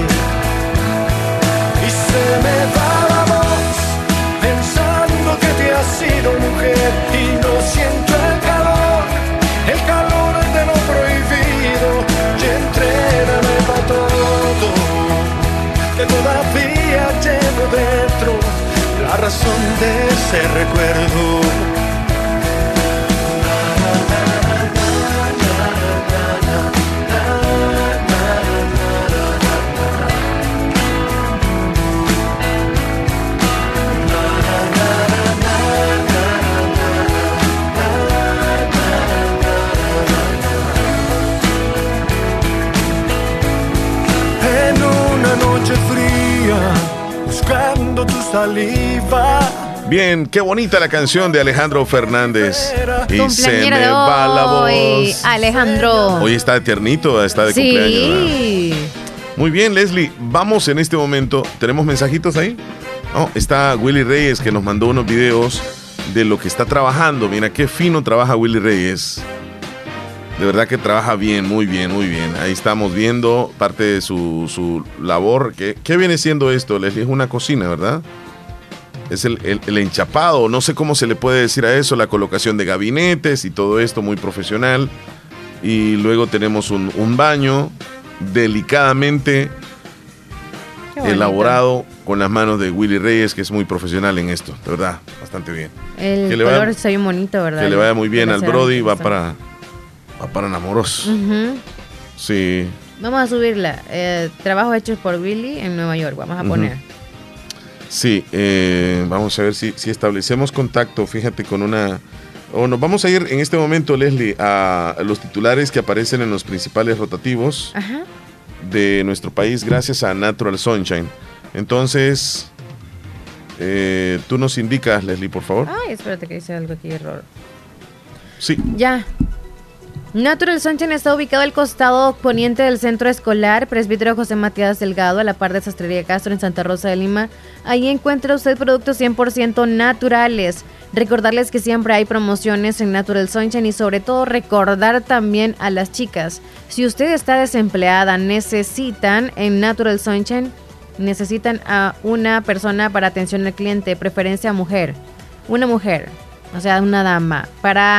Y se me va la voz pensando que te has sido mujer y no siento el calor, el calor de lo prohibido. Y entrégame para todo, que todavía llevo dentro la razón de ese recuerdo. Noche fría, buscando tu saliva. Bien, qué bonita la canción de Alejandro Fernández. Y se me de va la voz. Alejandro. Hoy está tiernito, está de sí. cumpleaños. ¿Verdad? Muy bien, Leslie. Vamos en este momento. ¿Tenemos mensajitos ahí? Oh, está Willy Reyes que nos mandó unos videos de lo que está trabajando. Mira qué fino trabaja Willy Reyes. De verdad que trabaja bien, muy bien, muy bien. Ahí estamos viendo parte de su, su labor. ¿Qué, ¿Qué viene siendo esto, Leslie? Es una cocina, ¿verdad? Es el, el, el enchapado, no sé cómo se le puede decir a eso, la colocación de gabinetes y todo esto muy profesional. Y luego tenemos un, un baño delicadamente elaborado con las manos de Willy Reyes, que es muy profesional en esto, de verdad, bastante bien. El que color le está bien bonito, ¿verdad? Que le vaya muy bien al Brody, va para... Va para enamoros. Uh-huh. Sí. Vamos a subirla. Eh, trabajos hechos por Willy en Nueva York. Vamos a poner. Uh-huh. Sí. Eh, vamos a ver si, si establecemos contacto. Fíjate con una... O nos vamos a ir en este momento, Leslie, a los titulares que aparecen en los principales rotativos Ajá. de nuestro país gracias a Natural Sunshine. Entonces, eh, tú nos indicas, Leslie, por favor. Ay, espérate que dice algo aquí, error. Sí. Ya. Natural Sunshine está ubicado al costado poniente del centro escolar Presbítero José Matías Delgado, a la par de Sastrería Castro en Santa Rosa de Lima. Ahí encuentra usted productos cien por ciento naturales. Recordarles que siempre hay promociones en Natural Sunshine y sobre todo recordar también a las chicas. Si usted está desempleada, necesitan en Natural Sunshine, necesitan a una persona para atención al cliente, preferencia mujer. Una mujer, o sea, una dama, para...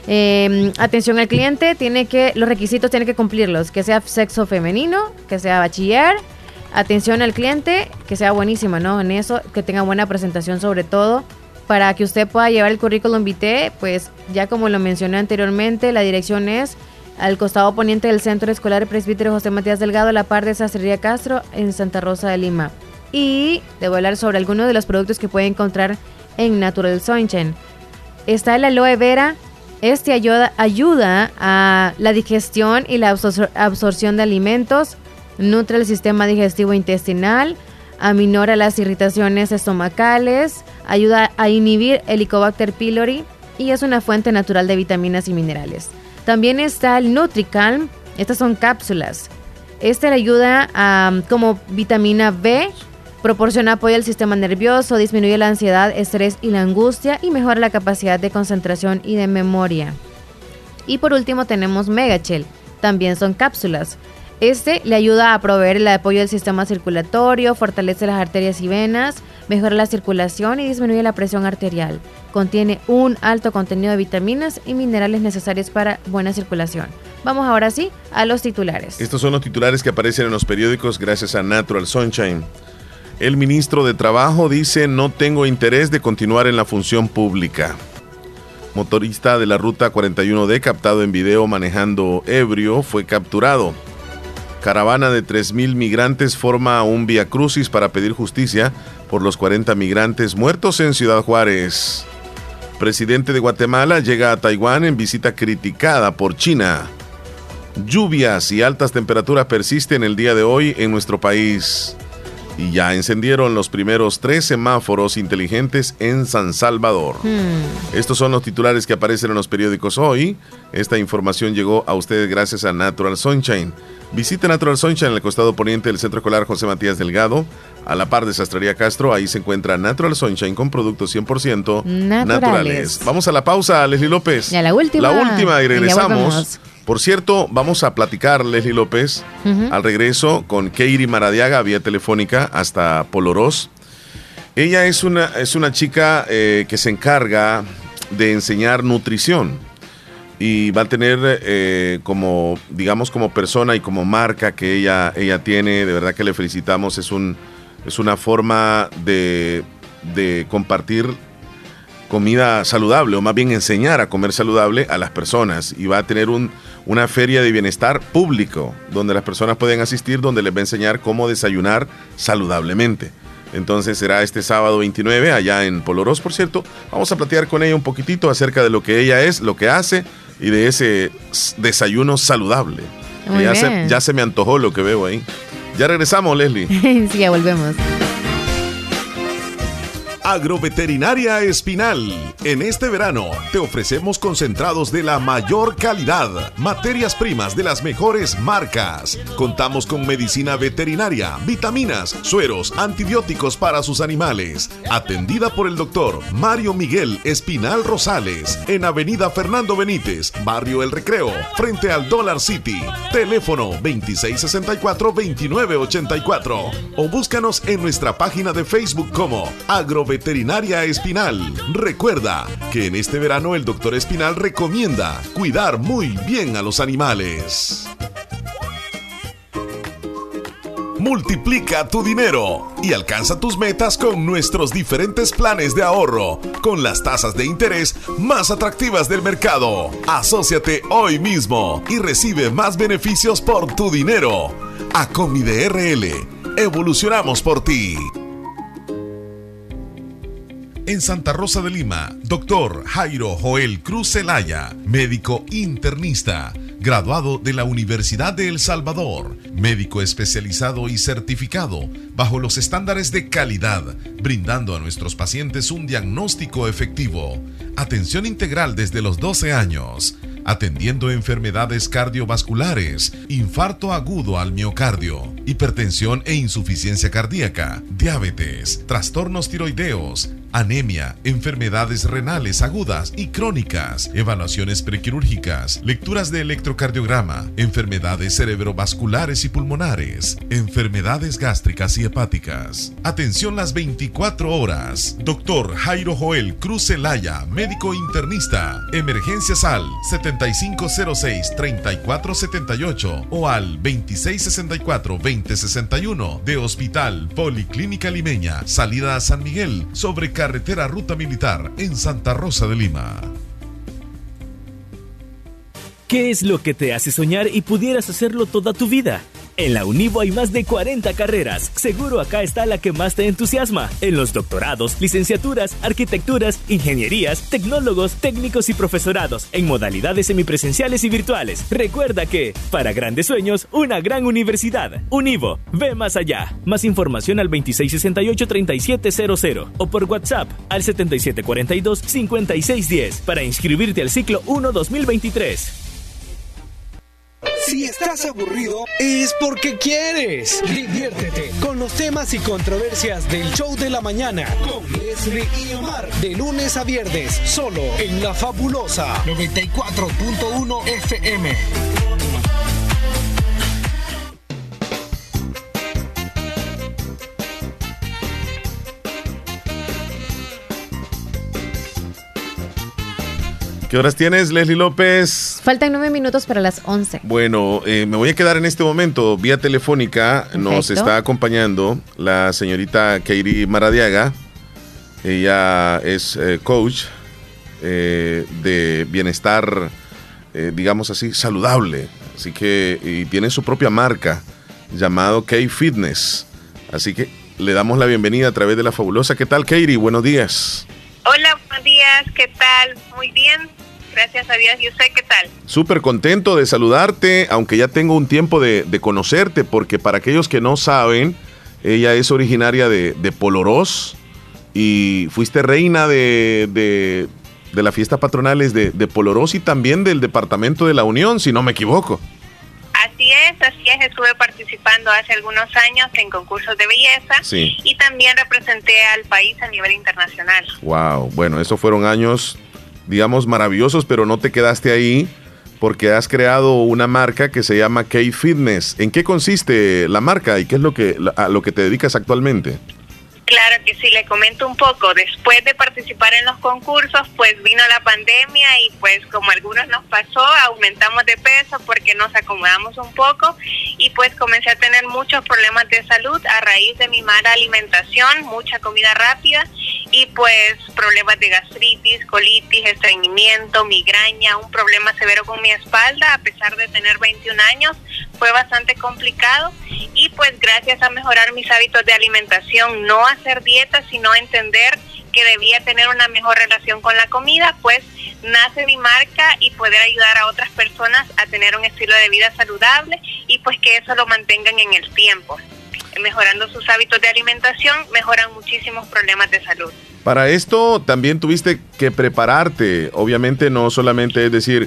Eh, atención al cliente, tiene que, los requisitos tiene que cumplirlos, que sea sexo femenino, que sea bachiller. Atención al cliente, que sea buenísima, ¿no? En eso, que tenga buena presentación sobre todo, para que usted pueda llevar el currículum vitae, pues ya como lo mencioné anteriormente, la dirección es al costado poniente del Centro Escolar Presbítero José Matías Delgado, a la par de Sastrería Castro, en Santa Rosa de Lima. Y le voy a hablar sobre algunos de los productos que puede encontrar en Natural Sunshine. Está el aloe vera. Este ayuda, ayuda a la digestión y la absor- absorción de alimentos, nutre el sistema digestivo intestinal, aminora las irritaciones estomacales, ayuda a inhibir el Helicobacter pylori y es una fuente natural de vitaminas y minerales. También está el NutriCalm. Estas son cápsulas. Este le ayuda a, como vitamina B, proporciona apoyo al sistema nervioso, disminuye la ansiedad, estrés y la angustia y mejora la capacidad de concentración y de memoria. Y por último tenemos Megachel, también son cápsulas. Este le ayuda a proveer el apoyo del sistema circulatorio, fortalece las arterias y venas, mejora la circulación y disminuye la presión arterial. Contiene un alto contenido de vitaminas y minerales necesarios para buena circulación. Vamos ahora sí a los titulares. Estos son los titulares que aparecen en los periódicos gracias a Natural Sunshine. El ministro de Trabajo dice: no tengo interés de continuar en la función pública. Motorista de la ruta cuarenta y uno D captado en video manejando ebrio fue capturado. Caravana de tres mil migrantes forma un viacrucis para pedir justicia por los cuarenta migrantes muertos en Ciudad Juárez. Presidente de Guatemala llega a Taiwán en visita criticada por China. Lluvias y altas temperaturas persisten el día de hoy en nuestro país. Y ya encendieron los primeros tres semáforos inteligentes en San Salvador. Hmm. Estos son los titulares que aparecen en los periódicos hoy. Esta información llegó a ustedes gracias a Natural Sunshine. Visite Natural Sunshine en el costado poniente del Centro Escolar José Matías Delgado, a la par de Sastrería Castro. Ahí se encuentra Natural Sunshine con productos cien por ciento naturales. naturales. Vamos a la pausa, Leslie López. Ya la última. La última y regresamos. Por cierto, vamos a platicar, Leslie López, uh-huh. al regreso con Keiri Maradiaga, vía telefónica hasta Polorós. Ella es una, es una chica eh, que se encarga de enseñar nutrición y va a tener eh, como, digamos, como persona y como marca que ella, ella tiene. De verdad que le felicitamos. Es, un, es una forma de, de compartir comida saludable, o más bien enseñar a comer saludable a las personas, y va a tener un, una feria de bienestar público donde las personas pueden asistir, donde les va a enseñar cómo desayunar saludablemente. Entonces será este sábado veintinueve allá en Polorós, por cierto. Vamos a platicar con ella un poquitito acerca de lo que ella es, lo que hace y de ese desayuno saludable. Ya se, ya se me antojó lo que veo ahí. Ya regresamos, Leslie. Sí, ya volvemos. Agroveterinaria Espinal. En este verano te ofrecemos concentrados de la mayor calidad, materias primas de las mejores marcas. Contamos con medicina veterinaria, vitaminas, sueros, antibióticos para sus animales. Atendida por el doctor Mario Miguel Espinal Rosales, en Avenida Fernando Benítez, Barrio El Recreo, frente al Dollar City. Teléfono veintiséis sesenta y cuatro, veintinueve ochenta y cuatro. O búscanos en nuestra página de Facebook como Agroveterinaria Veterinaria Espinal. Recuerda que en este verano el doctor Espinal recomienda cuidar muy bien a los animales. Multiplica tu dinero y alcanza tus metas con nuestros diferentes planes de ahorro, con las tasas de interés más atractivas del mercado. Asóciate hoy mismo y recibe más beneficios por tu dinero. Acomide R L. Evolucionamos por ti. En Santa Rosa de Lima, doctor Jairo Joel Cruz Zelaya, médico internista, graduado de la Universidad de El Salvador, médico especializado y certificado bajo los estándares de calidad, brindando a nuestros pacientes un diagnóstico efectivo. Atención integral desde los doce años, atendiendo enfermedades cardiovasculares, infarto agudo al miocardio, hipertensión e insuficiencia cardíaca, diabetes, trastornos tiroideos, anemia, enfermedades renales agudas y crónicas, evaluaciones prequirúrgicas, lecturas de electrocardiograma, enfermedades cerebrovasculares y pulmonares, enfermedades gástricas y hepáticas. Atención las veinticuatro horas. Doctor Jairo Joel Cruz Zelaya, médico internista. Emergencias al setenta y cinco cero seis, treinta y cuatro setenta y ocho o al veintiséis sesenta y cuatro, veinte sesenta y uno de Hospital Policlínica Limeña, salida a San Miguel, sobre carretera Ruta Militar en Santa Rosa de Lima. ¿Qué es lo que te hace soñar y pudieras hacerlo toda tu vida? En la Univo hay más de cuarenta carreras. Seguro acá está la que más te entusiasma. En los doctorados, licenciaturas, arquitecturas, ingenierías, tecnólogos, técnicos y profesorados, en modalidades semipresenciales y virtuales. Recuerda que, para grandes sueños, una gran universidad. Univo, ve más allá. Más información al veintiséis sesenta y ocho, treinta y siete cero cero o por WhatsApp al setenta y siete cuarenta y dos, cincuenta y seis diez para inscribirte al ciclo uno dos mil veintitrés. Si estás aburrido, es porque quieres. Diviértete con los temas y controversias del Show de la Mañana con Leslie y Omar, de lunes a viernes, solo en La Fabulosa noventa y cuatro punto uno F M. ¿Qué horas tienes, Leslie López? Faltan nueve minutos para las once. Bueno, eh, me voy a quedar en este momento vía telefónica. Perfecto. Nos está acompañando la señorita Keiri Maradiaga. Ella es eh, coach eh, de bienestar, eh, digamos así, saludable. Así que y tiene su propia marca llamado K Fitness. Así que le damos la bienvenida a través de La Fabulosa. ¿Qué tal, Keiri? Buenos días. Hola, buenos días. ¿Qué tal? Muy bien. Gracias a Dios. ¿Y usted qué tal? Súper contento de saludarte, aunque ya tengo un tiempo de, de conocerte, porque para aquellos que no saben, ella es originaria de, de Polorós y fuiste reina de, de, de las fiestas patronales de, de Polorós y también del departamento de La Unión, si no me equivoco. Así es, así es. Estuve participando hace algunos años en concursos de belleza, sí, y también representé al país a nivel internacional. Wow, bueno, esos fueron años, digamos, maravillosos, pero no te quedaste ahí porque has creado una marca que se llama K Fitness. ¿En qué consiste la marca y qué es lo que, a lo que te dedicas actualmente? Claro que sí, le comento un poco. Después de participar en los concursos, pues vino la pandemia y pues como a algunos nos pasó, aumentamos de peso porque nos acomodamos un poco y pues comencé a tener muchos problemas de salud a raíz de mi mala alimentación, mucha comida rápida y pues problemas de gastritis, colitis, estreñimiento, migraña, un problema severo con mi espalda. A pesar de tener veintiún años, fue bastante complicado y pues gracias a mejorar mis hábitos de alimentación, no hacer dieta, sino entender que debía tener una mejor relación con la comida, pues nace mi marca y poder ayudar a otras personas a tener un estilo de vida saludable y pues que eso lo mantengan en el tiempo. Mejorando sus hábitos de alimentación, mejoran muchísimos problemas de salud. Para esto también tuviste que prepararte, obviamente no solamente es decir,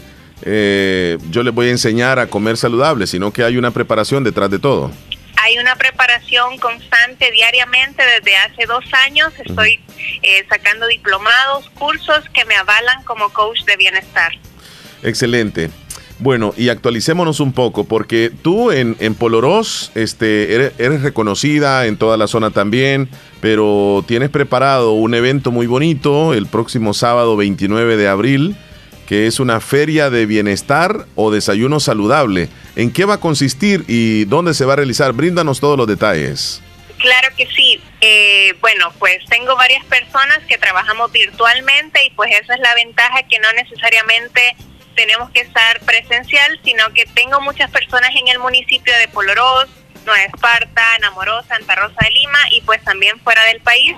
eh, yo les voy a enseñar a comer saludable, sino que hay una preparación detrás de todo. Hay una preparación constante diariamente desde hace dos años. Estoy eh, sacando diplomados, cursos que me avalan como coach de bienestar. Excelente. Bueno, y actualicémonos un poco, porque tú en, en Polorós este, eres, eres reconocida en toda la zona también, pero tienes preparado un evento muy bonito el próximo sábado veintinueve de abril, que es una feria de bienestar o desayuno saludable. ¿En qué va a consistir y dónde se va a realizar? Bríndanos todos los detalles. Claro que sí. Eh, bueno, pues tengo varias personas que trabajamos virtualmente y pues esa es la ventaja, que no necesariamente tenemos que estar presencial, sino que tengo muchas personas en el municipio de Polorós, Nueva Esparta, Namoró, Santa Rosa de Lima y pues también fuera del país.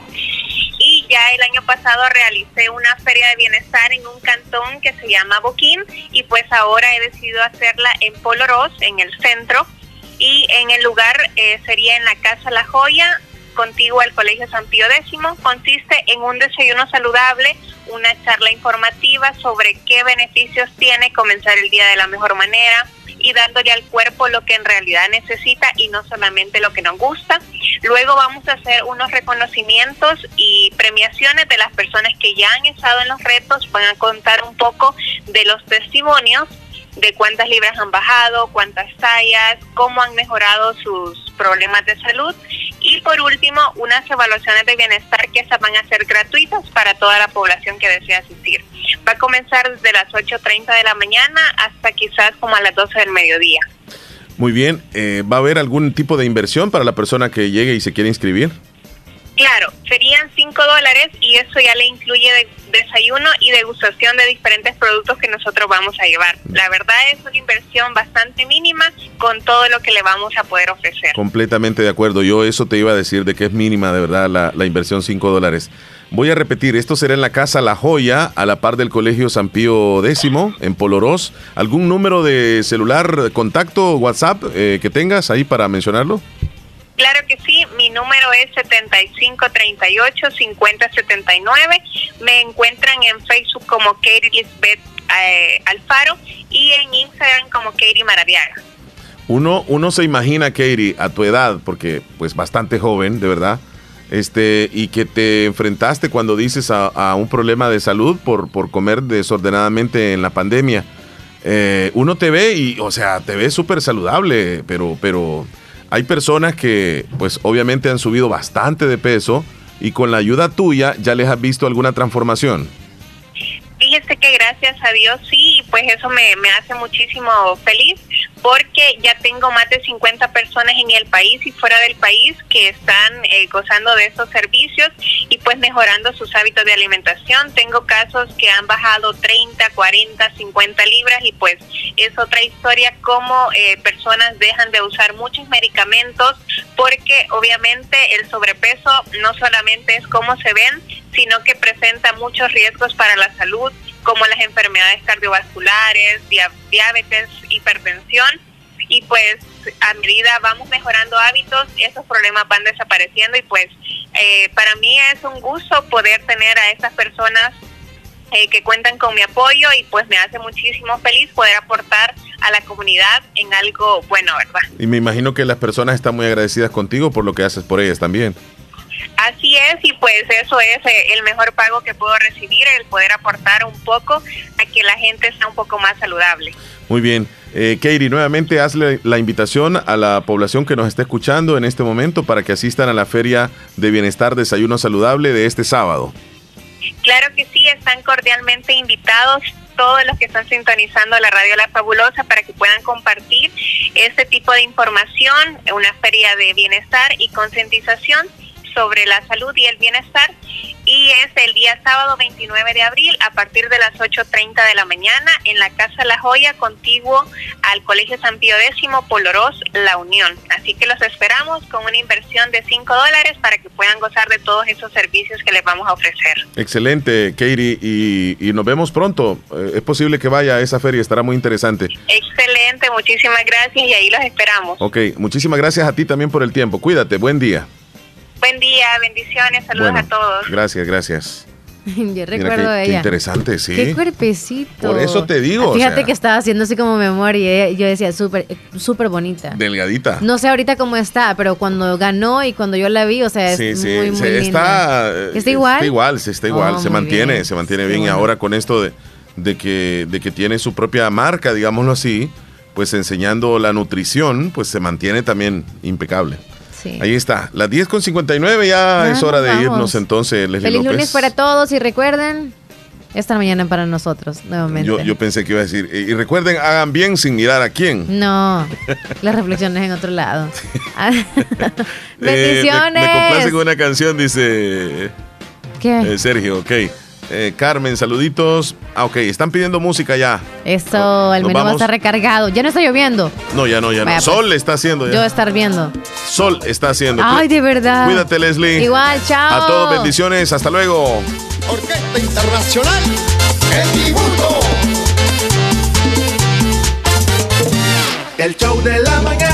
Y ya el año pasado realicé una feria de bienestar en un cantón que se llama Boquín y pues ahora he decidido hacerla en Polorós, en el centro, y en el lugar eh, sería en la Casa La Joya, contiguo al Colegio San Pío X. Consiste en un desayuno saludable, una charla informativa sobre qué beneficios tiene comenzar el día de la mejor manera y dándole al cuerpo lo que en realidad necesita y no solamente lo que nos gusta. Luego vamos a hacer unos reconocimientos y premiaciones de las personas que ya han estado en los retos. Van a contar un poco de los testimonios, de cuántas libras han bajado, cuántas tallas, cómo han mejorado sus problemas de salud. Y por último, unas evaluaciones de bienestar que esas van a ser gratuitas para toda la población que desea asistir. Va a comenzar desde las ocho treinta de la mañana hasta quizás como a las doce del mediodía. Muy bien, eh, ¿va a haber algún tipo de inversión para la persona que llegue y se quiere inscribir? Claro, serían cinco dólares y eso ya le incluye de, desayuno y degustación de diferentes productos que nosotros vamos a llevar. La verdad es una inversión bastante mínima con todo lo que le vamos a poder ofrecer. Completamente de acuerdo, yo eso te iba a decir de que es mínima de verdad la, la inversión cinco dólares. Voy a repetir, esto será en la Casa La Joya, a la par del Colegio San Pío X, en Polorós. ¿Algún número de celular, contacto, WhatsApp eh, que tengas ahí para mencionarlo? Claro que sí, mi número es setenta y cinco treinta y ocho cincuenta setenta y nueve. Me encuentran en Facebook como Katie Lisbeth eh, Alfaro y en Instagram como Katie Maradiaga. Uno, uno se imagina, Katie, a tu edad, porque pues bastante joven, de verdad, este, y que te enfrentaste cuando dices a, a un problema de salud por, por comer desordenadamente en la pandemia. Eh, uno te ve y, o sea, te ve súper saludable, pero, pero hay personas que, pues, obviamente han subido bastante de peso y con la ayuda tuya ya les has visto alguna transformación. Fíjese que gracias a Dios sí, pues eso me, me hace muchísimo feliz porque ya tengo más de cincuenta personas en el país y fuera del país que están eh, gozando de estos servicios y pues mejorando sus hábitos de alimentación. Tengo casos que han bajado treinta, cuarenta, cincuenta libras y pues es otra historia como eh, personas dejan de usar muchos medicamentos porque obviamente el sobrepeso no solamente es cómo se ven, sino que presenta muchos riesgos para la salud, como las enfermedades cardiovasculares, diabetes, hipertensión, y pues a medida vamos mejorando hábitos, esos problemas van desapareciendo y pues eh, para mí es un gusto poder tener a estas personas eh, que cuentan con mi apoyo y pues me hace muchísimo feliz poder aportar a la comunidad en algo bueno, ¿verdad? Y me imagino que las personas están muy agradecidas contigo por lo que haces por ellas también. Así es, y pues eso es el mejor pago que puedo recibir, el poder aportar un poco a que la gente sea un poco más saludable. Muy bien. Eh, Katie, nuevamente hazle la invitación a la población que nos está escuchando en este momento para que asistan a la Feria de Bienestar Desayuno Saludable de este sábado. Claro que sí, están cordialmente invitados todos los que están sintonizando la radio La Fabulosa para que puedan compartir este tipo de información, una feria de bienestar y concientización sobre la salud y el bienestar, y es el día sábado veintinueve de abril a partir de las ocho treinta de la mañana en la Casa La Joya, contiguo al Colegio San Pío X, Polorós, La Unión. Así que los esperamos con una inversión de cinco dólares para que puedan gozar de todos esos servicios que les vamos a ofrecer. Excelente, Katie, y, y nos vemos pronto. Eh, es posible que vaya a esa feria, estará muy interesante. Excelente, muchísimas gracias y ahí los esperamos. Ok, muchísimas gracias a ti también por el tiempo. Cuídate, buen día. Buen día, bendiciones, saludos bueno, a todos. Gracias, gracias. Yo recuerdo Mira, qué, de ella. Qué interesante, sí. Qué cuerpecito. Por eso te digo. Fíjate o sea, que estaba haciendo así como memoria y ella- yo decía súper súper bonita. delgadita. No sé ahorita cómo está, pero cuando ganó y cuando yo la vi, o sea, es Sí, sí, muy, muy se- linda. está, ¿Está igual? Está igual, se está igual, Oh, se muy mantiene, bien. se mantiene Qué bien. bueno. Y ahora con esto de, de que, de que tiene su propia marca, digámoslo así, pues enseñando la nutrición, pues se mantiene también impecable. Sí. Ahí está, las diez con cincuenta y nueve, ya Ah, es hora de vamos. irnos entonces, Leslie Feliz López. lunes para todos y recuerden, esta mañana para nosotros, nuevamente. Yo, yo pensé que iba a decir, y recuerden, hagan bien sin mirar a quién. No, las reflexiones en otro lado. Eh, Bendiciones. me, me complace con una canción, dice ¿Qué? eh, Sergio, ok. Eh, Carmen, saluditos. Ah, ok, están pidiendo música ya. Eso, el Nos menú va a vamos. estar recargado. Ya no está lloviendo. No, ya no, ya no. Vaya, pues. Sol está haciendo Yo ya. voy a estar viendo. Sol está haciendo. Ay, de verdad. Cuídate, Leslie. Igual, chao. A todos bendiciones, hasta luego. Orquesta Internacional, el tributo. El show de la mañana.